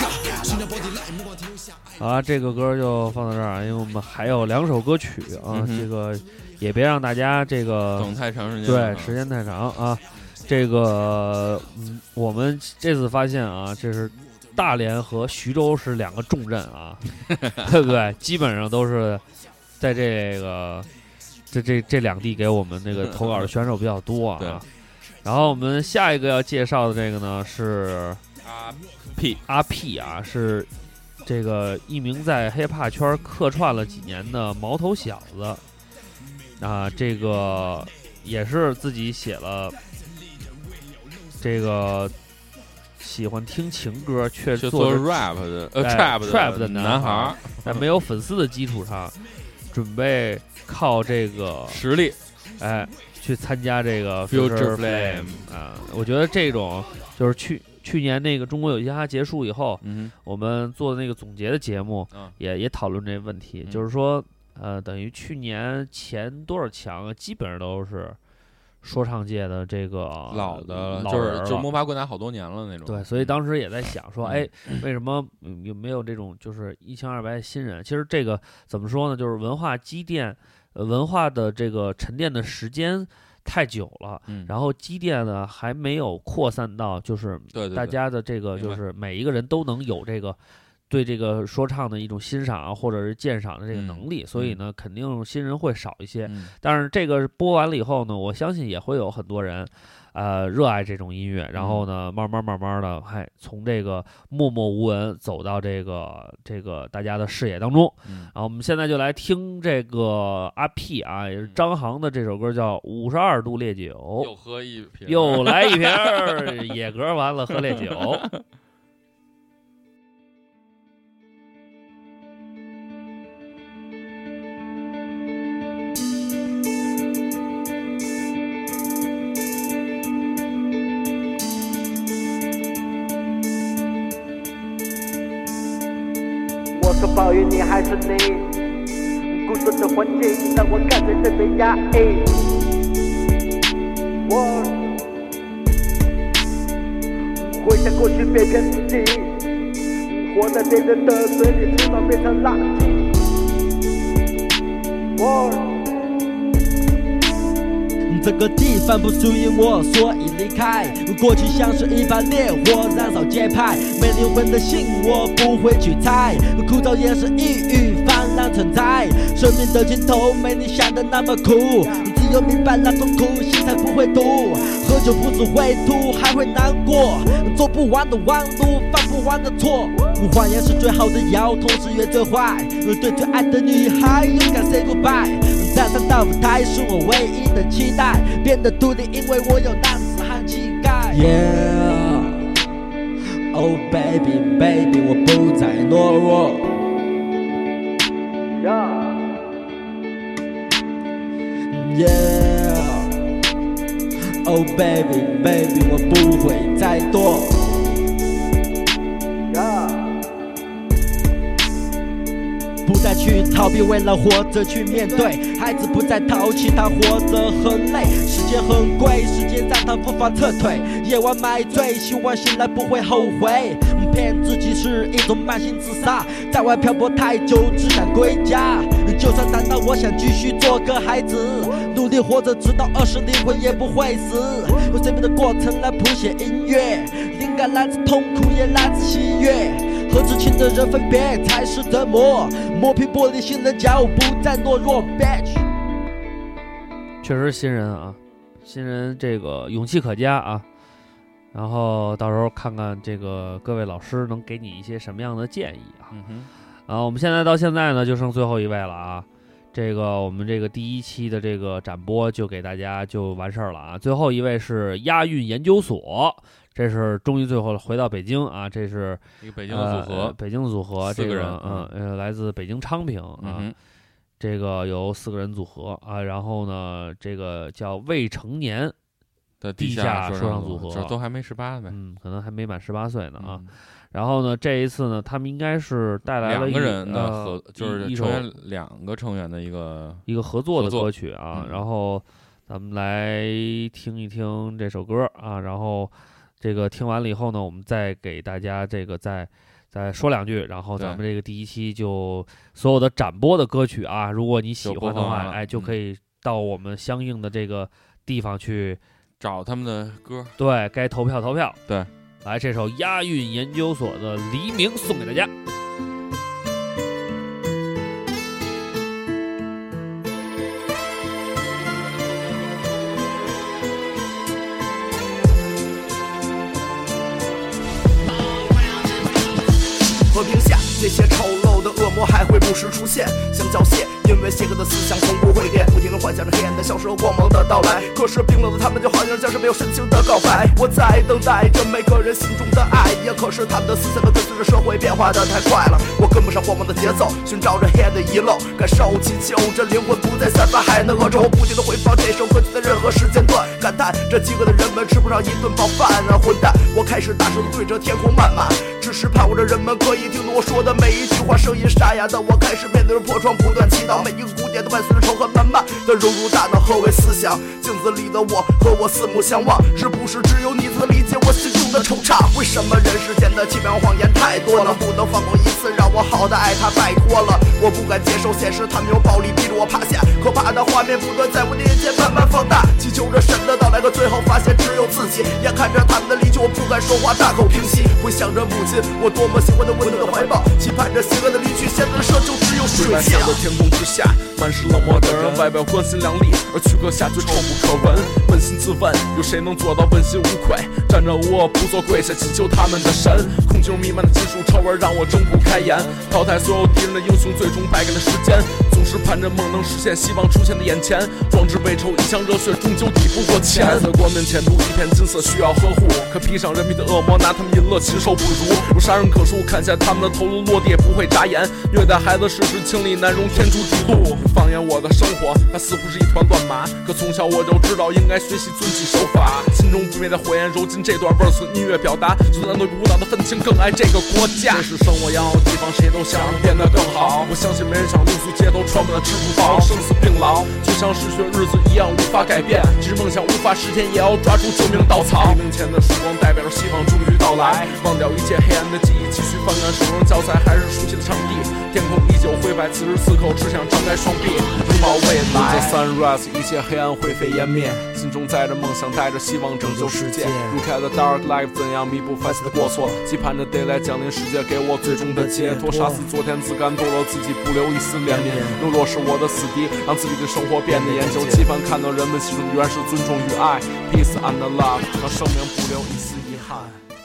love。 好啊，这个歌就放到这儿，因为我们还有两首歌曲啊， 嗯、 这个也别让大家这个等太长时间， 对，时间太长啊。这个嗯，我们这次发现啊，这是大连和徐州是两个重镇啊，对不对？基本上都是在这个这这这两地给我们那个投稿的选手比较多啊。然后我们下一个要介绍的这个呢是阿 P 阿 P 啊，是这个一名在 hiphop 圈客串了几年的毛头小子啊，这个也是自己写了这个喜欢听情歌却做 rap 的呃 trap 的 trap 的男孩， 在没有粉丝的基础上，准备靠这个实力， 哎。去参加这个 Future Flame 啊，我觉得这种就是去去年那个中国有嘻哈结束以后， 嗯， 我们做的那个总结的节目， 嗯、 也也讨论这个问题， 嗯、 就是说，呃，等于去年前多少强，基本上都是说唱界的这个老的， 老就是就是摸爬滚打好多年了那种。 对，所以当时也在想说， 嗯、 哎，为什么有没有这种就是一清二白的新人？其实这个怎么说呢？就是文化积淀。文化的这个沉淀的时间太久了， 嗯， 然后积淀呢还没有扩散到，就是大家的这个就是每一个人都能有这个对这个说唱的一种欣赏或者是鉴赏的这个能力， 嗯、 所以呢，肯定新人会少一些。 嗯、 但是这个播完了以后呢，我相信也会有很多人。呃，热爱这种音乐，然后呢，慢慢慢慢的，嗨，从这个默默无闻走到这个这个大家的视野当中。 嗯， 然后我们现在就来听这个阿 P 啊，也是张航的这首歌叫《五十二度烈酒》， 又喝一瓶， 又来一瓶，野格完了喝烈酒。 到于你还是你，孤独的环境让我感觉特别压抑。我回想过去，别骗自己，活在别人的嘴里，迟早变成垃圾。我。 这个地方不属于我，所以离开。过去像是一把烈火，燃烧节拍。没灵魂的心，我不会去猜。枯燥也是抑郁，泛滥存在。生命的尽头没你想的那么苦，只有明白那痛苦，心才不会堵。喝酒不只会吐，还会难过。走不完的弯路，犯不完的错。谎言是最好的药，同时也最坏。对最爱的女孩，勇敢 say goodbye。站上大舞台是我唯一的期待，变得独立，因为我有男子汉气概。Yeah, oh baby baby， 我不再懦弱。Yeah, oh baby baby， 我不会再躲。不再去逃避，为了活着去面对。孩子不再淘气，他活着很累。时间很贵，时间让他无法撤退。夜晚买醉，希望醒来不会后悔。骗自己是一种慢性自杀，在外漂泊太久，只想归家。就算长大，我想继续做个孩子，努力活着，直到二十，灵魂也不会死。用生命的过程来谱写音乐，灵感来自痛苦，也来自喜悦。和知情的人分别才是折磨，磨平玻璃心的脚不再懦弱。Bitch， 确实新人啊，新人这个勇气可嘉啊。然后到时候看看这个各位老师能给你一些什么样的建议啊。 嗯哼。 啊，我们现在到现在呢就剩最后一位了啊。这个我们这个第一期的这个展播就给大家就完事儿了啊。最后一位是押韵研究所。这是终于最后回到北京啊！这是一个北京的组合， 呃、北京的组合， 四个人， 这个嗯呃，来自北京昌平啊， 嗯、 这个有四个人组合啊，然后呢，这个叫未成年的地下说唱组合， 都还没十八呗， 嗯，可能还没满十八岁呢啊。 嗯、 然后呢，这一次呢，他们应该是带来了两个人的合， 呃、 就是一首成员两个成员的一个一个合作的歌曲啊。 嗯、 然后咱们来听一听这首歌啊，然后。这个听完了以后呢，我们再给大家这个再再说两句，然后咱们这个第一期就所有的展播的歌曲啊，如果你喜欢的话，哎，就可以到我们相应的这个地方去找他们的歌。 对，该投票投票。 对， 来这首押韵研究所的《黎明》送给大家。 和平下，那些丑陋的恶魔还会不时出现，像缴械，因为邪恶的思想从不会变，不停地幻想着黑暗的消失和光芒的到来。可是冰冷的他们就好像像是没有深情的告白，我在等待着每个人心中的爱呀。可是他们的思想都跟随着社会变化的太快了，我跟不上光芒的节奏，寻找着黑暗的遗漏，感受祈求着灵魂不再散发还能恶臭。我不停地回放这首歌曲的任何时间段，感叹这饥饿的人们吃不上一顿饱饭啊！混蛋，我开始大声对着天空谩骂，只是盼望着人们可以听懂我说的每一句话。声音沙哑的我开始面对着破窗不断祈祷，每一个鼓点都伴随着仇恨慢慢的融入大脑何为思想。镜子里的我和我四目相望，是不是只有你才能理解我心中的惆怅？为什么人世间的奇妙谎言太多了，不能放过一次让我好的爱他，拜托了。我不敢接受现实，他们用暴力逼着我趴下，可怕的画面不断在我的眼前慢慢放大，祈求着神的到来，可最后发现只有自己。眼看着他们的离去，我不敢说话，大口平息，回想着母亲我多么喜欢的温暖的怀抱，期盼着邪恶的离去，现在的奢求只有水下的天空之下，满是冷漠的人，外表光鲜亮丽，而躯壳下却臭不可闻。扪心自问，有谁能做到问心无愧？站着我不做跪下祈求他们的神，空气中弥漫的金属臭味让我睁不开眼，淘汰所有敌人的英雄，最终败给了时间。总时盼着梦能实现，希望出现的眼前。壮志未酬，一腔热血终究抵不过钱。白色光明前途一片金色需要呵护，可披上人民的恶魔，拿他们淫乐禽兽不如。如杀人可恕，砍下他们的头颅，落地也不会眨眼。虐待孩子事实清理难容，天诛地戮。放眼我的生活，它似乎是一团乱麻，可从小我就知道应该学习遵纪守法。心中不灭的火焰揉进这段 verse 音乐表达，就算对舞蹈的愤青更爱这个国家。这是生我养的地方，谁都想变得更好。我相信没人想露宿街头，穿不得吃不饱，生死并老，就像逝去日子一样无法改变。即使梦想无法实现，也要抓住救命稻草。黎明前的曙光代表着希望终于到来，忘掉一切黑暗的记忆，继续翻看手中教材，还是熟悉的场地。天空依旧灰白，此时此刻只想张开双臂拥抱未来。The sunrise， 一切黑暗灰飞烟灭，心中载着梦想，带着希望拯救世界。如开了 dark life， 怎样弥补反省的过错？期盼着 daylight 降临，世界给我最终的解脱。杀死昨天自甘堕落自己，不留一丝怜悯。懦弱是我的死敌，让自己的生活变得研究。期盼看到人们心中原是尊重与爱 ，peace and love， 让生命不留一丝遗憾。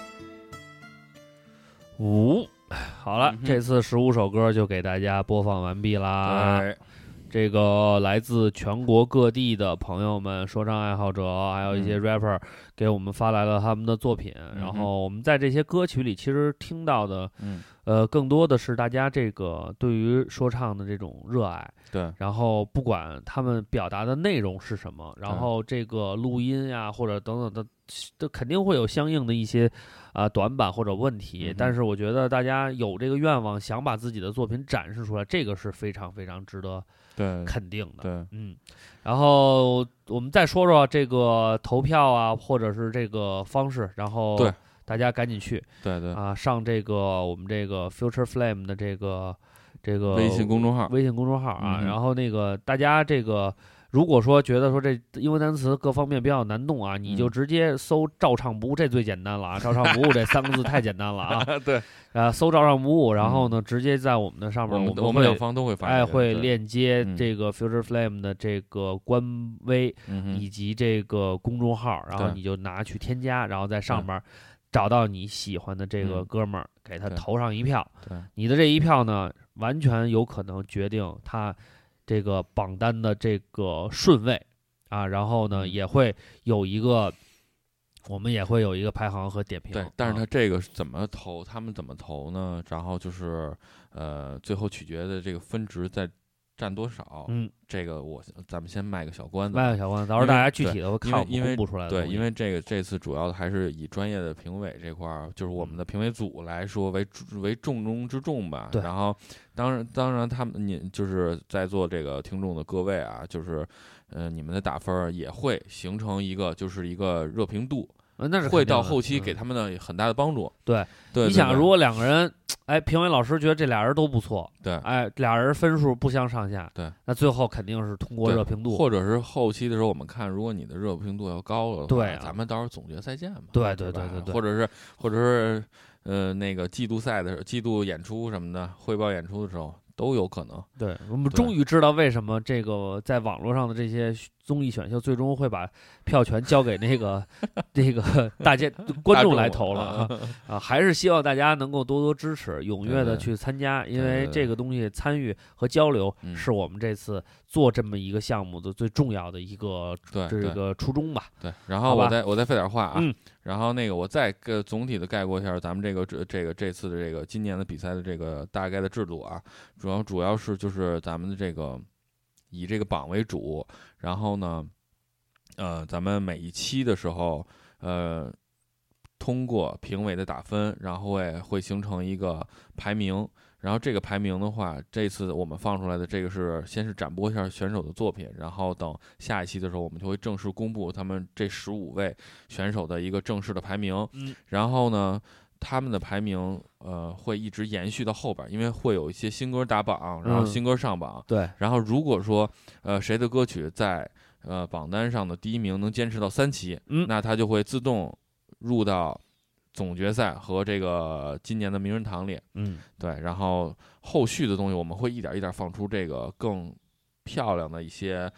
五，好了， 嗯、 这次十五首歌就给大家播放完毕啦。这个来自全国各地的朋友们、说唱爱好者，还有一些 rapper 给我们发来了他们的作品。嗯、然后我们在这些歌曲里，其实听到的， 嗯， 呃，更多的是大家这个对于说唱的这种热爱。 对。 然后不管他们表达的内容是什么，然后这个录音呀，或者等等的，都肯定会有相应的一些啊、呃、短板或者问题。嗯、但是我觉得大家有这个愿望，想把自己的作品展示出来，这个是非常非常值得。 对， 肯定的， 对， 嗯，然后我们再说说这个投票啊，或者是这个方式，然后对大家赶紧去， 对对啊，上这个我们这个 Future Flame 的这个这个微信公众号， 微信公众号啊， 嗯、 然后那个大家这个。如果说觉得说这英文单词各方面比较难懂啊，你就直接搜照唱不误，这最简单了啊！照唱不误这三个字太简单了啊！ 对， 啊，搜照唱不误，然后呢，直接在我们的上面， 我们我们两方都会发， 哎，会链接这个 Future Flame 的这个官微以及这个公众号，然后你就拿去添加，然后在上面找到你喜欢的这个哥们儿，给他投上一票。 对， 你的这一票呢，完全有可能决定他。这个榜单的这个顺位啊，然后呢也会有一个，我们也会有一个排行和点评。 对，但是他这个怎么投，他们怎么投呢？然后就是呃，最后取决的这个分值在占多少？ 嗯， 这个我咱们先卖个小关子， 卖个小关子，到时候大家具体的会看我们公布出来的。 对，因为这个这次主要的还是以专业的评委这块儿，就是我们的评委组来说为为重中之重吧。 对， 然后当然当然他们你就是在座这个听众的各位啊，就是呃你们的打分也会形成一个就是一个热评度。 那是会到后期给他们的很大的帮助。 嗯、对， 对， 你想，如果两个人，哎，评委老师觉得这俩人都不错， 对， 哎，俩人分数不相上下， 对， 那最后肯定是通过热评度， 或者是后期的时候我们看，如果你的热评度要高了， 对、啊， 咱们到时候总决赛见嘛。 对对对对对， 或者是或者是呃那个季度赛的季度演出什么的，汇报演出的时候。都有可能。 对，我们终于知道为什么这个在网络上的这些综艺选秀最终会把票权交给那个这个大家观众来投了啊！啊，还是希望大家能够多多支持，踊跃的去参加，因为这个东西参与和交流是我们这次做这么一个项目的最重要的一个这个初衷吧。 对，然后我再我再费点话啊， 嗯， 然后那个我再个总体的概括一下咱们这个这这个这次的这个今年的比赛的这个大概的制度啊。主要主要是就是咱们的这个以这个榜为主，然后呢，呃，咱们每一期的时候，呃，通过评委的打分，然后会会形成一个排名。然后这个排名的话，这次我们放出来的这个是先是展播一下选手的作品，然后等下一期的时候，我们就会正式公布他们这十五位选手的一个正式的排名。 嗯， 然后呢。他们的排名，呃，会一直延续到后边，因为会有一些新歌打榜，然后新歌上榜。 嗯、对。 然后如果说，呃，谁的歌曲在呃榜单上的第一名能坚持到三期， 嗯， 那他就会自动入到总决赛和这个今年的名人堂里。 嗯， 对。然后后续的东西，我们会一点一点放出这个更漂亮的一些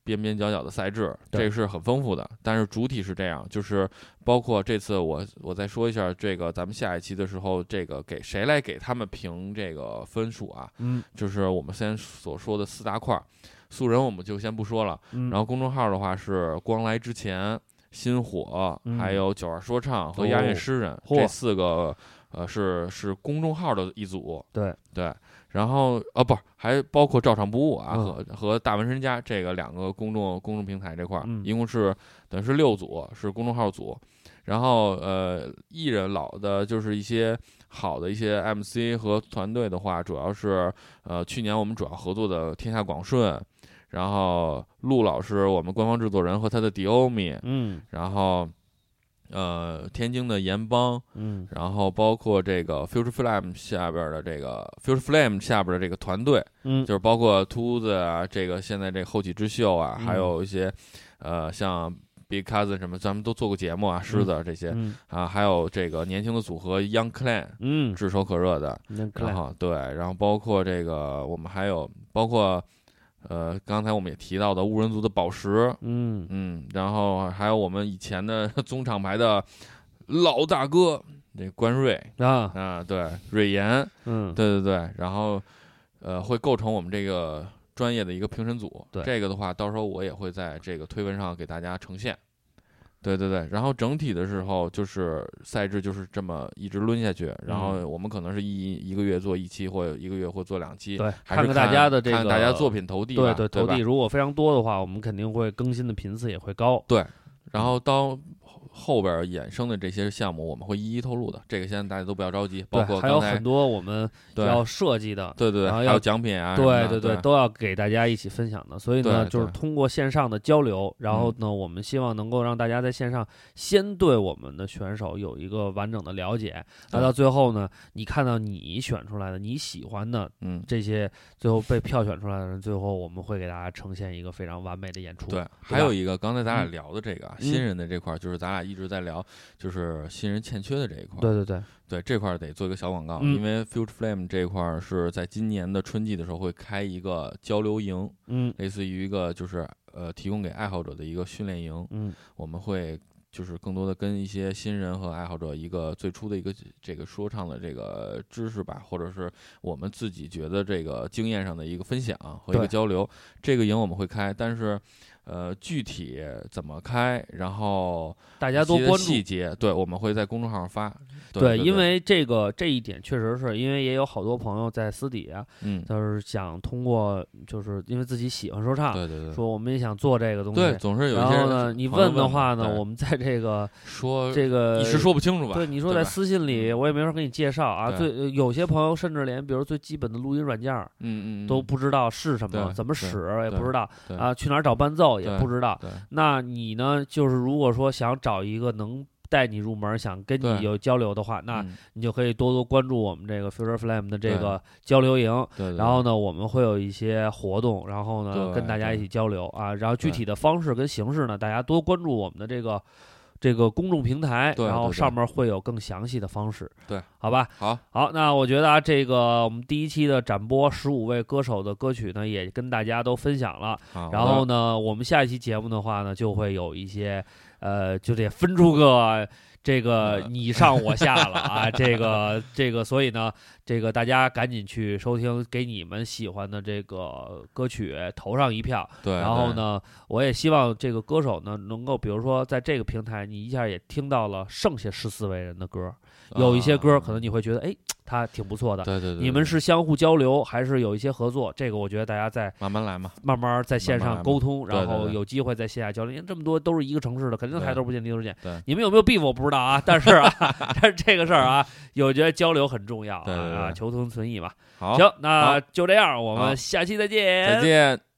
边边角角的赛制，这个是很丰富的。但是主体是这样，就是包括这次我我再说一下这个，咱们下一期的时候，这个给谁来给他们评这个分数啊？ 嗯， 就是我们先所说的四大块，素人我们就先不说了。 嗯， 然后公众号的话是光来之前、心火， 嗯、 还有九二说唱和押韵诗人、 哦、 这四个。呃，是是公众号的一组， 对对，然后呃不还包括照常不误啊、 嗯、 和和大纹身家这个两个公众公众平台这块、 嗯， 一共是等于是六组，是公众号组。然后呃，艺人老的就是一些好的一些 M C 和团队的话，主要是呃去年我们主要合作的天下广顺，然后陆老师我们官方制作人和他的迪欧米， 嗯， 然后。呃，天津的盐帮， 嗯， 然后包括这个 Future Flame 下边的这个 Future Flame 下边的这个团队， 嗯， 就是包括秃子啊，这个现在这个后起之秀啊， 嗯、 还有一些呃像 Big Cousin 什么，咱们都做过节目啊，狮子这些、 嗯、 啊，还有这个年轻的组合 Young Clan， 嗯， 炙手可热的，然后对，然后包括这个我们还有包括。呃，刚才我们也提到的误人族的宝石， 嗯嗯，然后还有我们以前的宗厂牌的老大哥，这关瑞啊啊，对，瑞妍， 嗯， 对对对，然后呃，会构成我们这个专业的一个评审组。 对， 这个的话，到时候我也会在这个推文上给大家呈现。对对对，然后整体的时候就是赛制就是这么一直抡下去，然后我们可能是一一个月做一期，或者一个月或做两期， 对， 还是看大家的这个看大家作品投递吧， 对对投递如果非常多的话，我们肯定会更新的频次也会高。 对，然后到后边衍生的这些项目，我们会一一透露的。这个现在大家都不要着急，包括还有很多我们要设计的， 对对对， 然后还有奖品啊， 对对对， 都要给大家一起分享的。所以呢，就是通过线上的交流，然后呢，我们希望能够让大家在线上先对我们的选手有一个完整的了解。那到最后呢，你看到你选出来的你喜欢的， 嗯， 这些最后被票选出来的人，最后我们会给大家呈现一个非常完美的演出。 对，还有一个刚才咱俩聊的这个、 嗯、 新人的这块，就是咱俩一直在聊，就是新人欠缺的这一块。 对对对对，这块得做一个小广告、 嗯， 因为 Future Flame 这一块是在今年的春季的时候会开一个交流营， 嗯， 类似于一个就是呃提供给爱好者的一个训练营， 嗯， 我们会就是更多的跟一些新人和爱好者一个最初的一个这个说唱的这个知识吧，或者是我们自己觉得这个经验上的一个分享和一个交流。这个营我们会开，但是呃具体怎么开，然后大家多关注细节，对，我们会在公众号上发。对， 对， 对对因为这个这一点确实是因为也有好多朋友在私底下， 嗯， 就是想通过，就是因为自己喜欢说唱， 对对对， 说我们也想做这个东西， 对，总是有一些。 然后呢，你问的话呢，我们在这个说这个一时说不清楚吧？ 对，你说在私信里，我也没法给你介绍啊。最有些朋友甚至连比如最基本的录音软件， 嗯嗯， 都不知道是什么，怎么使也不知道啊，去哪儿找伴奏也不知道。那你呢，就是如果说想找一个能带你入门，想跟你有交流的话，那你就可以多多关注我们这个 Future Flame 的这个交流营。然后呢，我们会有一些活动，然后呢跟大家一起交流啊。然后具体的方式跟形式呢，大家多关注我们的这个这个公众平台，然后上面会有更详细的方式。 对， 好吧， 好， 好。那我觉得啊，这个我们第一期的展播十五位歌手的歌曲呢，也跟大家都分享了。然后呢，我们下一期节目的话呢，就会有一些。呃，就得分出个这个你上我下了啊，这个这个，所以呢，这个大家赶紧去收听，给你们喜欢的这个歌曲投上一票。 对， 然后呢，我也希望这个歌手呢，能够比如说在这个平台，你一下也听到了剩下十四位人的歌，有一些歌可能你会觉得，哎，他挺不错的。 对对对， 你们是相互交流，还是有一些合作？这个我觉得大家在慢慢来嘛， 慢慢在线上沟通， 慢慢然后有机会在线下交流。因为这么多都是一个城市的，肯定抬头不见低头见。 对， 你们有没有 beef 我不知道啊，但是啊，但是这个事儿啊，我觉得交流很重要啊， 对对对啊，求同存异嘛。 好， 行，那就这样，我们下期再见， 再见。